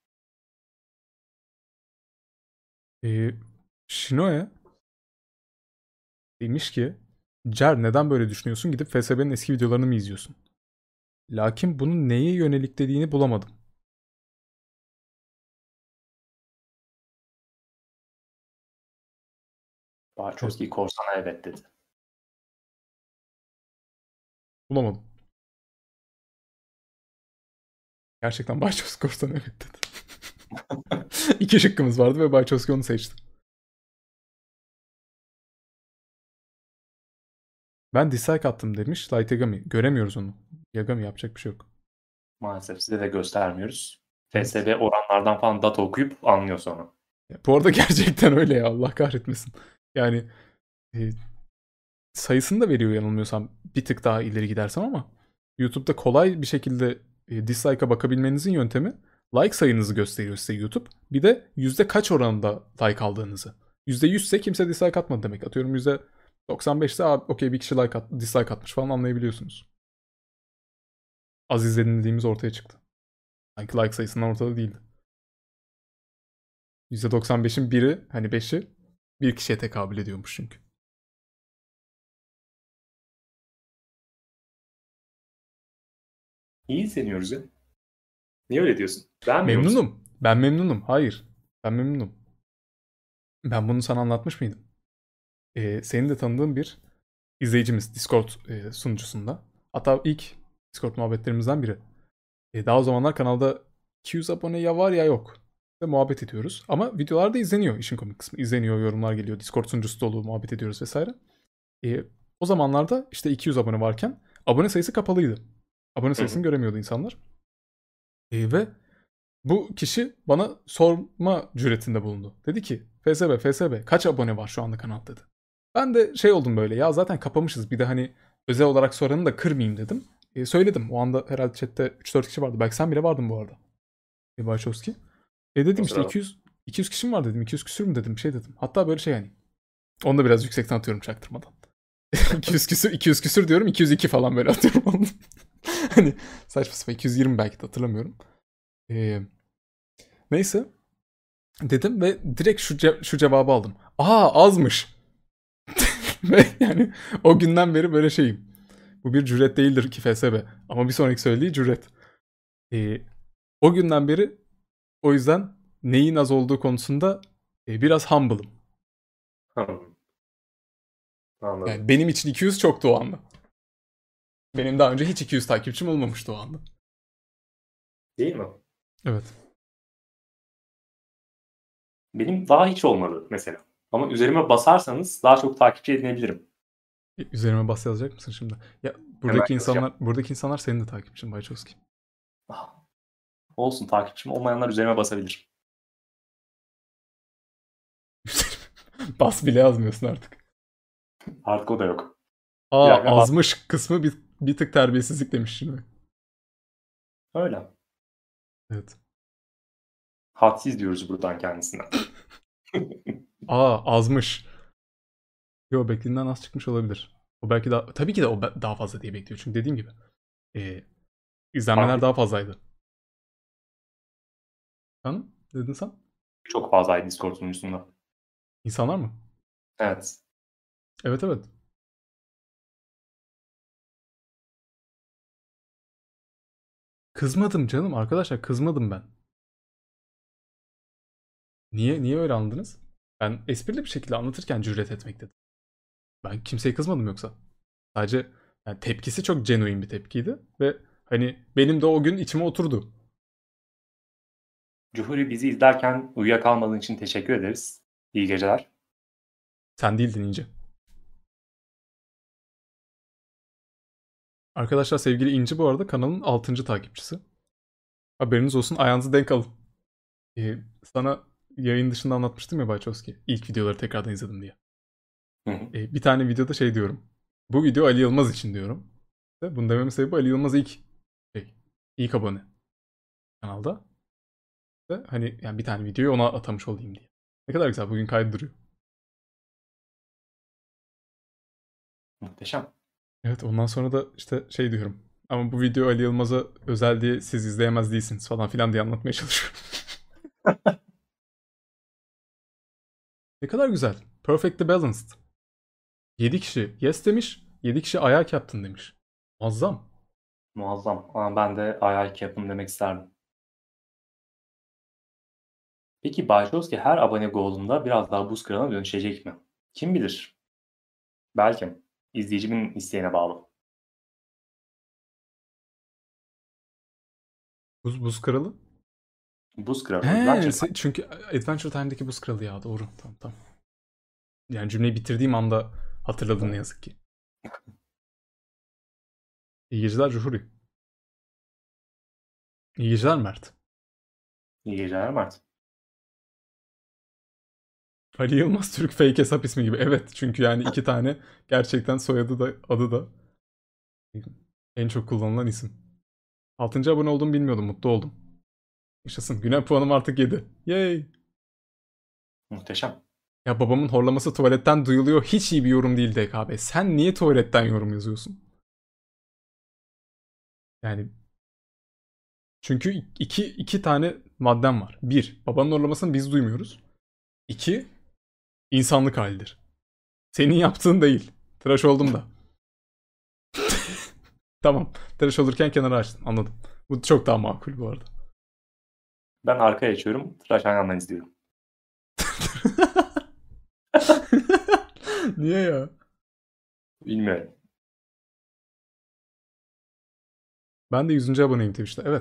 Ee, Shinoe demiş ki Cer neden böyle düşünüyorsun? Gidip F S B'nin eski videolarını mı izliyorsun? Lakin bunun neye yönelik dediğini bulamadım. Evet, Bahçovski Korsan'a evet dedi. bulamadım. Gerçekten Başçavuz korsan evet dedi. İki şıkkımız vardı ve Bayçovski onu seçti. Ben dislike attım demiş Light Yagami. Göremiyoruz onu. Yagami yapacak bir şey yok. Maalesef size de göstermiyoruz. Evet. F S B oranlardan falan data okuyup anlıyor sonra. Ya, bu arada gerçekten öyle ya. Allah kahretmesin. Yani e, sayısını da veriyor yanılmıyorsam. Bir tık daha ileri gidersem ama YouTube'da kolay bir şekilde e, dislike'a bakabilmenizin yöntemi like sayınızı gösteriyor size YouTube. Bir de yüzde kaç oranında like aldığınızı. yüzde yüz ise kimse dislike atmadı demek. Atıyorum yüzde doksan beş ise okey bir kişi like at, dislike atmış falan anlayabiliyorsunuz. Az izledim dediğimiz ortaya çıktı. Sanki like sayısından ortada değildi. yüzde doksan beşin biri hani beşi bir kişiye tekabül ediyormuş çünkü. İyi izleniyoruz ya. Niye öyle diyorsun? Beğenmiyor musun? Memnunum. Ben memnunum. Hayır. Ben memnunum. Ben bunu sana anlatmış mıydım? Ee, senin de tanıdığın bir izleyicimiz Discord e, sunucusunda. Hatta ilk Discord muhabbetlerimizden biri. E, daha o zamanlar kanalda iki yüz abone ya var ya yok. Ve muhabbet ediyoruz. Ama videolar da izleniyor işin komik kısmı. İzleniyor, yorumlar geliyor. Discord sunucusu dolu, muhabbet ediyoruz vesaire. E, o zamanlarda işte iki yüz abone varken abone sayısı kapalıydı. Abone Hı sayısını hı. göremiyordu insanlar. E, ve bu kişi bana sorma cüretinde bulundu. Dedi ki F S B, F S B kaç abone var şu anda kanal dedi. Ben de şey oldum böyle ya zaten kapamışız bir de hani özel olarak soranı da kırmayayım dedim. E, söyledim o anda herhalde chatte üç dört kişi vardı. Belki sen bile vardın bu arada. E, Wachowski. E dedim O işte sırada. iki yüz iki yüz kişi mi var dedim. iki yüz küsür mü dedim bir şey dedim. Hatta böyle şey yani. Onu da biraz yüksekten atıyorum çaktırmadan. iki yüz küsür iki yüz küsür diyorum iki yüz iki falan böyle atıyorum onu. Hani saçma sapan iki yüz yirmi belki de hatırlamıyorum. E, neyse. Dedim ve direkt şu, ce- şu cevabı aldım. Aa azmış. Ve yani o günden beri böyle şeyim. Bu bir cüret değildir ki F S B. Ama bir sonraki söylediği cüret. Ee, o günden beri o yüzden neyin az olduğu konusunda e, biraz humble'ım. Hı, anladım. Yani benim için iki yüz çoktu o anda. Benim daha önce hiç iki yüz takipçim olmamıştı o anda. Değil mi? Evet. Benim daha hiç olmadı mesela. Ama üzerime basarsanız daha çok takipçi edinebilirim. E, üzerime bas yazacak mısın şimdi? Ya Hemen buradaki yazacağım. insanlar buradaki insanlar senin de takipçin Bayçovski. Ah, olsun, takipçim olmayanlar üzerime basabilir. Bas bile yazmıyorsun artık. Artık o da yok. Aa Diğerlerine bas. azmış kısmı bir, bir tık terbiyesizlik demiş şimdi. Öyle. Evet. Hadsiz diyoruz buradan kendisine. Aa azmış. Yo beklediğinden az çıkmış olabilir. O belki daha tabii ki de o be- daha fazla diye bekliyor. Çünkü dediğim gibi e, izlenmeler Aktif daha fazlaydı. Hanım dedin sen? çok fazlaydı Discord sunucusunda. İnsanlar mı? Evet. Evet evet. Kızmadım canım arkadaşlar kızmadım ben. Niye niye öyle anladınız? Ben esprili bir şekilde anlatırken cüret etmek dedim. Ben kimseye kızmadım yoksa. Sadece yani tepkisi çok genuine bir tepkiydi ve hani benim de o gün içime oturdu. Cuhuri, bizi izlerken uyuyakalmadığın için teşekkür ederiz. İyi geceler. Sen değildin İnce. Arkadaşlar sevgili İnci bu arada kanalın altıncı takipçisi. Haberiniz olsun ayağınızı denk alın. Ee, sana yayın dışında anlatmıştım ya Bayçovski. İlk videoları tekrardan izledim diye. Hı hı. Ee, bir tane videoda şey diyorum. Bu video Ali Yılmaz için diyorum. Ve bunu dememin sebebi Ali Yılmaz ilk şey, ilk abone kanalda. Ve hani yani bir tane videoyu ona atamış olayım diye. Ne kadar güzel bugün kaydı duruyor. Muhteşem. Evet ondan sonra da işte şey diyorum. Ama bu video Ali Yılmaz'a özel diye siz izleyemez değilsiniz falan filan diye anlatmaya çalışıyorum. Ne kadar güzel. Perfectly balanced. Yedi kişi yes demiş. Yedi kişi ayak yaptın demiş. Muazzam. Muazzam. Ama ben de ay ay yapın demek isterdim. Peki Bayşovski her abone goal'unda biraz daha buz kralına dönüşecek mi? Kim bilir? Belki. İzleyicimin isteğine bağlı. Buz, buz kralı. Buz kralı. He, Adventure se- çünkü Adventure Time'daki buz kralı ya, doğru. Tamam tamam. Yani cümleyi bitirdiğim anda hatırladım ne yazık ki. İyi geceler Cuhuri. İyi geceler Mert. İyi geceler Mert. Ali Yılmaz Türk fake hesap ismi gibi. Evet, çünkü yani iki tane gerçekten soyadı da adı da en çok kullanılan isim. altıncı abone olduğumu bilmiyordum. Mutlu oldum. Yaşasın. Güne puanım artık yedi. Yay. Muhteşem. Ya babamın horlaması tuvaletten duyuluyor. Hiç iyi bir yorum değil D K B. Sen niye tuvaletten yorum yazıyorsun? Yani çünkü iki, iki tane maddem var. Bir, babanın horlamasını biz duymuyoruz. İki, insanlık halidir. Senin yaptığın değil. Tıraş oldum da. Tamam. Tıraş olurken kenara açtım. Anladım. Bu çok daha makul bu arada. Ben arkaya açıyorum. Tıraş aynı anda izliyorum. Niye ya? Bilmiyorum. Ben de yüzüncü aboneyim Twitch'te. Evet.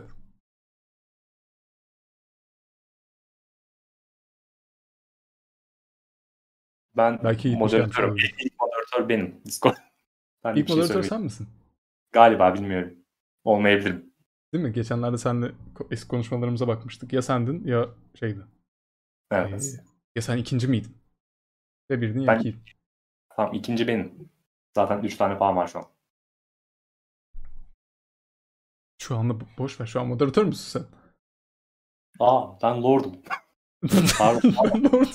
Ben Belki yetmiş gelmiş moderatörüm. olabilir. İlk moderatör benim. Discord. Ben de İlk bir şey moderatör söyleyeyim. sen misin? Galiba bilmiyorum. Olmayabilirim. Değil mi? Geçenlerde seninle eski konuşmalarımıza bakmıştık. Ya sendin ya şeydi. Evet. Ee, ya sen ikinci miydin? Ya birdin ya Ben ikiydin. tamam ikinci benim. Zaten üç tane falan var şu an. Şu anda bo- boş ver. Şu an moderatör müsün sen? Aa ben lordum. Pardon. Ben lordum.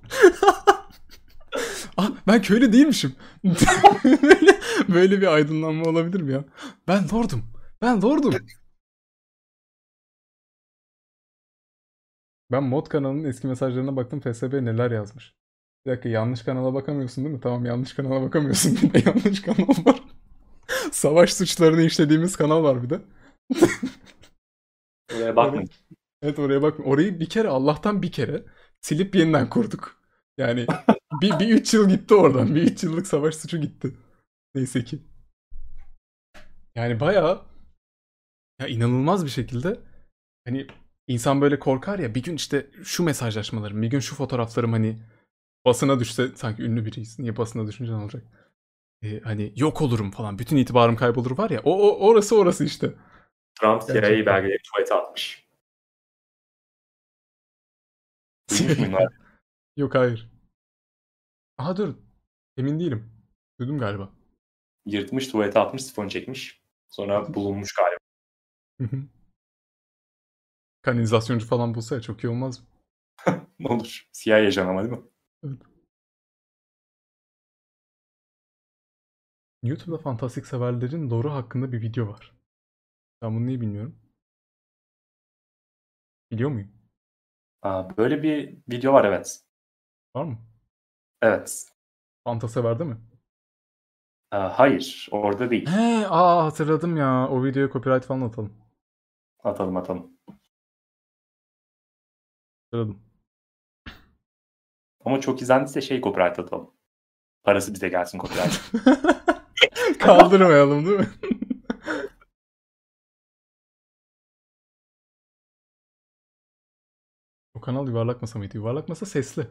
Ah, ben köylü değilmişim. böyle, böyle bir aydınlanma olabilir mi ya? Ben lordum. Ben lordum. Ben mod kanalının eski mesajlarına baktım. F S B neler yazmış. Bir dakika, yanlış kanala bakamıyorsun değil mi? Tamam, yanlış kanala bakamıyorsun. Bir de yanlış kanal var. Savaş suçlarını işlediğimiz kanal var bir de. Oraya bakmayın. Evet, oraya bak. Orayı bir kere, Allah'tan bir kere silip yeniden kurduk. Yani bir, bir üç yıl gitti oradan. Bir üç yıllık savaş suçu gitti. Neyse ki. Yani bayağı ya inanılmaz bir şekilde hani insan böyle korkar ya, bir gün işte şu mesajlaşmalarım, bir gün şu fotoğraflarım hani basına düşse, sanki ünlü biriyiz. Niye basına düşünce ne olacak? Ee, hani yok olurum falan. Bütün itibarım kaybolur var ya. O, o orası orası işte. Trump C I A Gerçekten. belgeleri tuvalete atmış. Duymuş muydun abi? Yok, hayır. Aha, dur. Emin değilim. Duydum galiba. Yırtmış tuvalete atmış, sifonu çekmiş. Sonra bulunmuş galiba. Kanalizasyoncu falan bulsa ya çok iyi olmaz mı? Ne olur. C I A ajanı ama değil mi? Evet. YouTube'da fantastik severlerin lore'u hakkında bir video var. Ben bunu niye bilmiyorum? Biliyor muyum? Aa, böyle bir video var evet. Var mı? Evet. Fantaseverde mi? Aa, hayır. Orada değil. He, aa hatırladım ya. O videoya copyright falan atalım. Atalım atalım. Hatırladım. Ama çok izlendiyse şey copyright atalım. Parası bize gelsin copyright. Kaldırmayalım değil mi? O kanal yuvarlak masa mıydı? Yuvarlak masa sesli.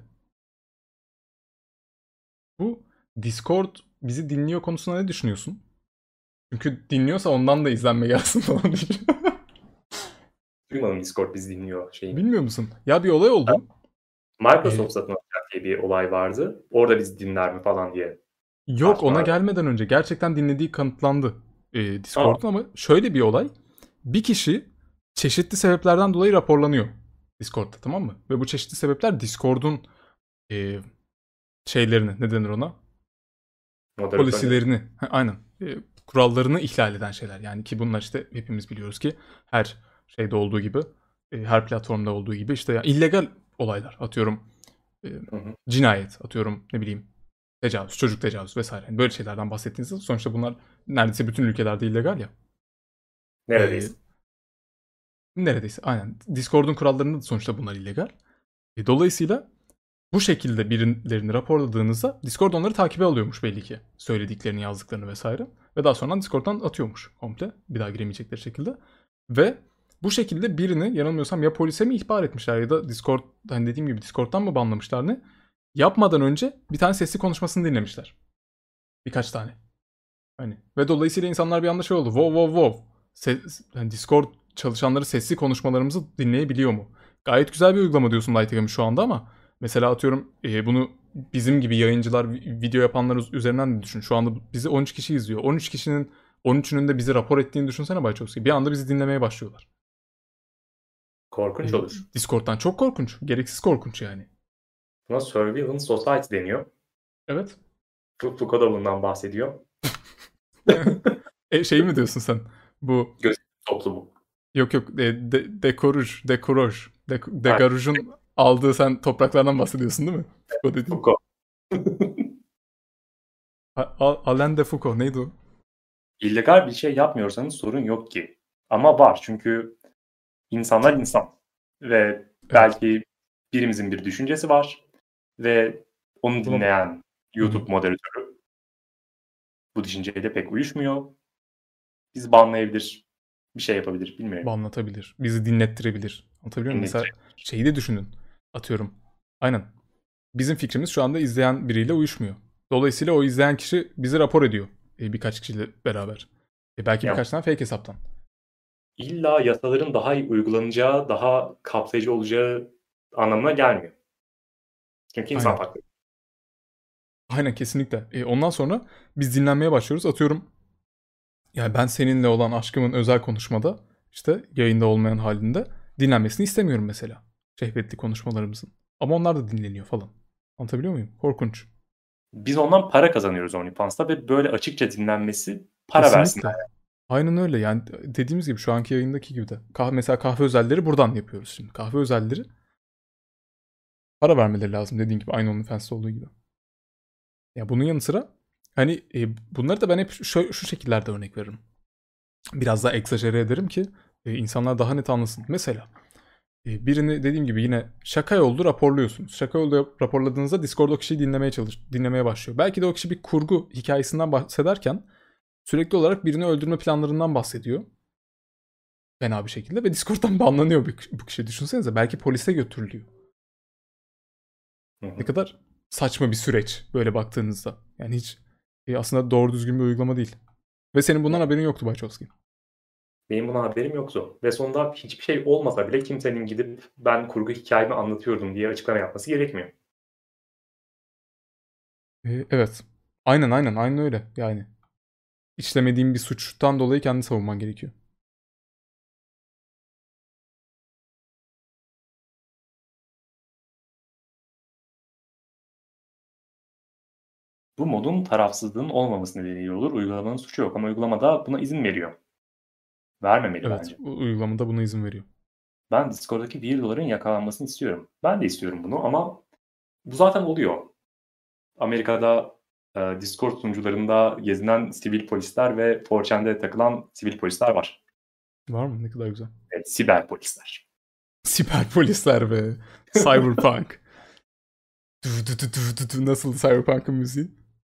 Bu Discord bizi dinliyor konusunda ne düşünüyorsun? Çünkü dinliyorsa ondan da izlenme gelsin falan diye. Duymadım Discord bizi dinliyor şeyini. Bilmiyor musun? Ya bir olay oldu. Microsoft Ee, satın alacak diye bir olay vardı. Orada bizi dinler mi falan diye. Yok, ona tartışmalar. gelmeden önce gerçekten dinlediği kanıtlandı e, Aa, Discord'un, ama şöyle bir olay. Bir kişi çeşitli sebeplerden dolayı raporlanıyor Discord'da, tamam mı? Ve bu çeşitli sebepler Discord'un e, şeylerini, ne denir ona? moderatör. Polisilerini, ha, aynen, e, kurallarını ihlal eden şeyler. Yani ki bunlar işte hepimiz biliyoruz ki her şeyde olduğu gibi, e, her platformda olduğu gibi işte ya, illegal olaylar, atıyorum e, Hı hı. cinayet, atıyorum ne bileyim tecavüz, çocuk tecavüz vesaire. Yani böyle şeylerden bahsettiğinizde sonuçta bunlar neredeyse bütün ülkelerde illegal ya. Ee, Neredeyiz? neredeyse aynen. Discord'un kurallarında da sonuçta bunlar illegal. E, dolayısıyla bu şekilde birilerini raporladığınızda Discord onları takibe alıyormuş belli ki. Söylediklerini, yazdıklarını vesaire. Ve daha sonra Discord'dan atıyormuş komple. Bir daha giremeyecekleri şekilde. Ve Bu şekilde birini yanılmıyorsam ya polise mi ihbar etmişler ya da Discord, hani dediğim gibi Discord'dan mı banlamışlar ne? Yapmadan önce bir tane sesli konuşmasını dinlemişler. Birkaç tane. Hani ve dolayısıyla insanlar bir anda şey oldu. Wow wow wow. Ses, yani Discord çalışanları sesli konuşmalarımızı dinleyebiliyor mu? Gayet güzel bir uygulama diyorsun Light Yagami şu anda ama mesela atıyorum e, bunu bizim gibi yayıncılar, video yapanlar üzerinden de düşün. Şu anda bizi on üç kişi izliyor. on üç kişinin on üçünün de bizi rapor ettiğini düşünsene Bayçovski. Bir anda bizi dinlemeye başlıyorlar. Korkunç E, olur. Discord'dan çok korkunç. Gereksiz korkunç yani. Buna Surveillance Society deniyor. Evet. Foucault da bundan bahsediyor. e, şey mi diyorsun sen? Bu Gözetim toplumu. Yok yok de, de, dekoruj, dekoroj, de, degarujun aldığı sen topraklardan bahsediyorsun değil mi? Foucault dediğin. Foucault. Alain de Foucault neydi o? İllegal bir şey yapmıyorsanız sorun yok ki. Ama var çünkü insanlar insan. Ve belki evet. birimizin bir düşüncesi var. Ve onu dinleyen YouTube Hı-hı. moderatörü bu düşünceyle pek uyuşmuyor. Bizi banlayabilir. Bir şey yapabilir. Bilmiyorum. Banlatabilir. Bizi dinlettirebilir. Anlatabiliyor muyum? Mesela şeyi de düşünün. Atıyorum. Aynen. Bizim fikrimiz şu anda izleyen biriyle uyuşmuyor. Dolayısıyla o izleyen kişi bizi rapor ediyor. E, birkaç kişiyle beraber. E, belki ya, birkaç tane fake hesaptan. İlla yasaların daha iyi uygulanacağı, daha kapsayıcı olacağı anlamına gelmiyor. Çünkü insan farklı. Aynen kesinlikle. E, ondan sonra biz dinlenmeye başlıyoruz. Atıyorum yani ben seninle olan aşkımın özel konuşmada işte yayında olmayan halinde dinlenmesini istemiyorum mesela. Şehvetli konuşmalarımızın. Ama onlar da dinleniyor falan. Anlatabiliyor muyum? Korkunç. Biz ondan para kazanıyoruz OnlyFans'ta ve böyle açıkça dinlenmesi para versinler. Yani. Aynen öyle yani dediğimiz gibi şu anki yayındaki gibi de. Kah- mesela kahve özelleri buradan yapıyoruz şimdi. Kahve özelleri para vermeleri lazım dediğin gibi aynı OnlyFans'ta olduğu gibi. Ya bunun yanı sıra hani e, bunları da ben hep şu, şu şekillerde örnek veririm. Biraz daha egzajere ederim ki e, insanlar daha net anlasın. Mesela e, birini dediğim gibi yine şaka yollu raporluyorsunuz. Şaka yollu raporladığınızda Discord o kişiyi dinlemeye çalış, dinlemeye başlıyor. Belki de o kişi bir kurgu hikayesinden bahsederken sürekli olarak birini öldürme planlarından bahsediyor. Fena bir şekilde ve Discord'dan banlanıyor bu kişi. Düşünsenize belki polise götürülüyor. Hı hı. Ne kadar saçma bir süreç böyle baktığınızda. Yani hiç e, aslında doğru düzgün bir uygulama değil. Ve senin bundan haberin yoktu Bayçovski. Benim bundan haberim yoktu. Ve sonunda hiçbir şey olmasa bile kimsenin gidip ben kurgu hikayemi anlatıyordum diye açıklama yapması gerekmiyor. Ee, evet. Aynen aynen aynen öyle yani. İşlemediğin bir suçtan dolayı kendini savunman gerekiyor. Bu modun tarafsızlığın olmaması nedeniyle olur. Uygulamanın suçu yok ama uygulamada buna izin veriyor. Vermemeli evet, bence. Evet, uygulamada buna izin veriyor. Ben Discord'daki weirdo'ların yakalanmasını istiyorum. Ben de istiyorum bunu ama bu zaten oluyor. Amerika'da e, Discord sunucularında gezinen sivil polisler ve four chan'de takılan sivil polisler var. Var mı? Ne kadar güzel. Evet, siber polisler. Siber polisler be. Cyberpunk. Nasıl Cyberpunk'ın müziği?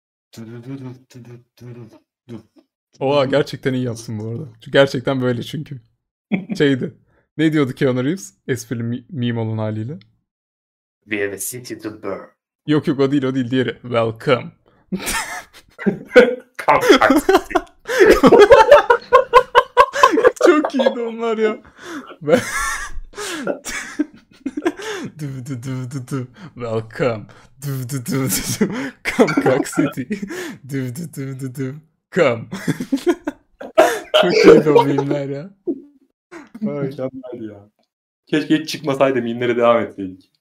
Oha gerçekten iyi yapsın bu arada. Çünkü gerçekten böyle çünkü. Şeydi. Ne diyordu Keanu Reeves? Esprili meme olan haliyle. We have a city to burn. Yok yok o değil o değil diğeri. Welcome. Çok iyiydi onlar ya. Ben... du, du, du, du, du. Welcome. Du, du, du, du, du. Kamkak City. Du, du, du, du, du. Come. Çok iyiydi o mimler ya. Ay ya. Keşke hiç çıkmasaydı mimlere devam etseydik.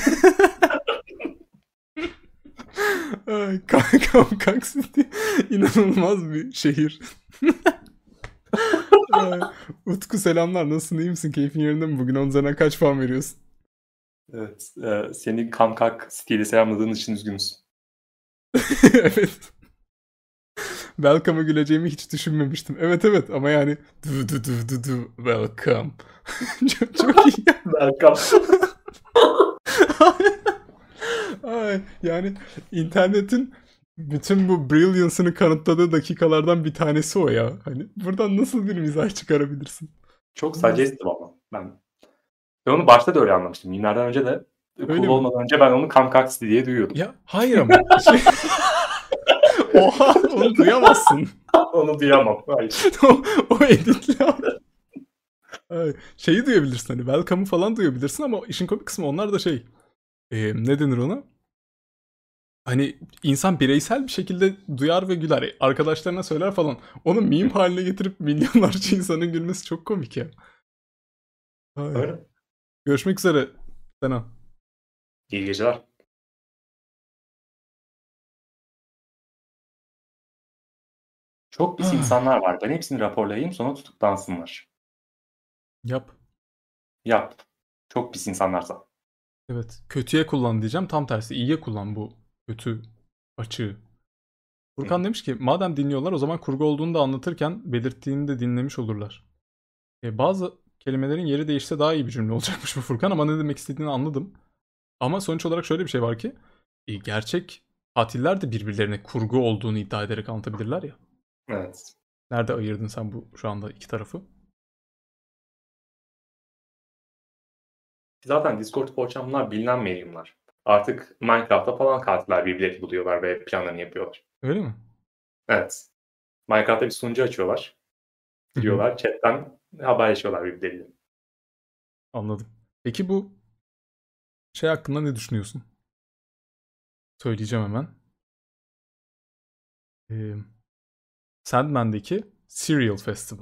Ay, Kamkak City inanılmaz bir şehir. Ay, Utku selamlar. Nasılsın? İyi misin? Keyfin yerinde mi? Bugün on üzerinden kaç puan veriyorsun? Evet. E, seni Kamkak City'yle selamladığın için üzgünüz. Evet. Welcome'a güleceğimi hiç düşünmemiştim. Evet evet ama yani du du du du du welcome. çok, çok iyi. Welcome. Ay, yani internetin bütün bu brilliance'ını kanıtladığı dakikalardan bir tanesi o ya. Hani buradan nasıl bir mizah çıkarabilirsin? Çok suggestive ama ben. Ben onu başta da öyle anlamıştım. Mimlerden önce de Öyle cool mi? olmadan önce ben onu Kamkaksi diye duyuyordum. Ya hayır ama. Şey... Oha onu duyamazsın. Onu duyamam. Hayır. o, o editli abi. Şeyi duyabilirsin hani Welcome'ı falan duyabilirsin ama işin komik kısmı onlar da şey e, ne denir ona? Hani insan bireysel bir şekilde duyar ve güler. Arkadaşlarına söyler falan. Onu meme haline getirip milyonlarca insanın gülmesi çok komik ya. Ay. Öyle. Görüşmek üzere Sena. İyi geceler. Çok pis insanlar var. Ben hepsini raporlayayım sonra tutuklansınlar. Yap. Yap. Çok pis insanlarsa. Evet. Kötüye kullan diyeceğim. Tam tersi. İyiye kullan bu kötü açığı. Furkan demiş ki madem dinliyorlar o zaman kurgu olduğunu da anlatırken belirttiğini de dinlemiş olurlar. E, bazı kelimelerin yeri değişse daha iyi bir cümle olacakmış bu Furkan ama ne demek istediğini anladım. Ama sonuç olarak şöyle bir şey var ki e, gerçek katiller de birbirlerine kurgu olduğunu iddia ederek anlatabilirler ya. Evet. Nerede ayırdın sen bu şu anda iki tarafı? Zaten Discord ortamlar bilinen mediumlar. Artık Minecraft'ta falan katiller birbirlerini buluyorlar ve planlarını yapıyorlar. Öyle mi? Evet. Minecraft'ta bir sunucu açıyorlar. Giriyorlar, chatten haberleşiyorlar birbirleriyle. Anladım. Peki bu şey hakkında ne düşünüyorsun? Söyleyeceğim hemen. Ee, Sandman'deki Serial Festival.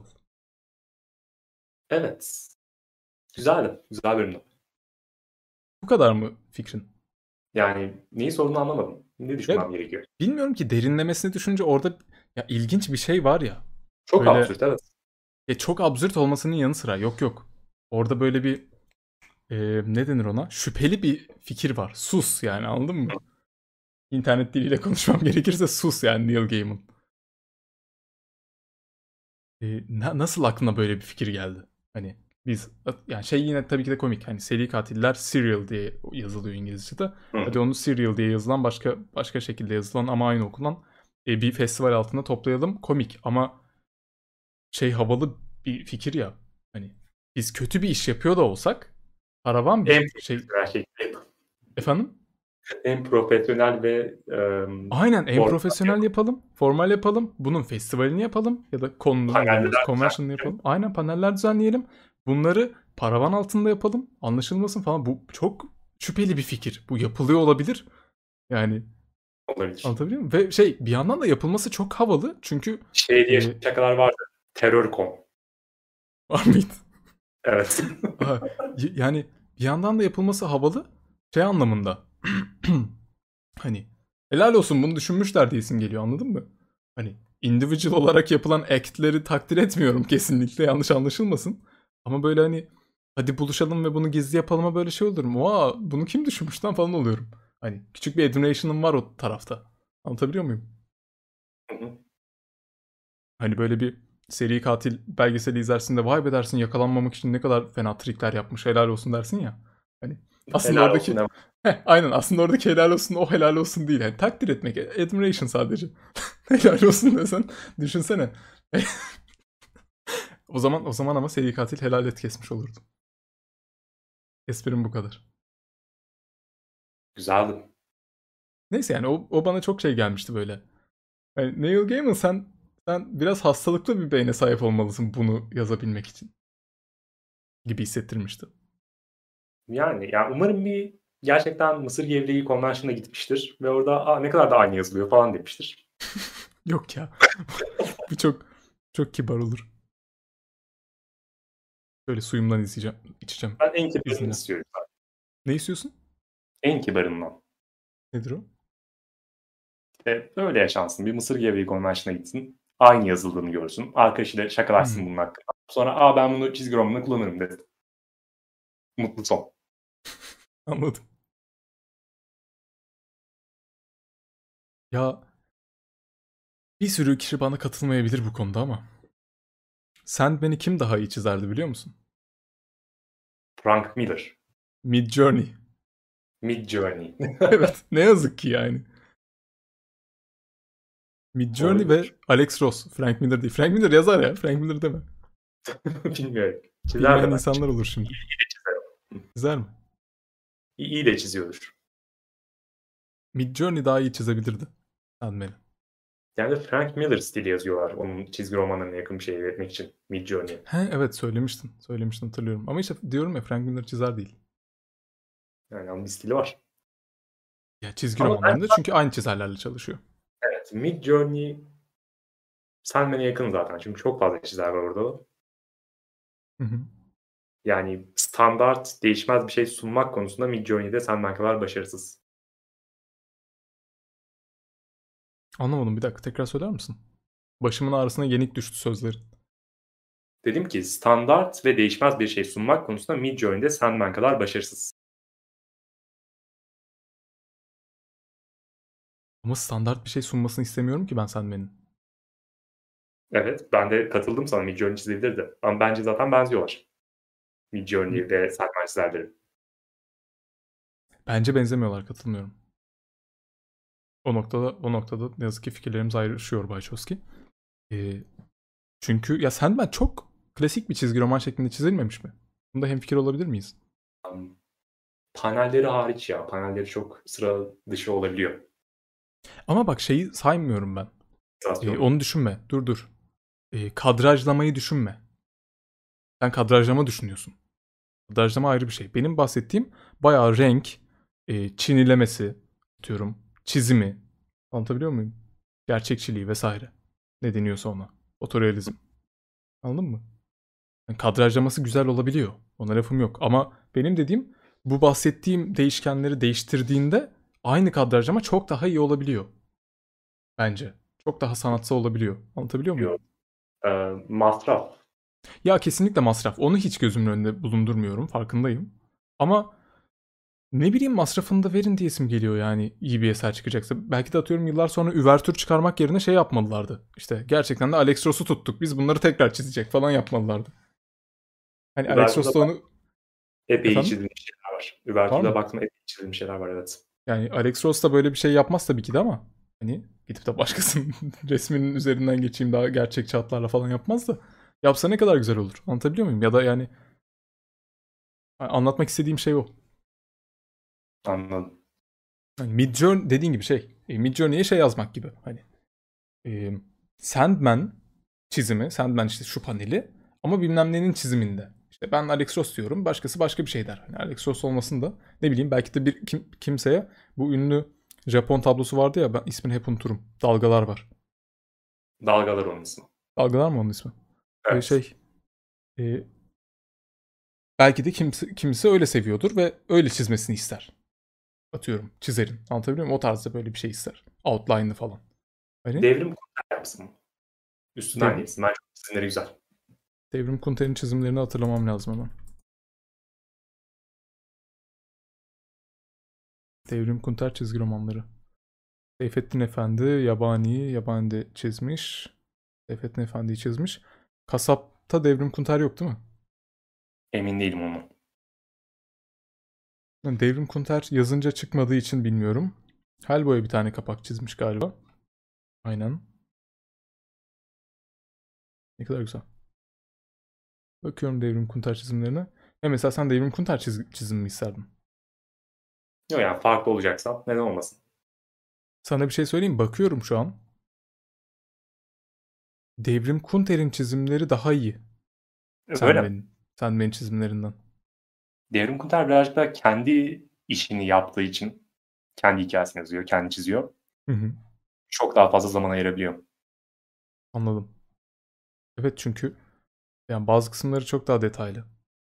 Evet. Güzeldi. Güzel bölümdü. Bu kadar mı fikrin? Yani neyi sorduğunu anlamadım. Ne düşünmem Ya, gerekiyor? bilmiyorum ki derinlemesine düşünce orada ya ilginç bir şey var ya. Çok Böyle absürt, evet. ya çok absürt olmasının yanı sıra yok yok. Orada böyle bir e, ne denir ona? Şüpheli bir fikir var. Sus yani anladın mı? İnternet diliyle konuşmam gerekirse sus yani Neil Gaiman. E, na- nasıl aklına böyle bir fikir geldi? Hani biz yani şey yine tabii ki de komik. Hani seri katiller serial diye yazılıyor İngilizce'de. Hı. Hadi onu serial diye yazılan başka başka şekilde yazılan ama aynı okulan e, bir festival altında toplayalım. Komik ama şey havalı bir fikir ya. Hani biz kötü bir iş yapıyor da olsak paravan En bir şey profesyonel şekilde. efendim? En profesyonel ve um, Aynen en profesyonel yapalım. Formal yapalım. Bunun festivalini yapalım. Ya da konunu ne deniyorsa convention'ını yapalım. Aynen paneller düzenleyelim. Bunları paravan altında yapalım. Anlaşılmasın falan. Bu çok şüpheli bir fikir. Bu yapılıyor olabilir. Yani olabilir. anlatabiliyor muyum? Ve şey bir yandan da yapılması çok havalı. Çünkü Şey diye e, şakalar vardı. Terörcon. var mıydı? Evet. Aha, y- yani bir yandan da yapılması havalı. Şey anlamında. Hani helal olsun bunu düşünmüşler diye isim geliyor anladın mı? Hani individual olarak yapılan act'leri takdir etmiyorum kesinlikle yanlış anlaşılmasın. Ama böyle hani hadi buluşalım ve bunu gizli yapalıma böyle şey olurum. Oha bunu kim düşünmüş lan falan oluyorum. Hani küçük bir admiration'ım var o tarafta. Anlatabiliyor muyum? Hani böyle bir seri katil belgeseli izlersin de vay be dersin yakalanmamak için ne kadar fena trikler yapmış helal olsun dersin ya. Hani aslında Helal olsun. oradaki heh, aynen aslında oradaki helal olsun o helal olsun değil. Yani takdir etmek admiration sadece. Helal olsun desen düşünsene. o zaman o zaman ama seri katil helal et kesmiş olurdu. Esprim bu kadar. Güzeldi. Neyse yani o, o bana çok şey gelmişti böyle. Yani Neil Gaiman sen sen biraz hastalıklı bir beyne sahip olmalısın bunu yazabilmek için gibi hissettirmişti. Yani, yani umarım bir gerçekten Mısır Gevreği Convention'a gitmiştir ve orada Aa, ne kadar da aynı yazılıyor falan demiştir. Yok ya. Bu çok çok kibar olur. Böyle suyumdan izleyeceğim, içeceğim. Ben en kibarını İzninle. istiyorum. Ne istiyorsun? En kibarından. Nedir o? İşte öyle yaşansın. Bir Mısır Gevreği Convention'a gitsin. Aynı yazıldığını görsün. Arkadaşıyla şakalaşsın Hmm, bunun hakkında. Sonra aa ben bunu çizgi romanında kullanırım dedi. Mutlu son. anladım. Ya bir sürü kişi bana katılmayabilir bu konuda ama Sandman'i kim daha iyi çizerdi biliyor musun? Frank Miller. Midjourney. Midjourney. Evet, ne yazık ki yani. Midjourney ve Olabilir. Alex Ross. Frank Miller değil. Frank Miller yazar ya. Frank Miller deme. Bilmiyorum. Çizer Bilmeyen de ben. insanlar olur şimdi. İyi de çizer. Çizer mi? İyi, iyi de çiziyordur. Midjourney daha iyi çizebilirdi Sandman'i. Yani Frank Miller stili yazıyorlar. Onun çizgi romanlarına yakın bir şey üretmek için. Midjourney. He evet söylemiştin. Söylemiştin hatırlıyorum. Ama işte diyorum ya Frank Miller çizer değil. Yani onun bir stili var. Ya çizgi Ama ben romanlarında çünkü aynı çizerlerle çalışıyor. evet Midjourney Sandman'e yakın zaten. Çünkü çok fazla çizer var orada. Hı hı. Yani standart, değişmez bir şey sunmak konusunda Midjourney'de Sandman kadar başarısız. Anlamadım bir dakika tekrar söyler misin? Başımın ağrısına yenik düştü sözlerin. Dedim ki standart ve değişmez bir şey sunmak konusunda Midjourney'de Sandman kadar başarısız. Ama standart bir şey sunmasını istemiyorum ki ben Sandman'in. Evet, ben de katıldım sana. Midjourney çizebilirdi. Ama bence zaten benziyorlar. Midjourney ve Sandman çizerleri. Bence benzemiyorlar katılmıyorum. O noktada o noktada ne yazık ki fikirlerimiz ayrışıyor Bay Chosky. Ee, çünkü ya Sandman çok klasik bir çizgi roman şeklinde çizilmemiş mi? Bunda hemfikir olabilir miyiz? Um, panelleri hariç ya. Panelleri çok sıra dışı olabiliyor. Ama bak şeyi saymıyorum ben. Ee, İstasyonu. onu düşünme. Dur dur. Ee, kadrajlamayı düşünme. Sen kadrajlama düşünüyorsun. Kadrajlama ayrı bir şey. Benim bahsettiğim bayağı renk, e, çinilemesi, diyorum, çizimi. Anlatabiliyor muyum? Gerçekçiliği vesaire. Ne deniyorsa ona. Fotorealizm. Anladın mı? Yani kadrajlaması güzel olabiliyor. Ona lafım yok. Ama benim dediğim bu bahsettiğim değişkenleri değiştirdiğinde aynı kadrajlama çok daha iyi olabiliyor. Bence. Çok daha sanatsal olabiliyor. Anlatabiliyor muyum? Yok. Ee, masraf. Ya kesinlikle masraf. Onu hiç gözümün önünde bulundurmuyorum. Farkındayım. Ama ne bileyim masrafını da verin diyesim geliyor yani iyi bir eser çıkacaksa. Belki de atıyorum yıllar sonra üvertür çıkarmak yerine şey yapmalılardı. İşte gerçekten de Alex Ross'u tuttuk. Biz bunları tekrar çizecek falan yapmalılardı. Hani Alex Übertu'da Ross da onu... epey iyi Efendim? çizilmiş şeyler var. Var Übertu'da mı? baktım epey iyi çizilmiş şeyler var evet. Yani Alex Ross da böyle bir şey yapmaz tabii ki de ama hani gidip de başkasının resminin üzerinden geçeyim daha gerçekçi hatlarla falan yapmaz da yapsa ne kadar güzel olur. Anlatabiliyor muyum? Ya da yani anlatmak istediğim şey o. Anladım. Hani Midjourney dediğin gibi şey. E, Midjourney'e şey yazmak gibi. Hani e, Sandman çizimi, Sandman işte şu paneli ama bilmem nenin çiziminde. İşte ben Alex Ross diyorum, başkası başka bir şey der. Hani Alex Ross olmasın da ne bileyim belki de bir kim, kimseye bu ünlü Japon tablosu vardı ya ben ismini hep unuturum. Dalgalar var. Dalgalar onun ismi. Dalgalar mı onun ismi? Ee, Evet. şey e, belki de kimse, kimse öyle seviyordur ve öyle çizmesini ister. Atıyorum çizerin. Anlatabiliyor muyum? O tarzda böyle bir şey ister. Outline'lı falan. Hani Devrim Kunter yapsın. Üstünden dev, geçsin. Bence çizimleri güzel. Devrim Kunter'in çizimlerini hatırlamam lazım hemen. Devrim Kunter çizgi romanları. Seyfettin Efendi, Yabani, Yabani de çizmiş. Seyfettin Efendi'yi çizmiş. Kasapta Devrim Kunter yok değil mi? Emin değilim onu. Yani Devrim Kunter yazınca çıkmadığı için bilmiyorum. Hellboy'a bir tane kapak çizmiş galiba. Aynen. Ne kadar güzel. Bakıyorum Devrim Kunter çizimlerine. E mesela sen Devrim Kunter çiz çizim mi isterdin? Yok yani farklı olacaksa neden olmasın? Sana bir şey söyleyeyim mi? Bakıyorum şu an. Devrim Kunter'in çizimleri daha iyi. Öyle mi? Sandman'in. Sandman'in çizimlerinden. Devrim Kunter birazcık da kendi işini yaptığı için kendi hikayesini yazıyor, kendi çiziyor. Hı hı. Çok daha fazla zaman ayırabiliyor. Anladım. Evet çünkü yani bazı kısımları çok daha detaylı.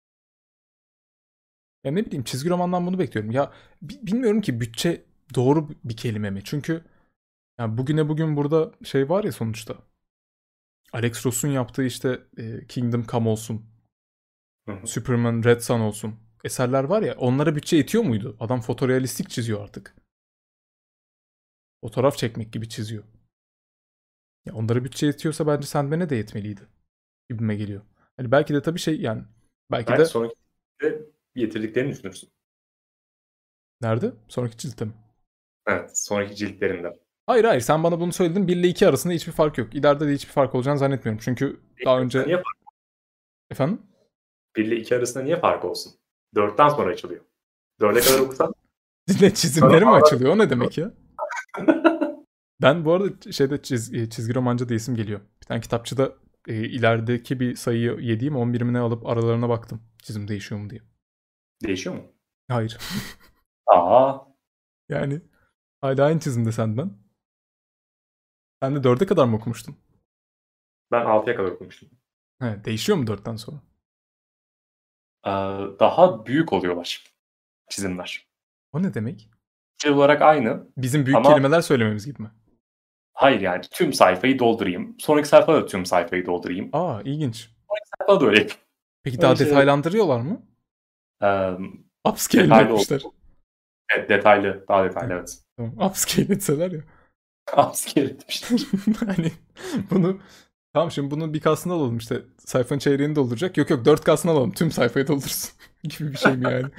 Ya ne bileyim çizgi romandan bunu bekliyorum. Ya bi- bilmiyorum ki bütçe doğru bir kelime mi? Çünkü yani bugüne bugün burada şey var ya sonuçta. Alex Ross'un yaptığı işte e, Kingdom Come olsun. Hı hı. Superman Red Son olsun. Eserler var ya onlara bütçe yetiyor muydu? Adam fotorealistik çiziyor artık. Fotoğraf çekmek gibi çiziyor. Ya onlara bütçe yetiyorsa bence Sandman'e de yetmeliydi. Gibime geliyor. Hani belki de tabii şey yani belki Belki de sonraki de getirdiklerini düşünürsün. nerede? Sonraki ciltte mi? Evet, sonraki ciltlerinde. Hayır hayır sen bana bunu söyledin. bir ile iki arasında hiçbir fark yok. İleride de hiçbir fark olacağını zannetmiyorum. Çünkü daha önce... Niye Efendim? bir ile iki arasında niye fark olsun? dörtten sonra açılıyor. dörde kadar okusan. Ne çizimleri mi açılıyor? O ne demek ya? Ben bu arada şeyde çiz, çizgi romancı diye isim geliyor. Bir tane kitapçıda e, ilerideki bir sayıyı yediğim on birimine alıp aralarına baktım. Çizim değişiyor mu diye. Değişiyor mu? Hayır. Aa. Yani hala aynı çizimde senden. Sen de dörde kadar mı okumuştun? Ben altıya kadar okumuştum. He, değişiyor mu dörtten sonra? Ee, daha büyük oluyorlar çizimler. O ne demek? Şey olarak aynı. Bizim büyük ama kelimeler söylememiz gibi mi? hayır yani tüm sayfayı doldurayım. Sonraki sayfada da tüm sayfayı doldurayım. Aa, ilginç. Sonraki sayfada da öyle yapayım. Peki Öyle daha şeyler- detaylandırıyorlar mı? Ee, Upscale detaylı etmişler. oldu. Evet, detaylı. Daha detaylı evet. Tamam, upscale etseler ya. Asker etmişler. Hani bunu tamam, şimdi bunun bir K'sını alalım işte, sayfanın çeyreğini dolduracak. Yok yok, dört K'sını alalım, tüm sayfayı doldursun gibi bir şey mi yani?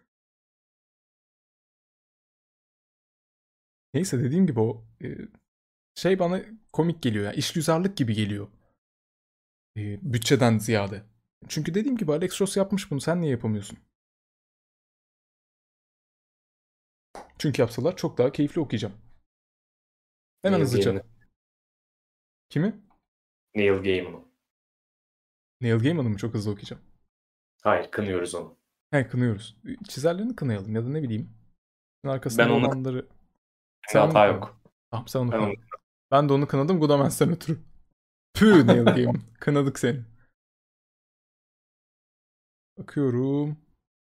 Neyse, dediğim gibi o e, şey bana komik geliyor ya. İşgüzarlık gibi geliyor. E, bütçeden ziyade. Çünkü dediğim gibi Alex Ross yapmış bunu. Sen niye yapamıyorsun? Çünkü yapsalar çok daha keyifli okuyacağım. Hemen Neil hızlıca. Gaiman'ı. Kimi? Neil Gaiman'ı. Neil Gaiman'ı mı çok hızlı okuyacağım? Hayır, kınıyoruz onu. He, kınıyoruz. Çizerlerini kınayalım ya da ne bileyim. Arkasında Ben onu olanları... Sen hata onu yok. Tamam, sen onu Ben kına. onu Ben de onu kınadım Goodamans'ten ötürü. Püh Neil Gaiman. Kınadık seni. Bakıyorum.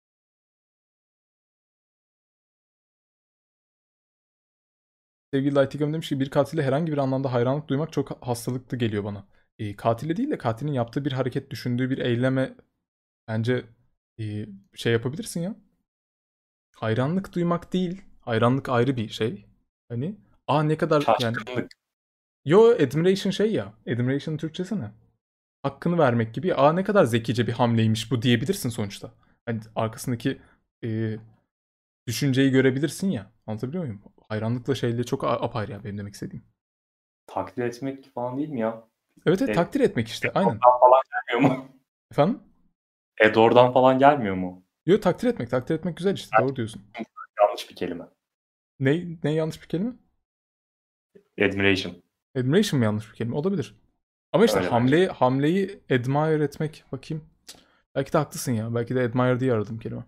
Sevgili Lightigam demiş ki bir katile herhangi bir anlamda hayranlık duymak çok hastalıklı geliyor bana. E, katile değil de katilin yaptığı bir hareket, düşündüğü bir eyleme bence e, şey yapabilirsin ya. Hayranlık duymak değil. Hayranlık ayrı bir şey. Hani aa ne kadar yani. şaşkınlık. Yo, admiration şey ya. Admiration'ın Türkçesi ne? Hakkını vermek gibi. Aa ne kadar zekice bir hamleymiş bu diyebilirsin sonuçta. Hani arkasındaki e, düşünceyi görebilirsin ya. Anlatabiliyor muyum? Hayranlıkla şeyle çok a- apayrı ya benim demek istediğim. Takdir etmek falan değil mi ya? Evet evet, E, takdir etmek işte. Aynen. Edward'dan falan gelmiyor mu? Efendim? Edward'dan falan gelmiyor mu? Yo, takdir etmek. Takdir etmek güzel işte. Doğru diyorsun. Yanlış bir kelime. Ne, ne yanlış bir kelime? Admiration. Admiration mı yanlış bir kelime? Olabilir. Ama işte Öyle hamleyi, hamleyi admire etmek. Bakayım. Belki de haklısın ya. Belki de admire diye aradım kelime.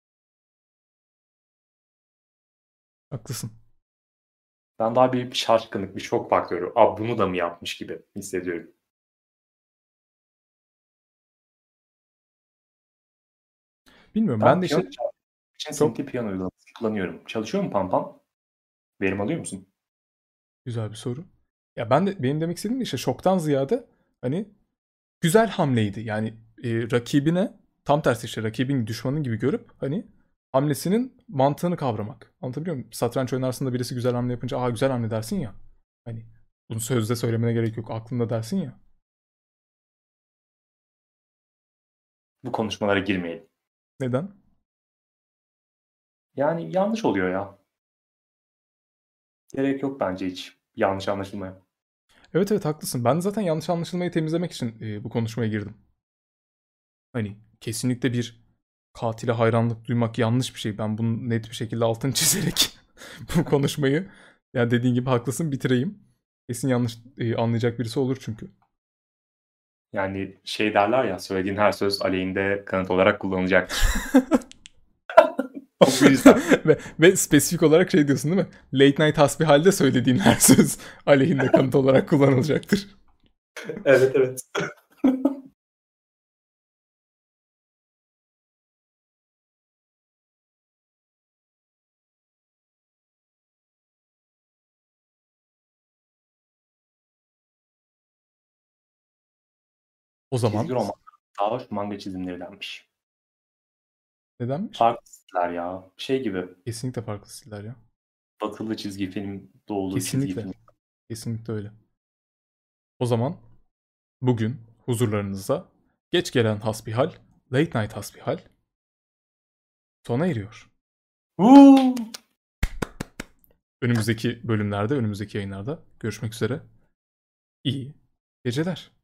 Haklısın. Ben daha bir şaşkınlık, bir şok faktörü. Aa, bunu da mı yapmış gibi hissediyorum. Bilmiyorum. Ben Ben de piyano işte çalmak için çok Synthi piyano uygulaması kullanıyorum. Çalışıyor mu Pampam? Verim alıyor musun? güzel bir soru. Ya ben de, benim demek istediğim de işte şoktan ziyade hani güzel hamleydi. Yani e, rakibine tam tersi, işte rakibin düşmanın gibi görüp hani hamlesinin mantığını kavramak. Anlatabiliyor muyum? Satranç oynarsın da birisi güzel hamle yapınca aa güzel hamle dersin ya. Hani bunu sözde söylemene gerek yok. Aklında dersin ya. Bu konuşmalara girmeyelim. Neden? Yani yanlış oluyor ya. Gerek yok bence hiç yanlış anlaşılmaya. Evet evet, haklısın. Ben de zaten yanlış anlaşılmayı temizlemek için e, bu konuşmaya girdim. Hani kesinlikle bir katile hayranlık duymak yanlış bir şey. Ben bunu net bir şekilde altını çizerek bu konuşmayı, yani dediğin gibi haklısın, bitireyim. Kesin yanlış e, anlayacak birisi olur çünkü. Yani şey derler ya, söylediğin her söz aleyhinde kanıt olarak kullanılacaktır. Bu yüzden. ve, ve spesifik olarak şey diyorsun değil mi? Late night hasbihalde söylediğin her söz aleyhinde kanıt olarak kullanılacaktır. Evet evet. O Çizgi zaman roman daha hoş manga çizimleridenmiş. nedenmiş? Farklı stiller ya. Şey gibi. Kesinlikle farklı stiller ya. Batılı çizgi film, doğulu çizgi Kesinlikle. film. Kesinlikle öyle. O zaman bugün huzurlarınızda geç gelen hasbihal, late night hasbihal sona eriyor. Woo! Önümüzdeki bölümlerde, önümüzdeki yayınlarda görüşmek üzere. İyi geceler.